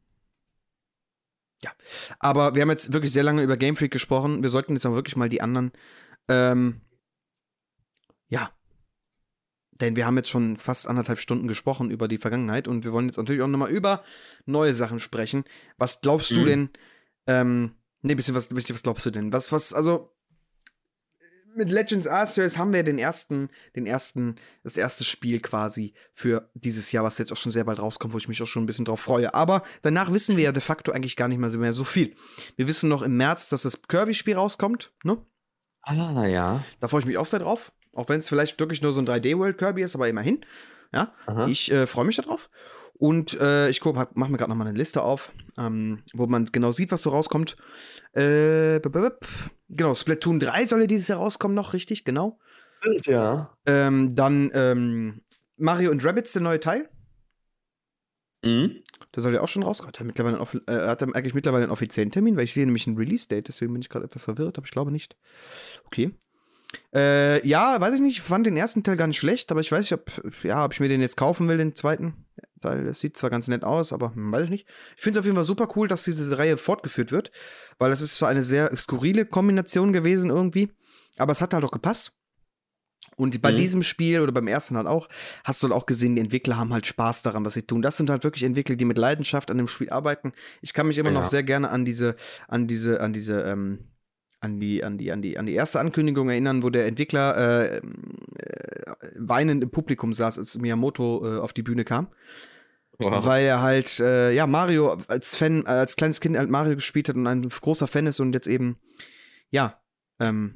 Ja. Aber wir haben jetzt wirklich sehr lange über Game Freak gesprochen. Wir sollten jetzt auch wirklich mal die anderen. Ähm, ja. Denn wir haben jetzt schon fast anderthalb Stunden gesprochen über die Vergangenheit und wir wollen jetzt natürlich auch nochmal über neue Sachen sprechen. Was glaubst Mhm. du denn? Ähm, nee, bisschen was, was glaubst du denn? Was, was, also. Mit Legends Arceus haben wir den ersten, den ersten, das erste Spiel quasi für dieses Jahr, was jetzt auch schon sehr bald rauskommt, wo ich mich auch schon ein bisschen drauf freue. Aber danach wissen wir ja de facto eigentlich gar nicht mehr so viel. Wir wissen noch im März, dass das Kirby-Spiel rauskommt, ne? Ah, ja. Da freue ich mich auch sehr drauf. Auch wenn es vielleicht wirklich nur so ein drei D-World Kirby ist, aber immerhin. Ja, Aha. ich äh, freue mich darauf. Und äh, ich guck, mach mir gerade noch mal eine Liste auf, ähm, wo man genau sieht, was so rauskommt. Äh, b -b -b genau, Splatoon drei soll ja dieses Jahr rauskommen noch, richtig, genau. Ja. Ähm, dann ähm, Mario und Rabbids, der neue Teil. Mhm. Der soll ja auch schon rauskommen. Hat er mittlerweile einen, äh, hat er eigentlich mittlerweile einen offiziellen Termin, weil ich sehe nämlich ein Release-Date, deswegen bin ich gerade etwas verwirrt, aber ich glaube nicht. Okay. Äh, ja, weiß ich nicht, ich fand den ersten Teil gar nicht schlecht, aber ich weiß nicht, ob, ja, ob ich mir den jetzt kaufen will, den zweiten Teil. Das sieht zwar ganz nett aus, aber hm, weiß ich nicht. Ich finde es auf jeden Fall super cool, dass diese Reihe fortgeführt wird, weil es ist zwar eine sehr skurrile Kombination gewesen irgendwie, aber es hat halt auch gepasst. Und bei Mhm. diesem Spiel oder beim ersten halt auch, hast du halt auch gesehen, die Entwickler haben halt Spaß daran, was sie tun. Das sind halt wirklich Entwickler, die mit Leidenschaft an dem Spiel arbeiten. Ich kann mich immer Ja. noch sehr gerne an diese, an diese, an diese, ähm, an die, an die, an die, an die erste Ankündigung erinnern, wo der Entwickler äh, äh, weinend im Publikum saß, als Miyamoto äh, auf die Bühne kam. Wow. Weil er halt, äh, ja, Mario als Fan, äh, als kleines Kind halt Mario gespielt hat und ein großer Fan ist und jetzt eben, ja, ähm,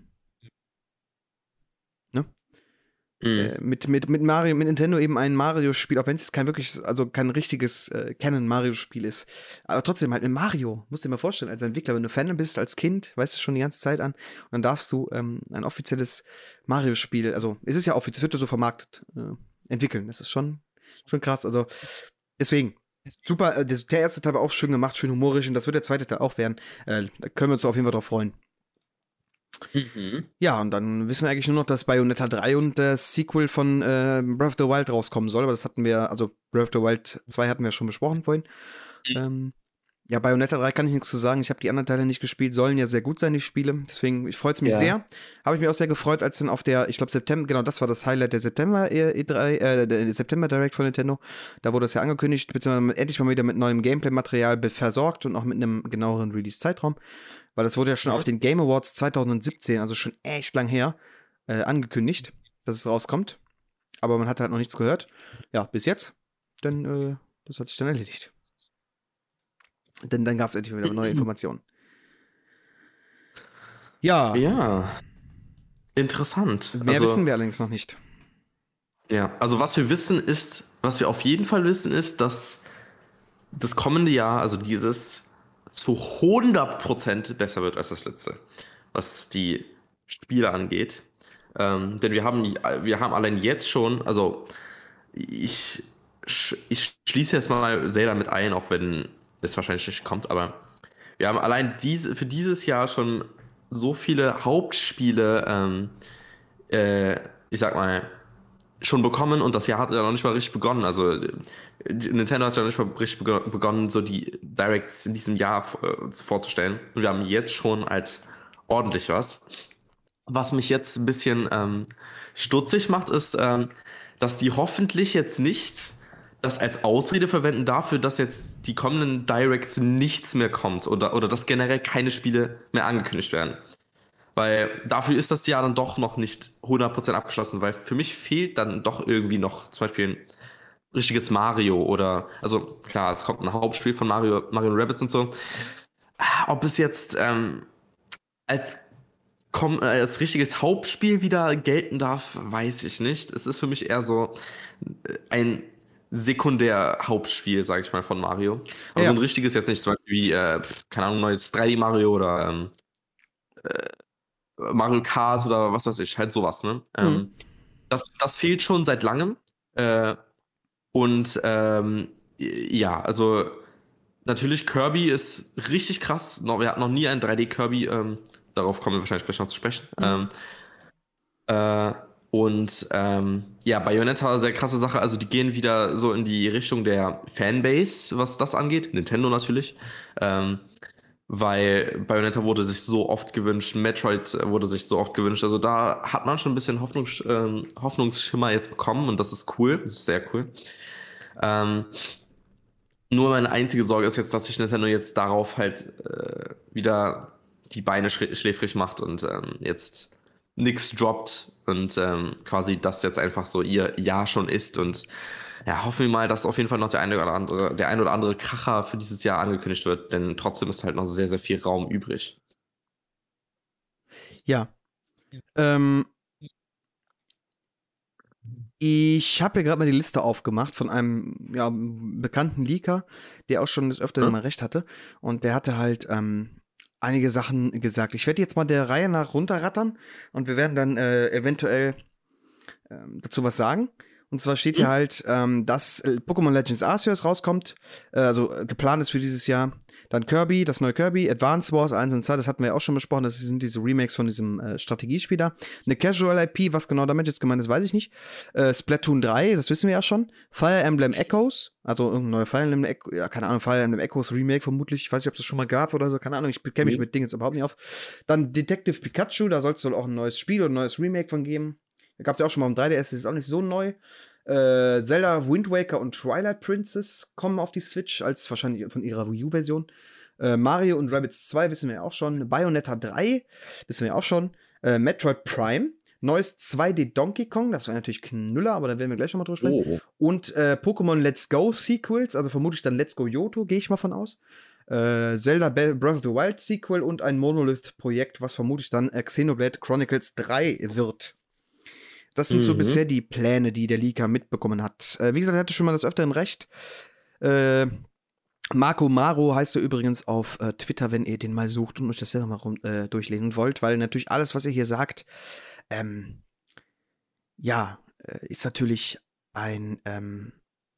Mhm. Äh, mit, mit, mit Mario, mit Nintendo eben ein Mario-Spiel, auch wenn es jetzt kein wirkliches, also kein richtiges äh, Canon-Mario-Spiel ist. Aber trotzdem halt mit Mario, musst du dir mal vorstellen, als Entwickler, wenn du Fan bist, als Kind, weißt du schon die ganze Zeit an, und dann darfst du ähm, ein offizielles Mario-Spiel, also es ist ja offiziell, es wird ja so vermarktet, äh, entwickeln. Das ist schon, schon krass. Also deswegen, super, äh, der erste Teil war auch schön gemacht, schön humorisch und das wird der zweite Teil auch werden. Äh, da können wir uns auf jeden Fall drauf freuen. Mhm. Ja, und dann wissen wir eigentlich nur noch, dass Bayonetta drei und das Sequel von äh, Breath of the Wild rauskommen soll, aber das hatten wir, also Breath of the Wild zwei hatten wir schon besprochen vorhin. Mhm. Ähm, ja, Bayonetta drei kann ich nichts zu sagen. Ich habe die anderen Teile nicht gespielt, sollen ja sehr gut sein, die Spiele. Deswegen freut es mich Ja. sehr. Habe ich mich auch sehr gefreut, als dann auf der, ich glaube, September, genau, das war das Highlight der September E drei, äh, der September Direct von Nintendo. Da wurde es ja angekündigt, beziehungsweise endlich mal wieder mit neuem Gameplay-Material versorgt und auch mit einem genaueren Release-Zeitraum. Weil das wurde ja schon Mhm. auf den Game Awards zwanzig siebzehn, also schon echt lang her, äh, angekündigt, dass es rauskommt. Aber man hat halt noch nichts gehört. Ja, bis jetzt. Denn äh, das hat sich dann erledigt. Denn dann gab es endlich wieder neue Informationen. Ja, Ja. Interessant. mehr also, wissen wir allerdings noch nicht. Ja, also was wir wissen ist, was wir auf jeden Fall wissen ist, dass das kommende Jahr, also dieses, zu hundert Prozent besser wird als das letzte, was die Spiele angeht. Ähm, denn wir haben, wir haben allein jetzt schon, also ich, sch- ich schließe jetzt mal Zelda mit ein, auch wenn es wahrscheinlich nicht kommt, aber wir haben allein diese, für dieses Jahr schon so viele Hauptspiele, ähm, äh, ich sag mal, schon bekommen und das Jahr hat ja noch nicht mal richtig begonnen. Also äh, Nintendo hat ja noch nicht mal richtig bego- begonnen, so die Directs in diesem Jahr äh, vorzustellen. Und wir haben jetzt schon halt ordentlich was. Was mich jetzt ein bisschen ähm, stutzig macht, ist, ähm, dass die hoffentlich jetzt nicht das als Ausrede verwenden dafür, dass jetzt die kommenden Directs nichts mehr kommt oder, oder dass generell keine Spiele mehr angekündigt werden. Weil dafür ist das Jahr dann doch noch nicht hundert Prozent abgeschlossen, weil für mich fehlt dann doch irgendwie noch zum Beispiel ein richtiges Mario oder, also klar, es kommt ein Hauptspiel von Mario, Mario und Rabbids und so. Ah, Ob es jetzt ähm, als, komm, äh, als richtiges Hauptspiel wieder gelten darf, weiß ich nicht. Es ist für mich eher so äh, ein Sekundär-Hauptspiel, sage ich mal, von Mario. Aber Ja. so ein richtiges jetzt nicht, zum Beispiel wie, äh, keine Ahnung, neues drei D Mario oder ähm, äh, Mario Kart oder was weiß ich, halt sowas, ne? Mhm. Ähm, das, das fehlt schon seit langem. Äh, und ähm, ja, also natürlich Kirby ist richtig krass. Noch, wir hatten noch nie einen drei D Kirby. Ähm, darauf kommen wir wahrscheinlich gleich noch zu sprechen. Mhm. Ähm, äh, und ähm, ja, Bayonetta, sehr krasse Sache. Also die gehen wieder so in die Richtung der Fanbase, was das angeht. Nintendo natürlich. Ähm, weil Bayonetta wurde sich so oft gewünscht, Metroid wurde sich so oft gewünscht. Also da hat man schon ein bisschen Hoffnung, ähm, Hoffnungsschimmer jetzt bekommen und das ist cool. Das ist sehr cool. Ähm, nur meine einzige Sorge ist jetzt, dass sich Nintendo jetzt darauf halt äh, wieder die Beine schlä schläfrig macht und ähm, jetzt nichts droppt und ähm, quasi das jetzt einfach so ihr Jahr schon ist. Und ja, hoffen wir mal, dass auf jeden Fall noch der eine oder andere, der ein oder andere Kracher für dieses Jahr angekündigt wird, denn trotzdem ist halt noch sehr, sehr viel Raum übrig. Ja. Ähm, ich habe ja gerade mal die Liste aufgemacht von einem ja, bekannten Leaker, der auch schon des Öfteren Hm? mal recht hatte. Und der hatte halt ähm, einige Sachen gesagt. Ich werde jetzt mal der Reihe nach runterrattern und wir werden dann äh, eventuell ähm, dazu was sagen. Und zwar steht hier Hm? halt, ähm, dass äh, Pokémon Legends Arceus rauskommt, äh, also äh, geplant ist für dieses Jahr. Dann Kirby, das neue Kirby, Advance Wars eins und zwei, das hatten wir ja auch schon besprochen, das sind diese Remakes von diesem äh, Strategiespiel da. Eine Casual I P, was genau damit jetzt gemeint ist, weiß ich nicht. Äh, Splatoon drei, das wissen wir ja schon. Fire Emblem Echoes, also irgendein neuer Fire Emblem Echoes, ja, keine Ahnung, Fire Emblem Echoes Remake vermutlich. Ich weiß nicht, ob es das schon mal gab oder so, keine Ahnung, ich kenne mich Nee. mit Dingen jetzt überhaupt nicht auf. Dann Detective Pikachu, da soll es wohl auch ein neues Spiel oder ein neues Remake von geben. Da gab es ja auch schon mal am drei D S, das ist auch nicht so neu. Äh, Zelda, Wind Waker und Twilight Princess kommen auf die Switch, als wahrscheinlich von ihrer Wii U-Version. Äh, Mario und Rabbids zwei wissen wir ja auch schon. Bayonetta drei wissen wir auch schon. Äh, Metroid Prime. Neues zwei D Donkey Kong, das wäre natürlich Knüller, aber da werden wir gleich nochmal drüber sprechen. Oh. Und äh, Pokémon Let's Go Sequels, also vermutlich dann Let's Go Johto, gehe ich mal von aus. Äh, Zelda Breath of the Wild Sequel und ein Monolith-Projekt, was vermutlich dann äh, Xenoblade Chronicles drei wird. Das sind so Mhm. bisher die Pläne, die der Leaker mitbekommen hat. Äh, wie gesagt, er hatte schon mal das Öfteren recht. Äh, Marco Maro heißt er übrigens auf äh, Twitter, wenn ihr den mal sucht und euch das selber mal rum, äh, durchlesen wollt, weil natürlich alles, was er hier sagt, ähm, ja, äh, ist natürlich ein, ähm,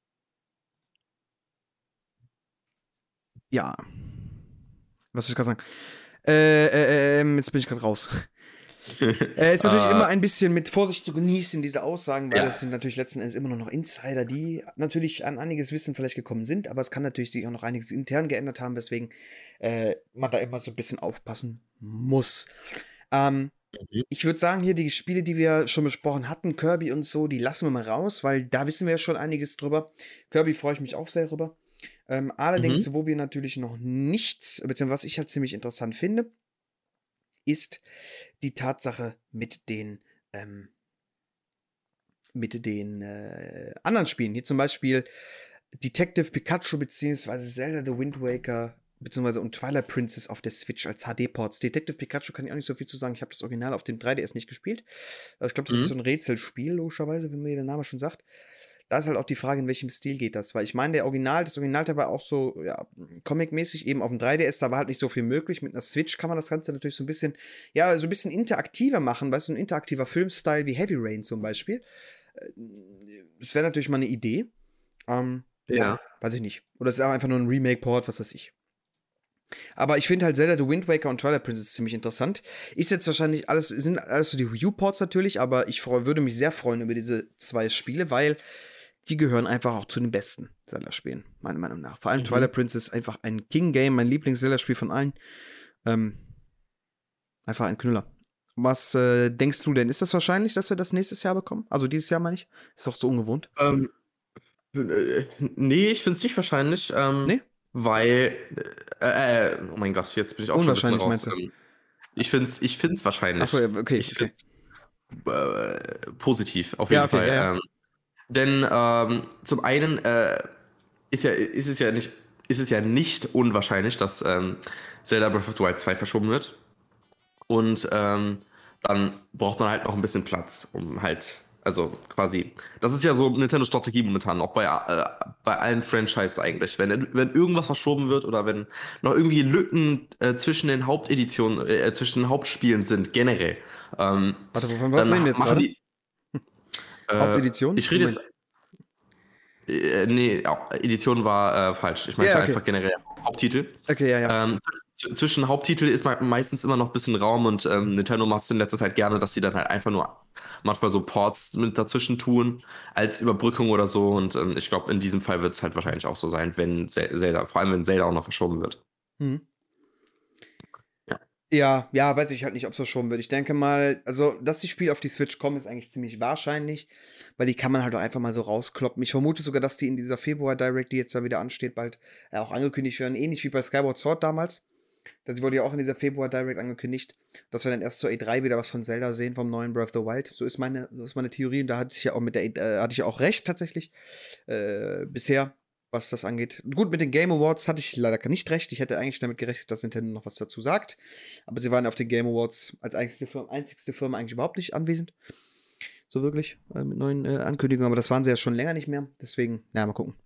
ja, was soll ich gerade sagen? Äh, äh, äh, jetzt bin ich gerade raus. Äh, ist natürlich Äh, immer ein bisschen mit Vorsicht zu genießen, diese Aussagen, weil Ja. das sind natürlich letzten Endes immer nur noch Insider, die natürlich an einiges Wissen vielleicht gekommen sind, aber es kann natürlich sich auch noch einiges intern geändert haben, weswegen äh, man da immer so ein bisschen aufpassen muss. Ähm, Mhm. ich würde sagen, hier die Spiele, die wir schon besprochen hatten, Kirby und so, die lassen wir mal raus, weil da wissen wir ja schon einiges drüber. Kirby freue ich mich auch sehr drüber. Ähm, allerdings, Mhm. wo wir natürlich noch nichts, beziehungsweise was ich halt ziemlich interessant finde, ist die Tatsache mit den, ähm, mit den äh, anderen Spielen. Hier zum Beispiel Detective Pikachu beziehungsweise Zelda The Wind Waker beziehungsweise und Twilight Princess auf der Switch als H D-Ports. Detective Pikachu kann ich auch nicht so viel zu sagen. Ich habe das Original auf dem drei D S nicht gespielt. Aber ich glaube, das ist so Mhm. ein Rätselspiel, logischerweise, wie mir der Name schon sagt. Da ist halt auch die Frage, in welchem Stil geht das, weil ich meine, der Original, das Originalteil war auch so, ja, Comic-mäßig, eben auf dem drei D S, da war halt nicht so viel möglich. Mit einer Switch kann man das Ganze natürlich so ein bisschen, ja, so ein bisschen interaktiver machen, weißt du, ein interaktiver Filmstyle wie Heavy Rain zum Beispiel. Äh, Das wäre natürlich mal eine Idee. Ähm, ja, Ja. weiß ich nicht. Oder es ist auch einfach nur ein Remake-Port, was weiß ich. Aber ich finde halt Zelda The Wind Waker und Twilight Princess ziemlich interessant. Ist jetzt wahrscheinlich alles, sind alles so die Wii U-Ports natürlich, aber ich freu, würde mich sehr freuen über diese zwei Spiele, weil die gehören einfach auch zu den besten Zelda-Spielen, meiner Meinung nach. Vor allem Mhm. Twilight Princess, einfach ein King-Game, mein Lieblings-Zelda-Spiel von allen. Ähm, einfach ein Knüller. Was äh, denkst du denn? Ist das wahrscheinlich, dass wir das nächstes Jahr bekommen? Also dieses Jahr meine ich? Ist doch so ungewohnt. Ähm, äh, nee, ich finde es nicht wahrscheinlich, ähm, Nee? weil, äh, äh, oh mein Gott, jetzt bin ich auch schon ein bisschen Unwahrscheinlich, raus. meinst du? Ähm, ich finde es ich find's wahrscheinlich. Achso, ja, okay, Ich okay. finde es äh, positiv, auf Ja, jeden okay, Fall. ja, ja. Ähm, denn ähm, zum einen äh, ist, ja, ist, es ja nicht, ist es ja nicht unwahrscheinlich, dass ähm, Zelda Breath of the Wild zwei verschoben wird. Und ähm, dann braucht man halt noch ein bisschen Platz, um halt Also quasi, das ist ja so Nintendo-Strategie momentan, auch bei, äh, bei allen Franchises eigentlich. Wenn, wenn irgendwas verschoben wird oder wenn noch irgendwie Lücken äh, zwischen den Haupteditionen, äh, zwischen den Hauptspielen sind, generell, ähm, Warte, wovon was dann reden wir jetzt machen gerade? die. Äh, Hauptedition? ich Du rede meinst- jetzt. Äh, nee, ja, Edition war äh, falsch. Ich meinte Ja, okay. einfach generell Haupttitel. Okay, ja, ja. Ähm, z- zwischen Haupttitel ist me- meistens immer noch ein bisschen Raum und ähm, Nintendo macht es in letzter Zeit gerne, dass sie dann halt einfach nur manchmal so Ports mit dazwischen tun, als Überbrückung oder so. Und ähm, ich glaube, in diesem Fall wird es halt wahrscheinlich auch so sein, wenn Ze- Zelda, vor allem wenn Zelda auch noch verschoben wird. Hm. Ja. Ja, ja, weiß ich halt nicht, ob es verschoben wird. Ich denke mal, also, dass die Spiele auf die Switch kommen, ist eigentlich ziemlich wahrscheinlich, weil die kann man halt auch einfach mal so rauskloppen. Ich vermute sogar, dass die in dieser Februar Direct, die jetzt da wieder ansteht, bald äh, auch angekündigt werden, ähnlich wie bei Skyward Sword damals. Das wurde ja auch in dieser Februar Direct angekündigt, dass wir dann erst zur E drei wieder was von Zelda sehen, vom neuen Breath of the Wild. So ist meine, so ist meine Theorie und da hatte ich ja auch mit der, äh, hatte ich ja auch recht tatsächlich. Äh, bisher, was das angeht. Gut, mit den Game Awards hatte ich leider nicht recht. Ich hätte eigentlich damit gerechnet, dass Nintendo noch was dazu sagt. Aber sie waren auf den Game Awards als einzigste Firma, einzigste Firma eigentlich überhaupt nicht anwesend. So wirklich, äh, mit neuen äh, Ankündigungen. Aber das waren sie ja schon länger nicht mehr. Deswegen, na, mal gucken.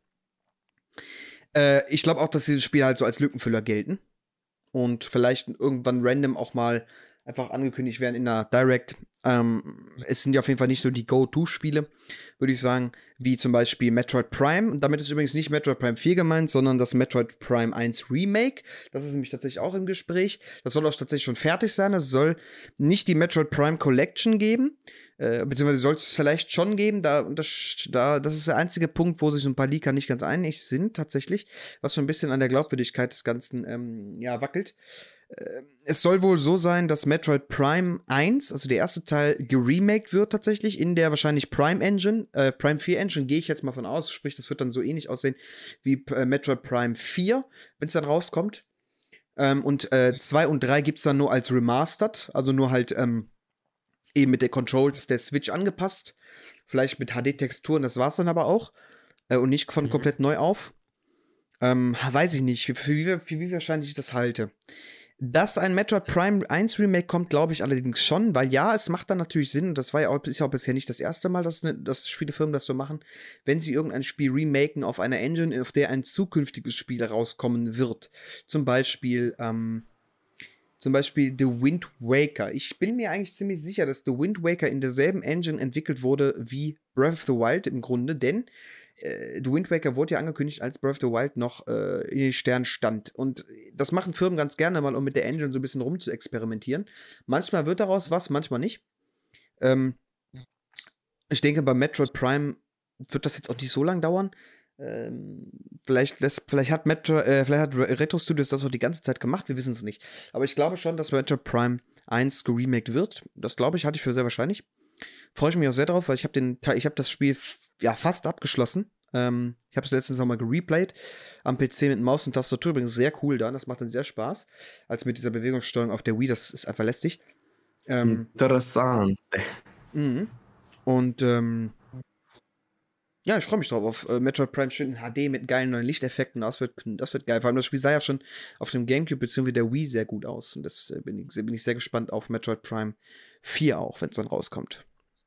Äh, ich glaube auch, dass diese Spiele halt so als Lückenfüller gelten. Und vielleicht irgendwann random auch mal einfach angekündigt werden in der Direct. Ähm, es sind ja auf jeden Fall nicht so die Go-To-Spiele, würde ich sagen, wie zum Beispiel Metroid Prime. Und damit ist übrigens nicht Metroid Prime vier gemeint, sondern das Metroid Prime eins Remake. Das ist nämlich tatsächlich auch im Gespräch. Das soll auch tatsächlich schon fertig sein. Es soll nicht die Metroid Prime Collection geben, äh, beziehungsweise soll es vielleicht schon geben. Da, das, da, das ist der einzige Punkt, wo sich so ein paar Leaker nicht ganz einig sind, tatsächlich. Was so ein bisschen an der Glaubwürdigkeit des Ganzen ähm, ja, wackelt. Es soll wohl so sein, dass Metroid Prime eins, also der erste Teil, geremaked wird tatsächlich in der wahrscheinlich Prime Engine, äh, Prime vier Engine, gehe ich jetzt mal von aus, sprich, das wird dann so ähnlich aussehen wie äh, Metroid Prime vier, wenn es dann rauskommt. Ähm, und äh, zwei und drei gibt es dann nur als Remastered, also nur halt ähm, eben mit den Controls der Switch angepasst, vielleicht mit H D-Texturen, das war's dann aber auch, äh, und nicht von Mhm. komplett neu auf. Ähm, weiß ich nicht, für, für, wie, für wie wahrscheinlich ich das halte. Dass ein Metroid Prime eins Remake kommt, glaube ich allerdings schon, weil ja, es macht dann natürlich Sinn, und das war ja auch, ist ja auch bisher nicht das erste Mal, dass, ne, dass Spielefirmen das so machen, wenn sie irgendein Spiel remaken auf einer Engine, auf der ein zukünftiges Spiel rauskommen wird. Zum Beispiel, ähm, zum Beispiel The Wind Waker. Ich bin mir eigentlich ziemlich sicher, dass The Wind Waker in derselben Engine entwickelt wurde wie Breath of the Wild im Grunde, denn äh, The Wind Waker wurde ja angekündigt, als Breath of the Wild noch äh, in den Sternen stand. Und das machen Firmen ganz gerne mal, um mit der Engine so ein bisschen rum zu experimentieren. Manchmal wird daraus was, manchmal nicht. Ähm, ich denke, bei Metroid Prime wird das jetzt auch nicht so lang dauern. Ähm, vielleicht, lässt, vielleicht hat Metro, äh, vielleicht hat Retro Studios das auch die ganze Zeit gemacht, wir wissen es nicht. Aber ich glaube schon, dass Metroid Prime eins geremaked wird. Das glaube ich, halte ich für sehr wahrscheinlich. Freue ich mich auch sehr drauf, weil ich habe den ich habe das Spiel f- ja fast abgeschlossen. Ähm, ich habe es letztens noch mal gereplayed am P C mit Maus und Tastatur, übrigens sehr cool dann, das macht dann sehr Spaß, als mit dieser Bewegungssteuerung auf der Wii, das ist einfach lästig. Ähm, Interessant. mhm. Und ähm, ja, ich freue mich drauf auf äh, Metroid Prime schön in H D mit geilen neuen Lichteffekten. Das wird, das wird geil. Vor allem das Spiel sah ja schon auf dem GameCube bzw. der Wii sehr gut aus. Und das äh, bin, ich, bin ich sehr gespannt auf Metroid Prime vier auch, wenn es dann rauskommt.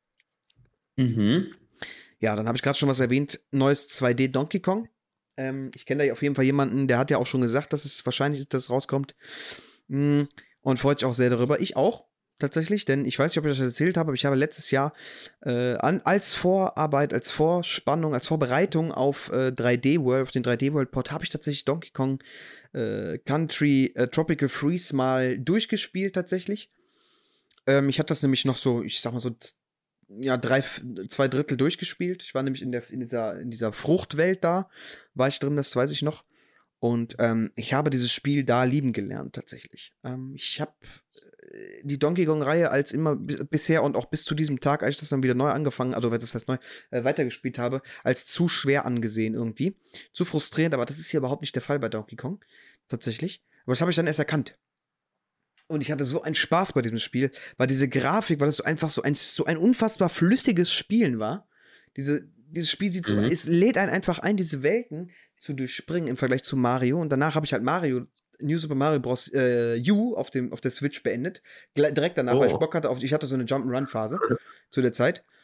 Mhm. Ja, dann habe ich gerade schon was erwähnt. Neues zwei D Donkey Kong. Ähm, ich kenne da auf jeden Fall jemanden, der hat ja auch schon gesagt, dass es wahrscheinlich ist, dass es rauskommt. Mm, und freut sich auch sehr darüber. Ich auch. Tatsächlich, denn ich weiß nicht, ob ich das erzählt habe, aber ich habe letztes Jahr äh, an, als Vorarbeit, als Vorspannung, als Vorbereitung auf äh, drei D World, auf den drei D World Port, habe ich tatsächlich Donkey Kong äh, Country äh, Tropical Freeze mal durchgespielt tatsächlich. Ähm, ich hatte das nämlich noch so, ich sag mal so, z- ja, drei, zwei Drittel durchgespielt. Ich war nämlich in, der, in, dieser, in dieser Fruchtwelt da, war ich drin, das weiß ich noch. Und ähm, ich habe dieses Spiel da lieben gelernt, tatsächlich. Ähm, ich habe äh, die Donkey Kong-Reihe als immer b- bisher und auch bis zu diesem Tag, als ich das dann wieder neu angefangen, also das heißt neu, äh, weitergespielt habe, als zu schwer angesehen irgendwie. Zu frustrierend, aber das ist hier überhaupt nicht der Fall bei Donkey Kong, tatsächlich. Aber das habe ich dann erst erkannt. Und ich hatte so einen Spaß bei diesem Spiel, weil diese Grafik, weil das so einfach so ein, so ein unfassbar flüssiges Spielen war. Diese, dieses Spiel sieht so, Mhm. es lädt einen einfach ein, diese Welten zu durchspringen im Vergleich zu Mario. Und danach habe ich halt Mario, New Super Mario Bros. Äh, U auf, dem, auf der Switch beendet. Gle direkt danach, weil ich Oh. Bock hatte auf, ich hatte so eine Jump'n'Run-Phase zu der Zeit.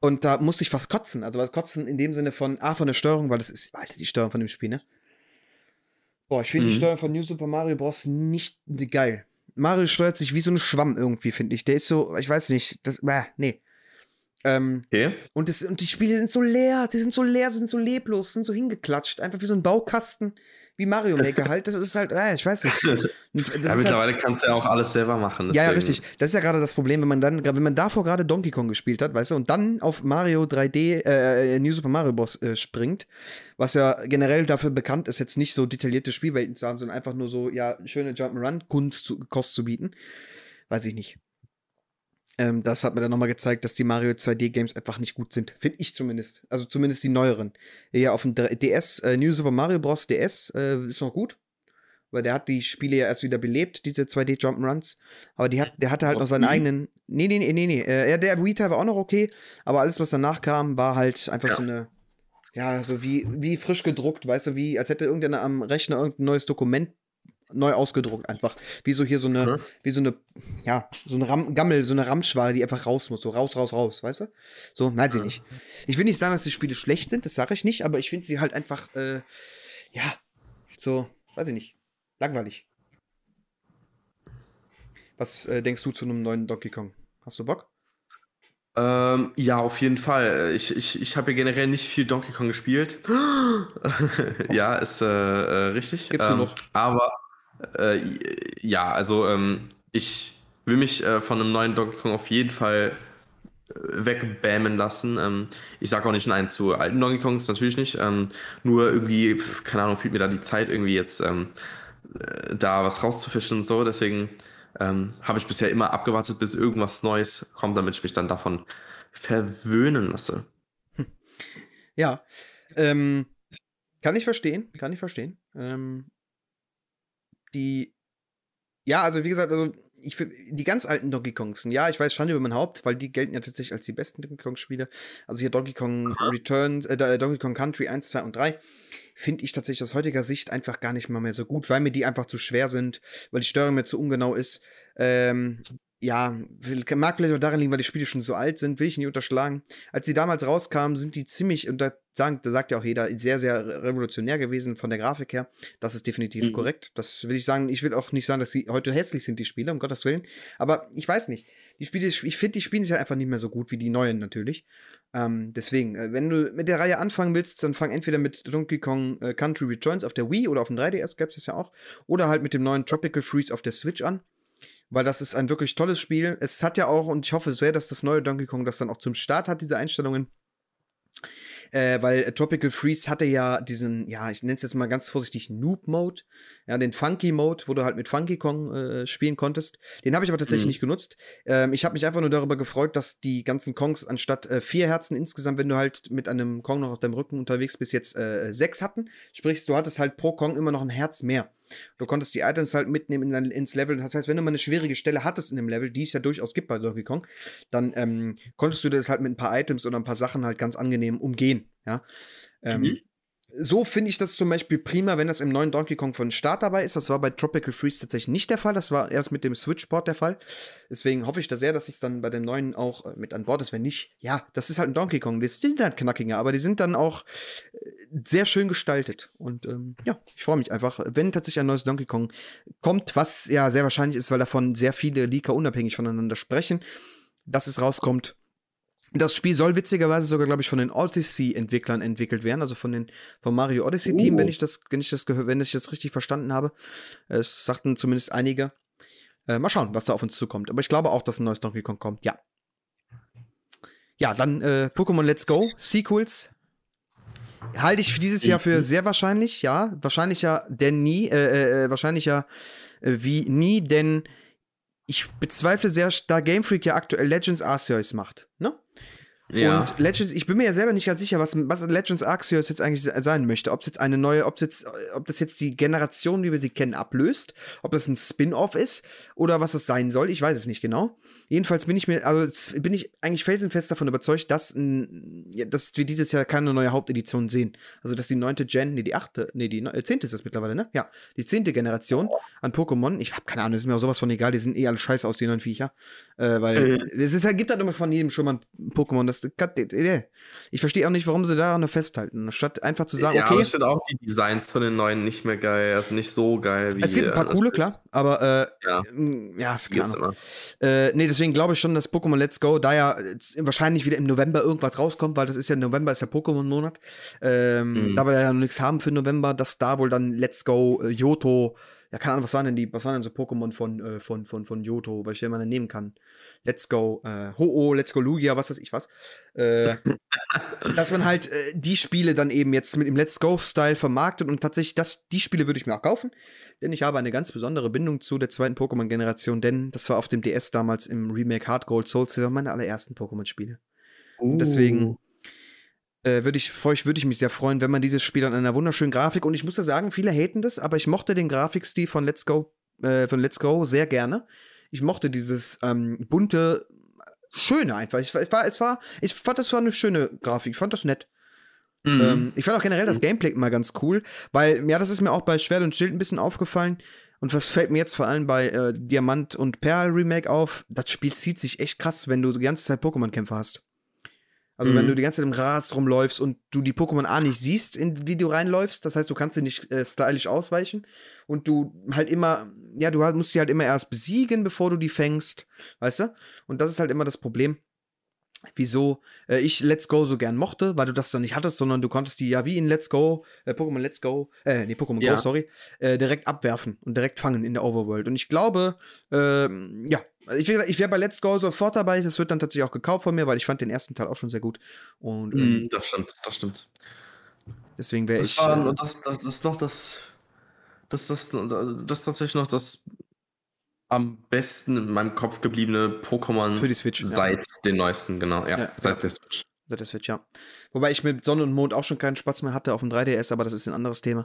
Und da musste ich fast kotzen. Also was kotzen in dem Sinne von, ah, von der Steuerung, weil das ist, Alter, die Steuerung von dem Spiel, ne? Boah, ich finde mhm. die Steuerung von New Super Mario Bros. Nicht geil. Mario steuert sich wie so ein Schwamm irgendwie, finde ich. Der ist so, ich weiß nicht, das, äh, nee. Ähm, okay. und, das, und die Spiele sind so leer, sie sind so leer, sie sind so leblos, sind so hingeklatscht. Einfach wie so ein Baukasten, wie Mario Maker halt. Das ist halt, äh, ich weiß nicht. Das ja, mittlerweile halt, kannst du ja auch alles selber machen. Deswegen. Ja, ja, richtig. Das ist ja gerade das Problem, wenn man dann, wenn man davor gerade Donkey Kong gespielt hat, weißt du, und dann auf Mario drei D, äh, New Super Mario Bros. Äh, springt, was ja generell dafür bekannt ist, jetzt nicht so detaillierte Spielwelten zu haben, sondern einfach nur so, ja, schöne Jump'n'Run-Kunst zu, Kost zu bieten. Weiß ich nicht. Ähm, das hat mir dann nochmal gezeigt, dass die Mario zwei D-Games einfach nicht gut sind. Finde ich zumindest. Also zumindest die neueren. Ja, auf dem D S, äh, New Super Mario Bros. D S äh, ist noch gut. Weil der hat die Spiele ja erst wieder belebt, diese zwei D-Jump'n'Runs. Aber die hat, der hatte halt noch seinen eigenen. Nee, nee, nee, nee, nee. Äh, ja, der Wii-Teil war auch noch okay. Aber alles, was danach kam, war halt einfach ja. so eine. Ja, so wie, wie frisch gedruckt, weißt du, wie, als hätte irgendeiner am Rechner irgendein neues Dokument neu ausgedruckt einfach. Wie so hier so eine, mhm. wie so eine, ja, so eine Ram Gammel, so eine Ramschware, die einfach raus muss. So raus, raus, raus, weißt du? So, weiß ich nicht. Ich will nicht sagen, dass die Spiele schlecht sind, das sage ich nicht, aber ich finde sie halt einfach, äh, ja, so, weiß ich nicht, langweilig. Was äh, denkst du zu einem neuen Donkey Kong? Hast du Bock? Ähm, ja, auf jeden Fall. Ich, ich, ich habe ja generell nicht viel Donkey Kong gespielt. Ja, ist äh, äh, richtig. Gibt's ähm, genug. Aber äh, ja, also ähm, ich will mich äh, von einem neuen Donkey Kong auf jeden Fall äh, wegbämen lassen. Ähm, ich sage auch nicht nein zu alten Donkey Kongs, natürlich nicht. Ähm, nur irgendwie, pf, keine Ahnung, fehlt mir da die Zeit irgendwie jetzt ähm, äh, da was rauszufischen und so. Deswegen ähm, habe ich bisher immer abgewartet, bis irgendwas Neues kommt, damit ich mich dann davon verwöhnen lasse. Ja, ähm, kann ich verstehen, kann ich verstehen. Ähm, die, ja, also wie gesagt, also ich finde, die ganz alten Donkey Kongs, ja, ich weiß, Schande über mein Haupt, weil die gelten ja tatsächlich als die besten Donkey Kong-Spiele. Also hier Donkey Kong Aha. Returns, äh, Donkey Kong Country eins, zwei und drei, finde ich tatsächlich aus heutiger Sicht einfach gar nicht mal mehr so gut, weil mir die einfach zu schwer sind, weil die Steuerung mir zu ungenau ist. Ähm, ja, mag vielleicht auch daran liegen, weil die Spiele schon so alt sind, will ich nicht unterschlagen. Als die damals rauskamen, sind die ziemlich, und da, sagen, da sagt ja auch jeder, sehr, sehr revolutionär gewesen von der Grafik her. Das ist definitiv mhm. korrekt. Das will ich sagen, ich will auch nicht sagen, dass sie heute hässlich sind, die Spiele, um Gottes Willen. Aber ich weiß nicht. Die Spiele, ich finde, die spielen sich halt einfach nicht mehr so gut wie die neuen natürlich. Ähm, deswegen, äh, wenn du mit der Reihe anfangen willst, dann fang entweder mit Donkey Kong äh, Country Returns auf der Wii oder auf dem drei D S, gab es das ja auch, oder halt mit dem neuen Tropical Freeze auf der Switch an. Weil das ist ein wirklich tolles Spiel. Es hat ja auch, und ich hoffe sehr, dass das neue Donkey Kong das dann auch zum Start hat, diese Einstellungen. Äh, weil äh, Tropical Freeze hatte ja diesen, ja, ich nenne es jetzt mal ganz vorsichtig Noob-Mode, ja, den Funky-Mode, wo du halt mit Funky Kong äh, spielen konntest. Den habe ich aber tatsächlich mhm. nicht genutzt. Ähm, ich habe mich einfach nur darüber gefreut, dass die ganzen Kongs anstatt äh, vier Herzen insgesamt, wenn du halt mit einem Kong noch auf deinem Rücken unterwegs bist, jetzt äh, sechs hatten. Sprich, du hattest halt pro Kong immer noch ein Herz mehr. Du konntest die Items halt mitnehmen in, ins Level. Das heißt, wenn du mal eine schwierige Stelle hattest in dem Level, die es ja durchaus gibt bei Donkey Kong, dann ähm, konntest du das halt mit ein paar Items oder ein paar Sachen halt ganz angenehm umgehen. Ja. Ähm, mhm. So finde ich das zum Beispiel prima, wenn das im neuen Donkey Kong von Start dabei ist. Das war bei Tropical Freeze tatsächlich nicht der Fall. Das war erst mit dem Switch-Port der Fall. Deswegen hoffe ich da sehr, dass es dann bei dem neuen auch äh, mit an Bord ist. Wenn nicht, ja, das ist halt ein Donkey Kong. Die sind halt knackiger, aber die sind dann auch äh, sehr schön gestaltet. Und ähm, ja, ich freue mich einfach, wenn tatsächlich ein neues Donkey Kong kommt, was ja sehr wahrscheinlich ist, weil davon sehr viele Leaker unabhängig voneinander sprechen, dass es rauskommt. Das Spiel soll witzigerweise sogar, glaube ich, von den Odyssey-Entwicklern entwickelt werden, also von den vom Mario Odyssey-Team, uh. wenn ich das, wenn ich das gehör, wenn ich das richtig verstanden habe. Es sagten zumindest einige. Äh, mal schauen, was da auf uns zukommt. Aber ich glaube auch, dass ein neues Donkey Kong kommt. Ja. Ja, dann äh, Pokémon Let's Go Sequels halte ich für dieses Jahr für sehr wahrscheinlich. Ja, wahrscheinlicher denn nie. Äh, äh, wahrscheinlicher äh, wie nie, denn ich bezweifle sehr, da Game Freak ja aktuell Legends Arceus macht, ne? Ja. Und Legends, ich bin mir ja selber nicht ganz sicher, was, was Legends Arceus jetzt eigentlich sein möchte. Ob es jetzt eine neue, ob jetzt, ob das jetzt die Generation, wie wir sie kennen, ablöst, ob das ein Spin-off ist oder was das sein soll. Ich weiß es nicht genau. Jedenfalls bin ich mir, also bin ich eigentlich felsenfest davon überzeugt, dass, dass wir dieses Jahr keine neue Hauptedition sehen. Also dass die neunte Gen, nee, die achte, nee, die zehnte ist das mittlerweile, ne? Ja, die zehnte Generation an Pokémon. Ich hab keine Ahnung, das ist mir auch sowas von egal. Die sind eh alle scheiße aus, die neuen Viecher. Äh, weil mhm. es ist, gibt halt immer von jedem schon mal ein Pokémon, das das kann, ich verstehe auch nicht, warum sie daran festhalten, statt einfach zu sagen, Ja, okay. aber ich finde auch die Designs von den neuen nicht mehr geil, also nicht so geil wie. Es gibt ein paar äh, coole, das- klar, aber äh, Ja, ja, die keine gibt's Ahnung. immer. Äh, nee, deswegen glaube ich schon, dass Pokémon Let's Go, da ja jetzt wahrscheinlich wieder im November irgendwas rauskommt, weil das ist ja November, ist ja Pokémon-Monat. Ähm, Mhm. Da wir ja noch nichts haben für November, dass da wohl dann Let's Go, äh, Johto, ja, keine Ahnung, was waren denn die, was waren denn so Pokémon von, äh, von, von, von Johto, was ich ja mal nehmen kann. Let's Go, äh, Ho-Oh, Let's Go Lugia, was weiß ich was. Äh, dass man halt äh, die Spiele dann eben jetzt mit dem Let's Go-Style vermarktet und tatsächlich das, die Spiele würde ich mir auch kaufen, denn ich habe eine ganz besondere Bindung zu der zweiten Pokémon-Generation, denn das war auf dem D S damals im Remake Heart Gold Soul Silver meine allerersten Pokémon-Spiele. Und deswegen äh, würde ich, freu- würde ich mich sehr freuen, wenn man dieses Spiel an einer wunderschönen Grafik, und ich muss ja sagen, viele haten das, aber ich mochte den Grafikstil von Let's Go, äh, von Let's Go sehr gerne. Ich mochte dieses ähm, bunte, schöne einfach. Ich, es war, es war, ich fand, das war eine schöne Grafik. Ich fand das nett. Mhm. Ähm, ich fand auch generell das Gameplay immer ganz cool, weil, ja, das ist mir auch bei Schwert und Schild ein bisschen aufgefallen. Und was fällt mir jetzt vor allem bei äh, Diamant und Perl Remake auf? Das Spiel zieht sich echt krass, wenn du die ganze Zeit Pokémon-Kämpfe hast. Also, Mhm. wenn du die ganze Zeit im Gras rumläufst und du die Pokémon A nicht siehst, in wie du reinläufst, das heißt, du kannst sie nicht äh, stylisch ausweichen und du halt immer, ja, du halt- musst sie halt immer erst besiegen, bevor du die fängst, weißt du? Und das ist halt immer das Problem, wieso äh, ich Let's Go so gern mochte, weil du das dann nicht hattest, sondern du konntest die ja wie in Let's Go, äh, Pokémon Let's Go, äh, nee, Pokémon Go, Ja. sorry, äh, direkt abwerfen und direkt fangen in der Overworld. Und ich glaube, ähm, ja, ich, wie gesagt, ich wäre bei Let's Go sofort dabei. Das wird dann tatsächlich auch gekauft von mir, weil ich fand den ersten Teil auch schon sehr gut. Und ähm, Mhm, das stimmt, das stimmt. deswegen wäre Das ich war, äh, und das, das, das ist noch das, das, das, das ist tatsächlich noch das am besten in meinem Kopf gebliebene Pokémon für die Switch. Ja, seit den neuesten, genau, ja, Ja, seit ja. der Switch. seit der Switch, ja. Wobei ich mit Sonne und Mond auch schon keinen Spaß mehr hatte auf dem drei D S, aber das ist ein anderes Thema.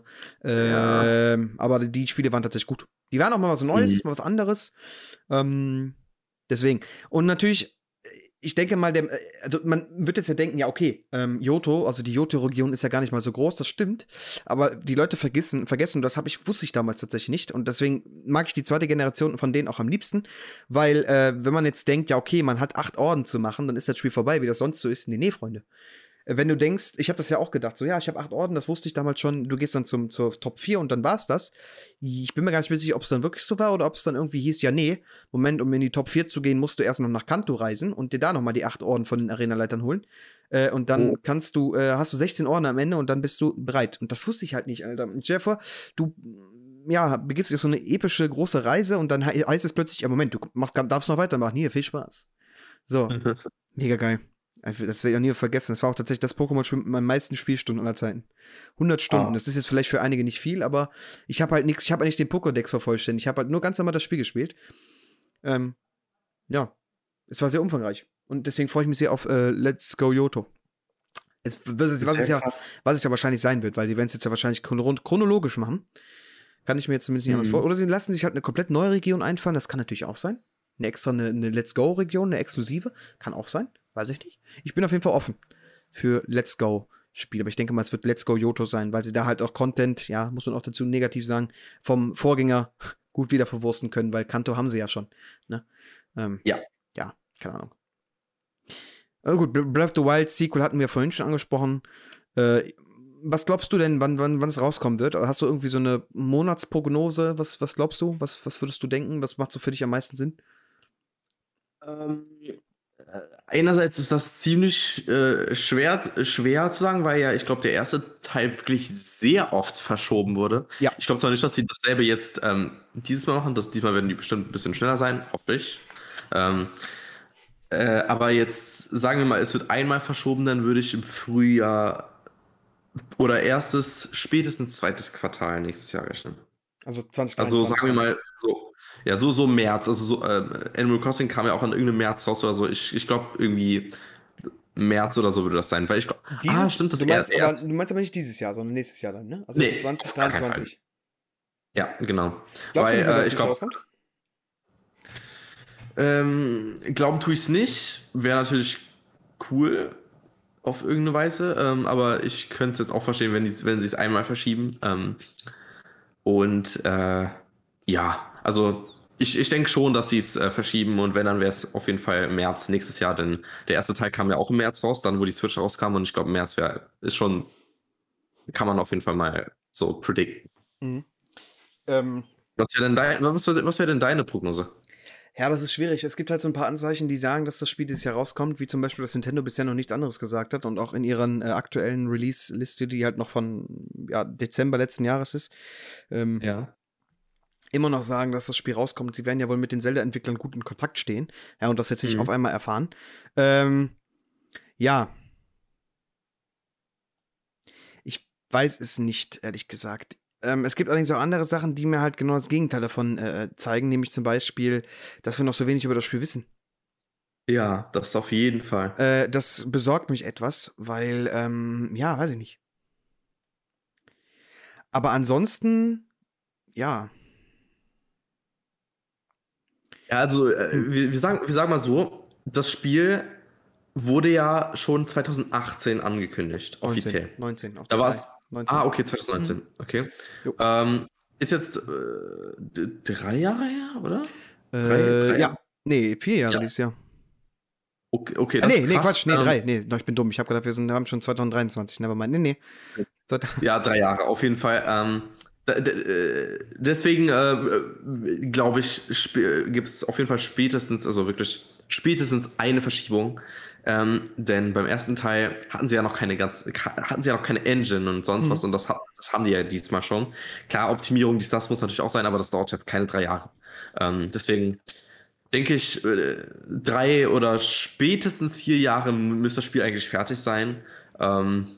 Ja. Ähm, aber die Spiele waren tatsächlich gut. Die waren auch mal was Neues, Mhm. mal was anderes. Ähm, deswegen. Und natürlich, ich denke mal, der, also man wird jetzt ja denken, ja, okay, ähm, Johto, also die Johto-Region ist ja gar nicht mal so groß, das stimmt. Aber die Leute vergessen, vergessen, das habe ich, wusste ich damals tatsächlich nicht. Und deswegen mag ich die zweite Generation von denen auch am liebsten. Weil, äh, wenn man jetzt denkt, ja, okay, man hat acht Orden zu machen, dann ist das Spiel vorbei, wie das sonst so ist. Nee, nee, Freunde. Äh, Wenn du denkst, ich habe das ja auch gedacht, so, ja, ich habe acht Orden, das wusste ich damals schon, du gehst dann zum, zur Top vier und dann war's das. Ich bin mir gar nicht mehr sicher, ob es dann wirklich so war oder ob es dann irgendwie hieß, ja, nee, Moment, um in die Top vier zu gehen, musst du erst noch nach Kanto reisen und dir da nochmal die acht Orden von den Arenaleitern holen. Äh, und dann Oh. kannst du, äh, hast du sechzehn Orden am Ende und dann bist du bereit. Und das wusste ich halt nicht, Alter. Und stell dir vor, du, ja, begibst dich auf so eine epische, große Reise und dann he heißt es plötzlich, ja, Moment, du mach, darfst noch weitermachen, hier, viel Spaß. So, mega geil. Das werde ich auch nie vergessen. Das war auch tatsächlich das Pokémon-Spiel mit meinen meisten Spielstunden aller Zeiten. hundert Stunden. Ah. Das ist jetzt vielleicht für einige nicht viel, aber ich habe halt nichts, ich habe eigentlich den Pokédex vervollständigt. Ich habe halt nur ganz normal das Spiel gespielt. Ähm, ja, es war sehr umfangreich. Und deswegen freue ich mich sehr auf äh, Let's Go Johto. Es, was, es, was, es ja, was es ja wahrscheinlich sein wird, weil die werden es jetzt ja wahrscheinlich chron chronologisch machen. Kann ich mir jetzt zumindest nicht Mhm. anders vor. Oder sie lassen sich halt eine komplett neue Region einfallen. Das kann natürlich auch sein. Eine extra, eine, eine Let's Go-Region, eine exklusive. Kann auch sein. Weiß ich nicht. Ich bin auf jeden Fall offen für Let's Go-Spiele. Aber ich denke mal, es wird Let's Go Johto sein, weil sie da halt auch Content, ja, muss man auch dazu negativ sagen, vom Vorgänger gut wieder verwursten können, weil Kanto haben sie ja schon. Ne? Ähm, Ja. Ja, keine Ahnung. Also gut, Breath of the Wild Sequel hatten wir vorhin schon angesprochen. Äh, was glaubst du denn, wann, wann, wann es rauskommen wird? Hast du irgendwie so eine Monatsprognose? Was, was glaubst du? Was, was würdest du denken? Was macht so für dich am meisten Sinn? Ähm, einerseits ist das ziemlich äh, schwer, schwer zu sagen, weil ja, ich glaube, der erste Teil wirklich sehr oft verschoben wurde. Ja. Ich glaube zwar nicht, dass sie dasselbe jetzt ähm, dieses Mal machen, das, diesmal werden die bestimmt ein bisschen schneller sein, hoffe ich. Ähm, äh, aber jetzt sagen wir mal, es wird einmal verschoben, dann würde ich im Frühjahr oder erstes, spätestens zweites Quartal nächstes Jahr rechnen. Also zwanzig Also dreiundzwanzig. sagen wir mal so, ja, so, so März, also so, äh, Animal Crossing kam ja auch an irgendeinem März raus oder so. Ich, ich glaube irgendwie März oder so würde das sein, weil ich glaube, ah, stimmt, das du meinst, eher- aber, du meinst aber nicht dieses Jahr, sondern nächstes Jahr dann, ne? Also Nee, zwanzig auf gar keinen dreiundzwanzig. Ja, genau. Glaubst Weil, du nicht mehr, äh, dass ich es glaub- rauskommt? Ähm, glauben tue ich es nicht. Wäre natürlich cool auf irgendeine Weise, ähm, aber ich könnte es jetzt auch verstehen, wenn, die, wenn sie es einmal verschieben. Ähm, und äh, ja, also Ich, ich denke schon, dass sie es äh, verschieben und wenn, dann wäre es auf jeden Fall im März nächstes Jahr, denn der erste Teil kam ja auch im März raus, dann wo die Switch rauskam und ich glaube, im März wäre, ist schon, kann man auf jeden Fall mal so predikten. Mhm. Ähm, Was wäre denn, dein, was wär, was wär denn deine Prognose? Ja, das ist schwierig. Es gibt halt so ein paar Anzeichen, die sagen, dass das Spiel dieses Jahr rauskommt, wie zum Beispiel, dass Nintendo bisher noch nichts anderes gesagt hat und auch in ihren äh, aktuellen Release-Liste, die halt noch von ja, Dezember letzten Jahres ist, ähm, Ja. immer noch sagen, dass das Spiel rauskommt. Sie werden ja wohl mit den Zelda-Entwicklern gut in Kontakt stehen. Ja, und das jetzt nicht Mhm. auf einmal erfahren. Ähm, ja. Ich weiß es nicht, ehrlich gesagt. Ähm, es gibt allerdings auch andere Sachen, die mir halt genau das Gegenteil davon äh, zeigen, nämlich zum Beispiel, dass wir noch so wenig über das Spiel wissen. Ja, das auf jeden Fall. Äh, das besorgt mich etwas, weil, ähm, ja, weiß ich nicht. Aber ansonsten, ja. Ja, also äh, Hm. wir, wir, sagen, wir sagen mal so, das Spiel wurde ja schon zwanzig achtzehn angekündigt, offiziell. neunzehn auf Da der war drei. es. neunzehn. Ah, okay, zwanzig neunzehn. Mhm. Okay. Jo. Ähm, ist jetzt äh, d- drei Jahre her, oder? Drei, Äh, drei ja. Jahre? Nee, vier Jahre Ja. dieses Jahr. Okay, okay, Ah, das nee, ist nee, krass. Quatsch, nee, Ähm, drei. Nee, no, ich bin dumm. Ich hab gedacht, wir sind, haben schon zwanzig dreiundzwanzig. Nevermind. Nee, nee. ja, drei Jahre, auf jeden Fall. Ähm, d- d- äh, deswegen äh, glaube ich, gibt es auf jeden Fall spätestens, also wirklich spätestens eine Verschiebung. Ähm, denn beim ersten Teil hatten sie ja noch keine ganz, hatten sie ja noch keine Engine und sonst Mhm. was und das, hat, das haben die ja diesmal schon. Klar, Optimierung, dies, das muss natürlich auch sein, aber das dauert jetzt keine drei Jahre. Ähm, deswegen denke ich, äh, drei oder spätestens vier Jahre müsste das Spiel eigentlich fertig sein. Ähm,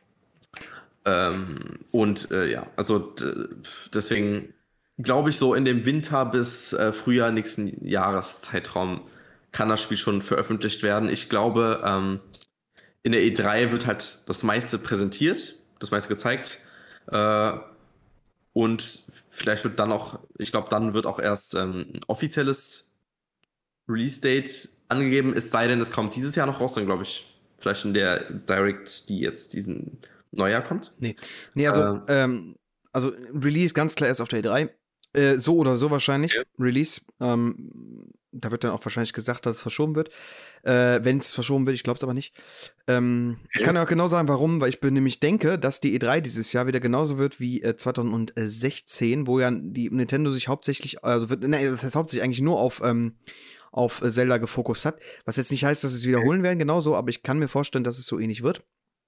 ähm, und äh, ja, also d- deswegen glaube ich, so in dem Winter bis äh, Frühjahr nächsten Jahreszeitraum kann das Spiel schon veröffentlicht werden. Ich glaube, ähm, in der E drei wird halt das meiste präsentiert, das meiste gezeigt. Äh, und vielleicht wird dann auch, ich glaube, dann wird auch erst ähm, ein offizielles Release-Date angegeben, es sei denn, es kommt dieses Jahr noch raus, dann glaube ich, vielleicht in der Direct, die jetzt diesen Neujahr kommt. Nee. Nee, also, Ähm, ähm, also Release ganz klar erst auf der E drei. Äh, so oder so wahrscheinlich. Okay. Release. Ähm, da wird dann auch wahrscheinlich gesagt, dass es verschoben wird. Äh, Wenn es verschoben wird, ich glaube es aber nicht. Ähm, Ich kann ja auch genau sagen, warum, weil ich bin nämlich denke, dass die E drei dieses Jahr wieder genauso wird wie äh, zwanzig sechzehn, wo ja die Nintendo sich hauptsächlich, also wird, ne, das heißt hauptsächlich eigentlich nur auf, ähm, auf äh, Zelda gefokust hat. Was jetzt nicht heißt, dass sie es wiederholen werden, genauso, aber ich kann mir vorstellen, dass es so ähnlich wird.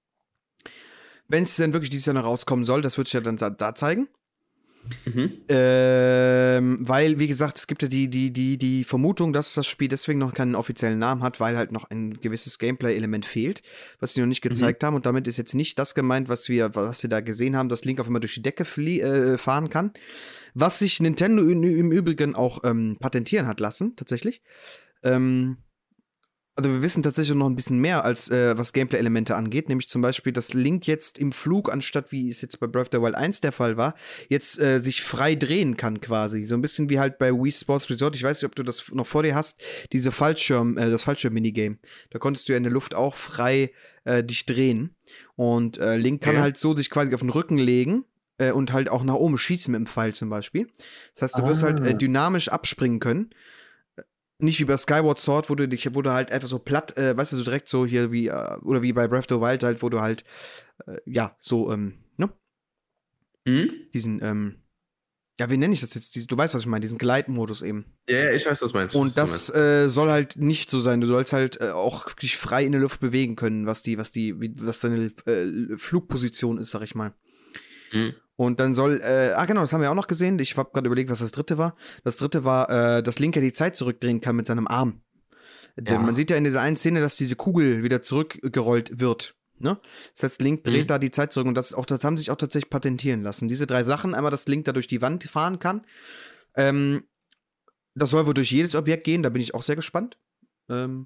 Wenn es denn wirklich dieses Jahr noch rauskommen soll, das wird sich ja dann da, da zeigen. Mhm. Ähm, weil, wie gesagt, es gibt ja die, die, die, die Vermutung, dass das Spiel deswegen noch keinen offiziellen Namen hat, weil halt noch ein gewisses Gameplay-Element fehlt, was sie noch nicht gezeigt mhm. haben. Und damit ist jetzt nicht das gemeint, was wir, was wir da gesehen haben, dass Link auf einmal durch die Decke flie- äh, fahren kann. Was sich Nintendo im Übrigen auch ähm, patentieren hat lassen, tatsächlich. Ähm, Also wir wissen tatsächlich noch ein bisschen mehr, als äh, was Gameplay-Elemente angeht, nämlich zum Beispiel, dass Link jetzt im Flug, anstatt wie es jetzt bei Breath of the Wild eins der Fall war, jetzt äh, sich frei drehen kann quasi. So ein bisschen wie halt bei Wii Sports Resort. Ich weiß nicht, ob du das noch vor dir hast, diese Fallschirm, äh, das Fallschirm-Minigame. Da konntest du ja in der Luft auch frei äh, dich drehen. Und äh, Link kann Ja. halt so sich quasi auf den Rücken legen äh, und halt auch nach oben schießen mit dem Pfeil zum Beispiel. Das heißt, du wirst Ah. halt äh, dynamisch abspringen können. Nicht wie bei Skyward Sword, wo du dich, wo du halt einfach so platt, äh, weißt du, so direkt so hier wie, äh, oder wie bei Breath of the Wild halt, wo du halt, äh, ja, so, ähm, ne? Mhm. Diesen, ähm, ja, wie nenne ich das jetzt? Dies, du weißt, was ich meine, diesen Gleitmodus eben. Ja, ja, ich weiß, was du meinst. Und das äh, soll halt nicht so sein. Du sollst halt äh, auch dich frei in der Luft bewegen können, was die, was die, wie, was deine äh, Flugposition ist, sag ich mal. Mhm. Und dann soll, äh, ah genau, das haben wir auch noch gesehen. Ich habe gerade überlegt, was das dritte war. Das dritte war, äh, dass Link ja die Zeit zurückdrehen kann mit seinem Arm. Denn Ja. man sieht ja in dieser einen Szene, dass diese Kugel wieder zurückgerollt wird. Ne? Das heißt, Link dreht Mhm. da die Zeit zurück und das, auch, das haben sich auch tatsächlich patentieren lassen. Diese drei Sachen, einmal, dass Link da durch die Wand fahren kann. Ähm, das soll wohl durch jedes Objekt gehen, da bin ich auch sehr gespannt. Ähm,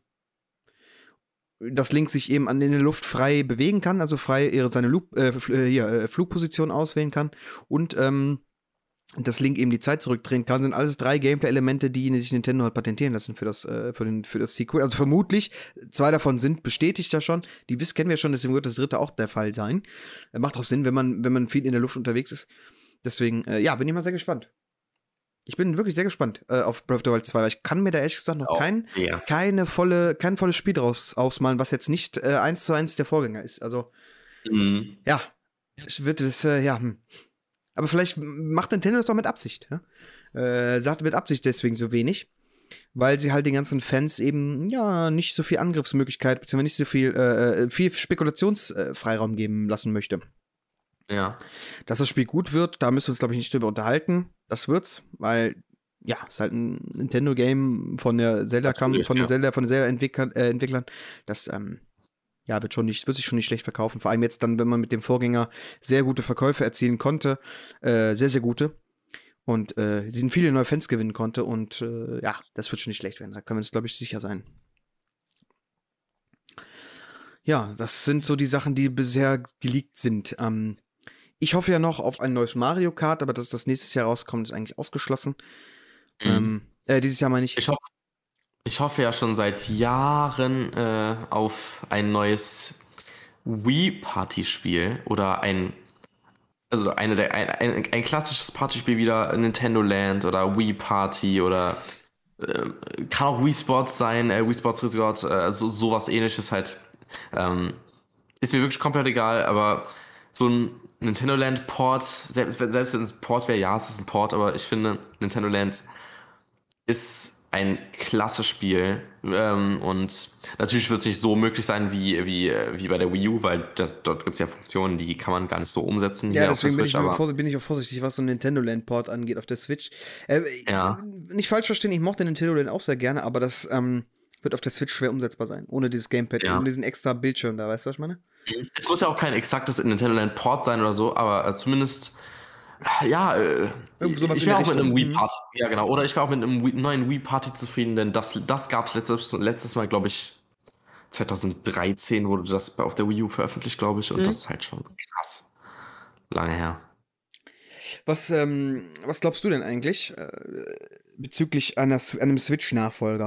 dass Link sich eben an in der Luft frei bewegen kann, also frei ihre, seine Loop, äh, fl- hier, äh, Flugposition auswählen kann und ähm, dass Link eben die Zeit zurückdrehen kann, sind alles drei Gameplay-Elemente, die sich Nintendo hat patentieren lassen für das, äh, für, den, für das Sequel. Also vermutlich, zwei davon sind bestätigt ja schon. Die wiss kennen wir schon, deswegen wird das dritte auch der Fall sein. Äh, macht auch Sinn, wenn man, wenn man viel in der Luft unterwegs ist. Deswegen, äh, ja, bin ich mal sehr gespannt. Ich bin wirklich sehr gespannt äh, auf Breath of the Wild zwei, weil ich kann mir da ehrlich gesagt noch Auch kein, sehr. keine volle, kein volles Spiel draus ausmalen, was jetzt nicht äh, eins zu eins der Vorgänger ist. Also, Mhm. ja, es wird es, äh, ja, hm. Aber vielleicht macht Nintendo das doch mit Absicht, ja? Äh, sagt mit Absicht deswegen so wenig, weil sie halt den ganzen Fans eben, ja, nicht so viel Angriffsmöglichkeit, beziehungsweise nicht so viel, äh, viel Spekulationsfreiraum geben lassen möchte. Ja. Dass das Spiel gut wird, da müssen wir uns, glaube ich, nicht drüber unterhalten. Das wird's, weil, ja, es ist halt ein Nintendo-Game von der Zelda, kam, von den ja. Zelda, von den Zelda-Entwicklern, äh, Entwicklern. Das, ähm, ja, wird schon nicht, wird sich schon nicht schlecht verkaufen. Vor allem jetzt dann, wenn man mit dem Vorgänger sehr gute Verkäufe erzielen konnte. Äh, sehr, sehr gute. Und äh, sie viele neue Fans gewinnen konnte. Und äh, ja, das wird schon nicht schlecht werden. Da können wir uns, glaube ich, sicher sein. Ja, das sind so die Sachen, die bisher geleakt sind. Ähm, ich hoffe ja noch auf ein neues Mario Kart, aber dass das nächstes Jahr rauskommt, ist eigentlich ausgeschlossen. Mhm. Ähm, äh, dieses Jahr meine ich. Ich hoffe, ich hoffe ja schon seit Jahren äh, auf ein neues Wii-Partyspiel oder ein, also eine der, ein, ein, ein klassisches Partyspiel wieder, Nintendo Land oder Wii Party oder äh, kann auch Wii Sports sein, äh, Wii Sports Resort, äh, so, sowas ähnliches halt. Ähm, ist mir wirklich komplett egal, aber so ein Nintendo Land Port, selbst, selbst wenn es ein Port wäre, ja, es ist ein Port, aber ich finde, Nintendo Land ist ein klasse Spiel. Ähm, und natürlich wird es nicht so möglich sein wie, wie, wie bei der Wii U, weil das, dort gibt es ja Funktionen, die kann man gar nicht so umsetzen Ja, hier auf der deswegen bin ich, Switch, nur aber vorsichtig, bin ich auch vorsichtig, was so ein Nintendo Land Port angeht auf der Switch. Äh, ja. Nicht falsch verstehen, ich mochte Nintendo Land auch sehr gerne, aber das ähm, wird auf der Switch schwer umsetzbar sein. Ohne dieses Gamepad, Ja. ohne diesen extra Bildschirm da, weißt du, was ich meine? Es muss ja auch kein exaktes Nintendo Land Port sein oder so, aber äh, zumindest, äh, ja, äh, Irgend sowas ich in der wäre auch mit einem Richtung. Wii Party, ja genau, oder ich wäre auch mit einem Wii, neuen Wii Party zufrieden, denn das, das gab es letztes, letztes Mal, glaube ich, zwanzig dreizehn wurde das auf der Wii U veröffentlicht, glaube ich, und Mhm. das ist halt schon krass lange her. Was, ähm, was glaubst du denn eigentlich äh, bezüglich einer, einem Switch-Nachfolger?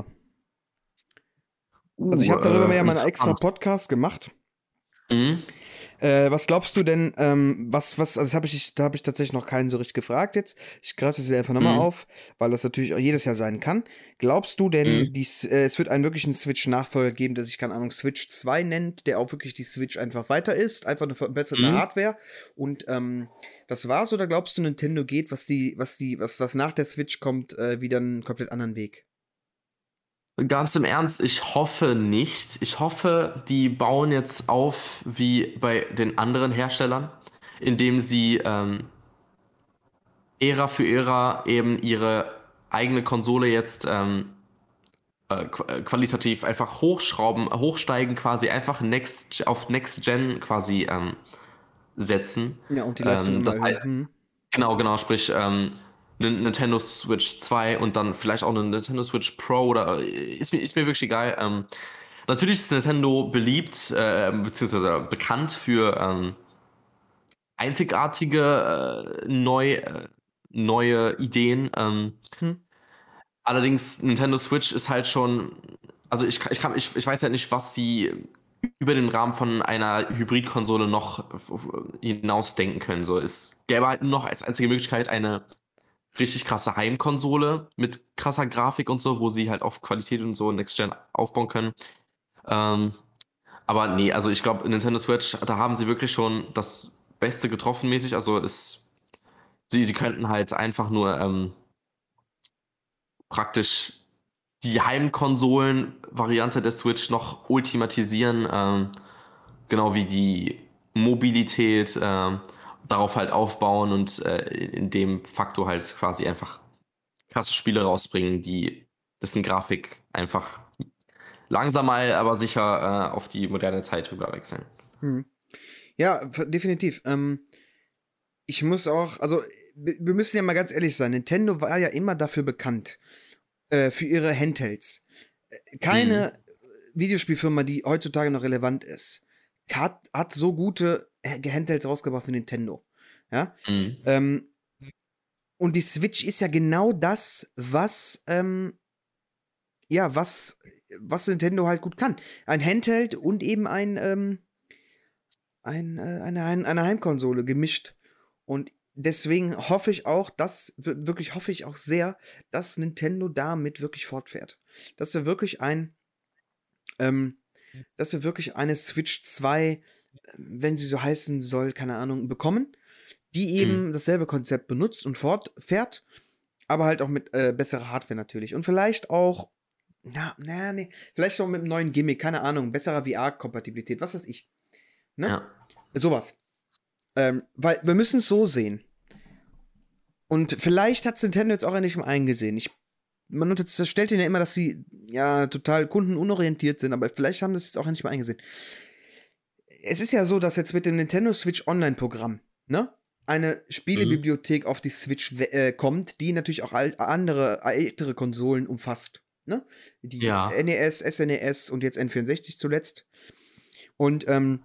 Also ich habe darüber Uh, ja äh, mal einen extra interessant. Podcast gemacht. Mhm. Äh, was glaubst du denn, ähm, was, was, also das hab ich, da habe ich tatsächlich noch keinen so richtig gefragt jetzt. Ich greife das einfach nochmal Mhm. auf, weil das natürlich auch jedes Jahr sein kann. Glaubst du denn, Mhm. die, äh, es wird einen wirklichen Switch-Nachfolger geben, der sich, keine Ahnung, Switch zwei nennt, der auch wirklich die Switch einfach weiter ist, einfach eine verbesserte Mhm. Hardware und ähm, das war's, oder glaubst du, Nintendo geht, was die, was die, was, was nach der Switch kommt, äh, wieder einen komplett anderen Weg? Ganz im Ernst, ich hoffe nicht. Ich hoffe, die bauen jetzt auf wie bei den anderen Herstellern, indem sie ähm, Ära für Ära eben ihre eigene Konsole jetzt ähm, äh, qu- äh, qualitativ einfach hochschrauben, hochsteigen, quasi einfach Next, auf Next Gen quasi ähm, setzen. Ja, und die Leistung Ähm, immer das erhöhen. heißt, Hm. genau, genau, sprich, ähm, eine Nintendo Switch zwei und dann vielleicht auch eine Nintendo Switch Pro oder äh, ist mir, ist mir wirklich egal. Ähm, natürlich ist Nintendo beliebt, äh, beziehungsweise bekannt für ähm, einzigartige äh, neu, äh, neue Ideen. Ähm, Hm. allerdings, Nintendo Switch ist halt schon, also ich, ich, kann, ich, ich weiß halt nicht, was sie über den Rahmen von einer Hybridkonsole noch hinausdenken können. So, es gäbe halt nur noch als einzige Möglichkeit eine richtig krasse Heimkonsole mit krasser Grafik und so, wo sie halt auf Qualität und so Next Gen aufbauen können. Ähm, aber nee, also ich glaube, Nintendo Switch, da haben sie wirklich schon das Beste getroffen mäßig. Also es, sie, sie könnten halt einfach nur ähm, praktisch die Heimkonsolen-Variante der Switch noch ultimatisieren, ähm, genau wie die Mobilität, ähm, darauf halt aufbauen und äh, in dem Faktor halt quasi einfach krasse Spiele rausbringen, die dessen Grafik einfach langsam mal, aber sicher äh, auf die moderne Zeit rüber wechseln. Hm. Ja, f- definitiv. Ähm, ich muss auch, also w- wir müssen ja mal ganz ehrlich sein, Nintendo war ja immer dafür bekannt, äh, für ihre Handhelds. Äh, Mhm. Keine Videospielfirma, die heutzutage noch relevant ist, hat, hat so gute äh, Handhelds rausgebracht wie Nintendo. Ja? Mhm. Ähm, und die Switch ist ja genau das, was, ähm, ja, was, was Nintendo halt gut kann. Ein Handheld und eben ein, ähm, ein, äh, eine, ein, eine Heimkonsole gemischt. Und deswegen hoffe ich auch, dass, wirklich hoffe ich auch sehr, dass Nintendo damit wirklich fortfährt. Dass wir wirklich ein, ähm, dass wir wirklich eine Switch zwei, wenn sie so heißen soll, keine Ahnung, bekommen, die eben mhm. dasselbe Konzept benutzt und fortfährt, aber halt auch mit äh, besserer Hardware natürlich. Und vielleicht auch, na, na, nee, vielleicht auch mit einem neuen Gimmick, keine Ahnung, besserer V R-Kompatibilität, was weiß ich. Ne? Ja. Sowas. Ähm, weil wir müssen es so sehen. Und vielleicht hat Nintendo jetzt auch endlich mal eingesehen. Ich, man unterstellt ihnen ja immer, dass sie ja total kundenunorientiert sind, aber vielleicht haben das jetzt auch endlich mal eingesehen. Es ist ja so, dass jetzt mit dem Nintendo Switch Online-Programm, ne, eine Spielebibliothek mhm. auf die Switch äh, kommt, die natürlich auch alt, andere, ältere Konsolen umfasst. Ne? Die ja. N E S, S N E S und jetzt N vierundsechzig zuletzt. Und ähm,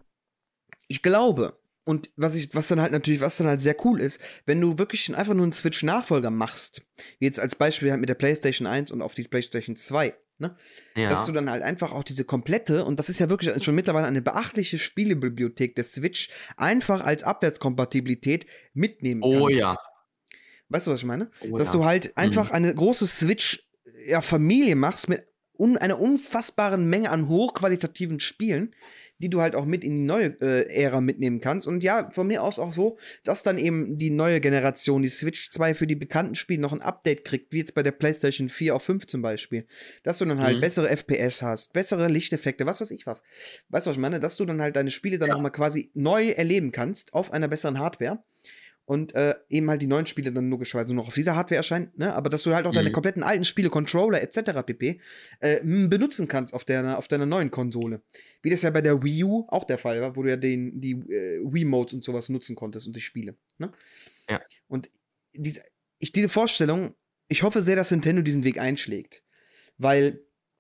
ich glaube, und was ich, was dann halt natürlich, was dann halt sehr cool ist, wenn du wirklich einfach nur einen Switch-Nachfolger machst, wie jetzt als Beispiel halt mit der PlayStation eins und auf die PlayStation zwei, ne? Ja. Dass du dann halt einfach auch diese komplette, und das ist ja wirklich schon mittlerweile eine beachtliche Spielebibliothek der Switch, einfach als Abwärtskompatibilität mitnehmen kannst. Oh ja. Weißt du, was ich meine? Oh, Dass ja. du halt einfach mhm. eine große Switch-Familie ja, machst mit un- einer unfassbaren Menge an hochqualitativen Spielen, die du halt auch mit in die neue äh, Ära mitnehmen kannst. Und ja, von mir aus auch so, dass dann eben die neue Generation, die Switch zwei für die bekannten Spiele noch ein Update kriegt, wie jetzt bei der PlayStation vier auf fünf zum Beispiel. Dass du dann halt mhm. bessere F P S hast, bessere Lichteffekte, was weiß ich was. Weißt du, was ich meine? Dass du dann halt deine Spiele dann ja. nochmal quasi neu erleben kannst auf einer besseren Hardware. Und äh, eben halt die neuen Spiele dann logischerweise nur noch auf dieser Hardware erscheinen, ne? Aber dass du halt auch mhm. deine kompletten alten Spiele, Controller et cetera pp. Äh, benutzen kannst auf deiner, auf deiner neuen Konsole. Wie das ja bei der Wii U auch der Fall war, wo du ja den, die äh, Wii-Modes und sowas nutzen konntest und die Spiele. Ne? Ja. Und diese, ich, diese Vorstellung, ich hoffe sehr, dass Nintendo diesen Weg einschlägt. Weil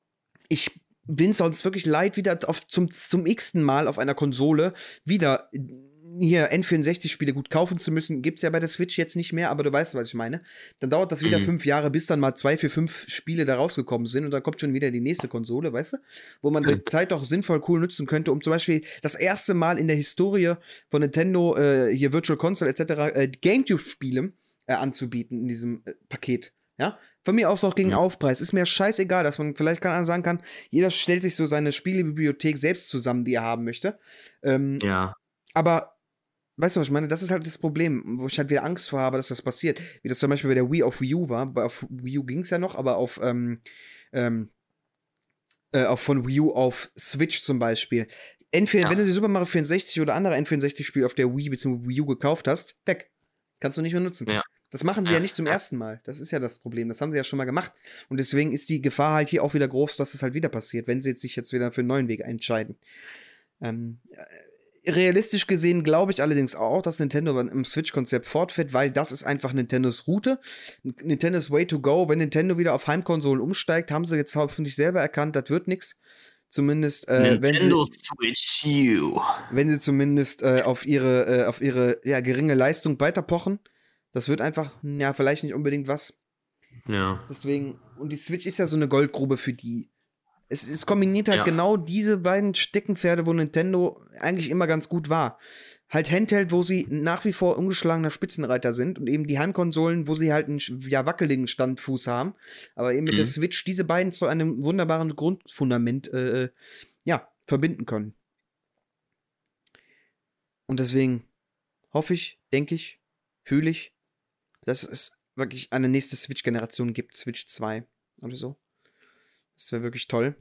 ich bin sonst wirklich leid, wieder auf, zum, zum x-ten Mal auf einer Konsole wieder hier N vierundsechzig-Spiele gut kaufen zu müssen, gibt's ja bei der Switch jetzt nicht mehr, aber du weißt, was ich meine. Dann dauert das wieder mhm. fünf Jahre, bis dann mal zwei, vier, fünf Spiele da rausgekommen sind und dann kommt schon wieder die nächste Konsole, weißt du? Wo man die Zeit auch sinnvoll cool nutzen könnte, um zum Beispiel das erste Mal in der Historie von Nintendo, äh, hier Virtual Console et cetera, äh, GameCube-Spiele äh, anzubieten in diesem äh, Paket. Ja? Von mir aus auch gegen mhm. Aufpreis. Ist mir scheißegal, dass man vielleicht kann sagen kann, jeder stellt sich so seine Spielebibliothek selbst zusammen, die er haben möchte. Ähm, ja. Aber weißt du, was ich meine? Das ist halt das Problem, wo ich halt wieder Angst vor habe, dass das passiert. Wie das zum Beispiel bei der Wii auf Wii U war. Bei auf Wii U ging es ja noch, aber auf, ähm, ähm, äh, auf von Wii U auf Switch zum Beispiel. Entweder, ja. wenn du die Super Mario vierundsechzig oder andere N vierundsechzig-Spiele auf der Wii bzw. Wii U gekauft hast, weg. Kannst du nicht mehr nutzen. Ja. Das machen sie ja. ja nicht zum ersten Mal. Das ist ja das Problem. Das haben sie ja schon mal gemacht. Und deswegen ist die Gefahr halt hier auch wieder groß, dass es halt wieder passiert, wenn sie jetzt sich jetzt wieder für einen neuen Weg entscheiden. Ähm, Realistisch gesehen glaube ich allerdings auch, dass Nintendo im Switch-Konzept fortfährt, weil das ist einfach Nintendos Route. Nintendos Way to go. Wenn Nintendo wieder auf Heimkonsolen umsteigt, haben sie jetzt hoffentlich selber erkannt, das wird nichts. Zumindest, äh, wenn sie, Switch U. wenn sie zumindest äh, auf ihre, äh, auf ihre ja, geringe Leistung weiterpochen. Das wird einfach, ja, vielleicht nicht unbedingt was. Ja. Deswegen, und die Switch ist ja so eine Goldgrube für die. Es, es kombiniert halt ja. genau diese beiden Steckenpferde, wo Nintendo eigentlich immer ganz gut war. Halt Handheld, wo sie nach wie vor ungeschlagener Spitzenreiter sind und eben die Heimkonsolen, wo sie halt einen ja, wackeligen Standfuß haben. Aber eben mit mhm. der Switch diese beiden zu einem wunderbaren Grundfundament äh, ja, verbinden können. Und deswegen hoffe ich, denke ich, fühle ich, dass es wirklich eine nächste Switch-Generation gibt, Switch zwei oder so. Das wäre wirklich toll.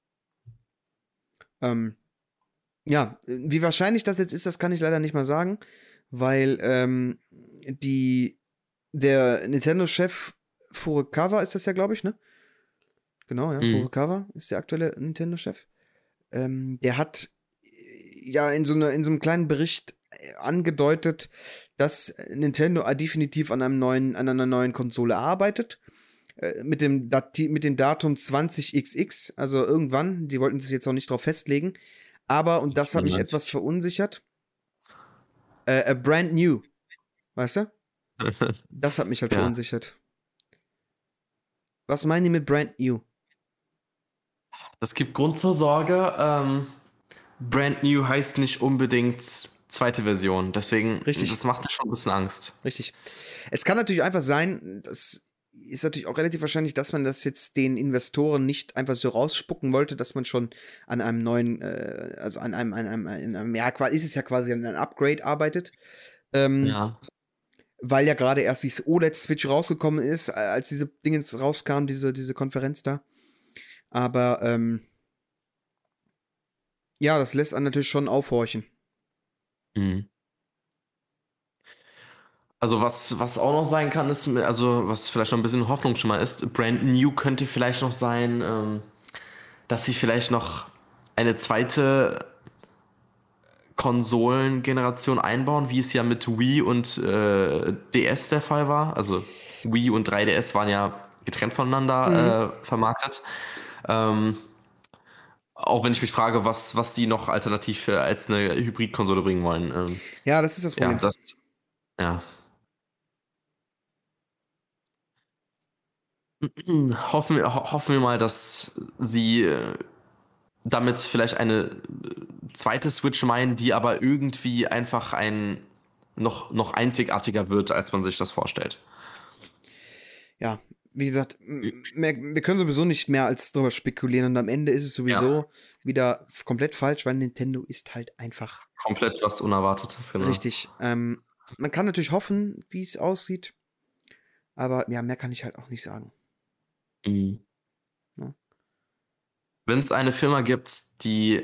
Ähm, ja, wie wahrscheinlich das jetzt ist, das kann ich leider nicht mal sagen, weil ähm, die der Nintendo-Chef Furukawa ist das ja, glaube ich, ne? Genau, ja, mhm. Furukawa ist der aktuelle Nintendo-Chef. Ähm, der hat ja in so, eine, in so einem kleinen Bericht angedeutet, dass Nintendo definitiv an einem neuen, an einer neuen Konsole arbeitet. Mit dem, Dati- mit dem Datum zwanzig X X, also irgendwann. Die wollten sich jetzt auch nicht drauf festlegen. Aber, und das hat mich etwas verunsichert, äh, a brand new. Weißt du? Das hat mich halt ja. verunsichert. Was meinen die mit brand new? Das gibt Grund zur Sorge. Ähm, brand new heißt nicht unbedingt zweite Version. Deswegen, Richtig. das macht mir schon ein bisschen Angst. Richtig. Es kann natürlich einfach sein, das ist natürlich auch relativ wahrscheinlich, dass man das jetzt den Investoren nicht einfach so rausspucken wollte, dass man schon an einem neuen, äh, also an einem, an einem, in einem, ja, ist es ja quasi an einem Upgrade arbeitet. Ähm, Ja. Weil ja gerade erst dieses O L E D-Switch rausgekommen ist, als diese Dinge rauskamen, diese, diese Konferenz da. Aber, ähm, ja, das lässt einen natürlich schon aufhorchen. Mhm. Also was, was auch noch sein kann, ist, also was vielleicht noch ein bisschen Hoffnung schon mal ist, Brand New könnte vielleicht noch sein, ähm, dass sie vielleicht noch eine zweite Konsolengeneration einbauen, wie es ja mit Wii und äh, D S der Fall war. Also Wii und drei D S waren ja getrennt voneinander Mhm. äh, vermarktet. Ähm, auch wenn ich mich frage, was, was die noch alternativ für, als eine Hybridkonsole bringen wollen. Ähm, Ja, das ist das ja, Problem. das, ja. Hoffen wir, ho- hoffen wir mal, dass sie äh, damit vielleicht eine äh, zweite Switch meinen, die aber irgendwie einfach ein noch, noch einzigartiger wird, als man sich das vorstellt. Ja, wie gesagt, m- mehr, wir können sowieso nicht mehr als drüber spekulieren und am Ende ist es sowieso Ja. wieder f- komplett falsch, weil Nintendo ist halt einfach Komplett was Unerwartetes, genau. richtig. Ähm, man kann natürlich hoffen, wie es aussieht, aber ja, mehr kann ich halt auch nicht sagen. Mhm. Ja. Wenn es eine Firma gibt, die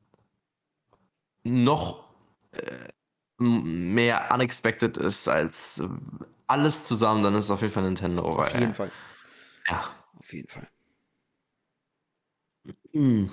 noch äh, m- mehr unexpected ist als äh, alles zusammen, dann ist es auf jeden Fall Nintendo. Auf Weil, jeden Fall. ja. Auf jeden Fall. Mhm.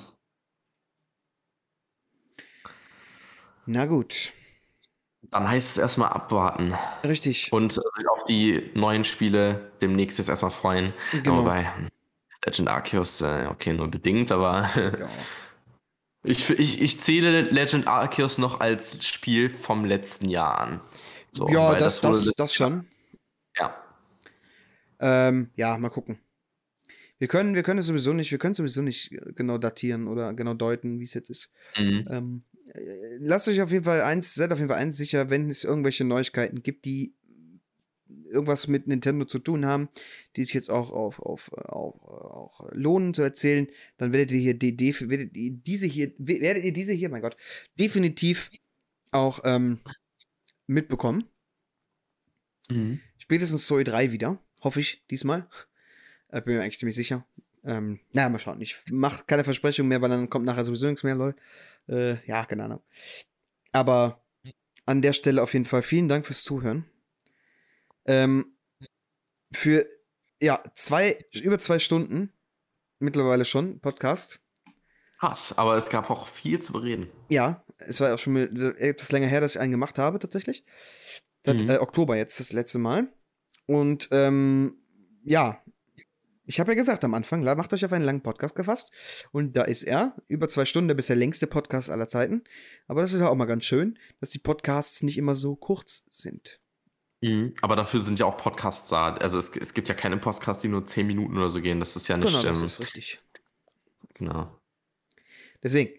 Na gut. Dann heißt es erstmal abwarten Richtig. und äh, sich auf die neuen Spiele demnächst jetzt erstmal freuen. Genau. Wobei hm, Legend Arceus, äh, okay, nur bedingt, aber Ja. ich, ich, ich zähle Legend Arceus noch als Spiel vom letzten Jahr an. So, Ja, weil das, wurde das, letztes das Jahr- schon. Ja. Ähm, ja, mal gucken. Wir können, wir können es sowieso nicht, wir können es sowieso nicht äh, genau datieren oder genau deuten, wie es jetzt ist. Mhm. Ähm, äh, lasst euch auf jeden Fall eins, seid auf jeden Fall eins sicher, wenn es irgendwelche Neuigkeiten gibt, die irgendwas mit Nintendo zu tun haben, die sich jetzt auch auf, auf, auf, auch lohnen zu erzählen, dann werdet ihr hier die, die, werdet ihr diese hier, werdet ihr diese hier, mein Gott, definitiv auch ähm, mitbekommen. Mhm. Spätestens zur E drei wieder, hoffe ich diesmal. Äh, bin mir eigentlich ziemlich sicher. Ähm, naja, mal schauen. Ich mache keine Versprechung mehr, weil dann kommt nachher sowieso nichts mehr, lol. Äh, ja, keine Ahnung. Aber an der Stelle auf jeden Fall vielen Dank fürs Zuhören. Ähm, für, ja, zwei, über zwei Stunden mittlerweile schon Podcast. Krass, aber es gab auch viel zu bereden. Ja, es war auch schon etwas länger her, dass ich einen gemacht habe, tatsächlich. Seit Mhm. äh, Oktober jetzt das letzte Mal. Und ähm, ja, ich habe ja gesagt am Anfang, macht euch auf einen langen Podcast gefasst. Und da ist er. Über zwei Stunden, der bisher längste Podcast aller Zeiten. Aber das ist ja auch mal ganz schön, dass die Podcasts nicht immer so kurz sind. Mhm. Aber dafür sind ja auch Podcasts da. Also es, es gibt ja keine Podcasts, die nur zehn Minuten oder so gehen. Das ist ja nicht. Genau, das ähm, ist richtig. genau. Deswegen.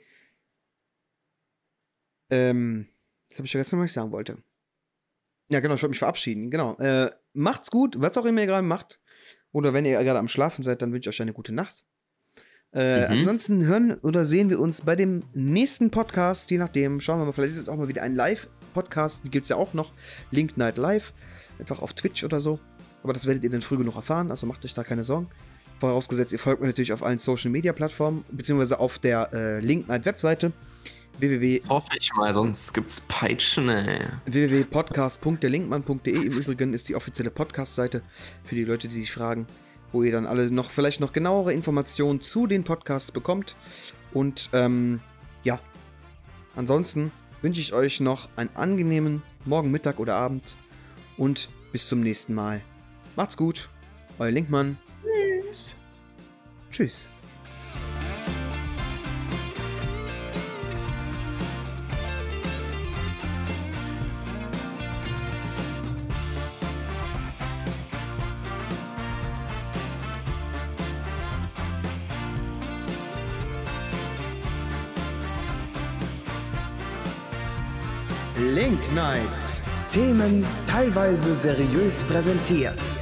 Ähm, jetzt habe ich vergessen, was ich sagen wollte. Ja, genau, ich wollte mich verabschieden. Genau. Äh, macht's gut, was auch immer ihr gerade macht. Oder wenn ihr gerade am Schlafen seid, dann wünsche ich euch eine gute Nacht. Äh, Mhm. Ansonsten hören oder sehen wir uns bei dem nächsten Podcast, je nachdem. Schauen wir mal, vielleicht ist es auch mal wieder ein Live-Podcast. Die gibt es ja auch noch. Link Night Live. Einfach auf Twitch oder so. Aber das werdet ihr dann früh genug erfahren, also macht euch da keine Sorgen. Vorausgesetzt, ihr folgt mir natürlich auf allen Social-Media-Plattformen, beziehungsweise auf der äh, Link Night Webseite. www. Das hoffe ich mal, sonst gibt's Peitschen, ey. w w w punkt podcast punkt der linkmann punkt de. Im Übrigen ist die offizielle Podcast-Seite für die Leute, die sich fragen, wo ihr dann alle noch vielleicht noch genauere Informationen zu den Podcasts bekommt. Und ähm, ja, ansonsten wünsche ich euch noch einen angenehmen Morgen, Mittag oder Abend und bis zum nächsten Mal. Macht's gut, euer Linkmann. Tschüss. Tschüss. Link Night. Themen teilweise seriös präsentiert.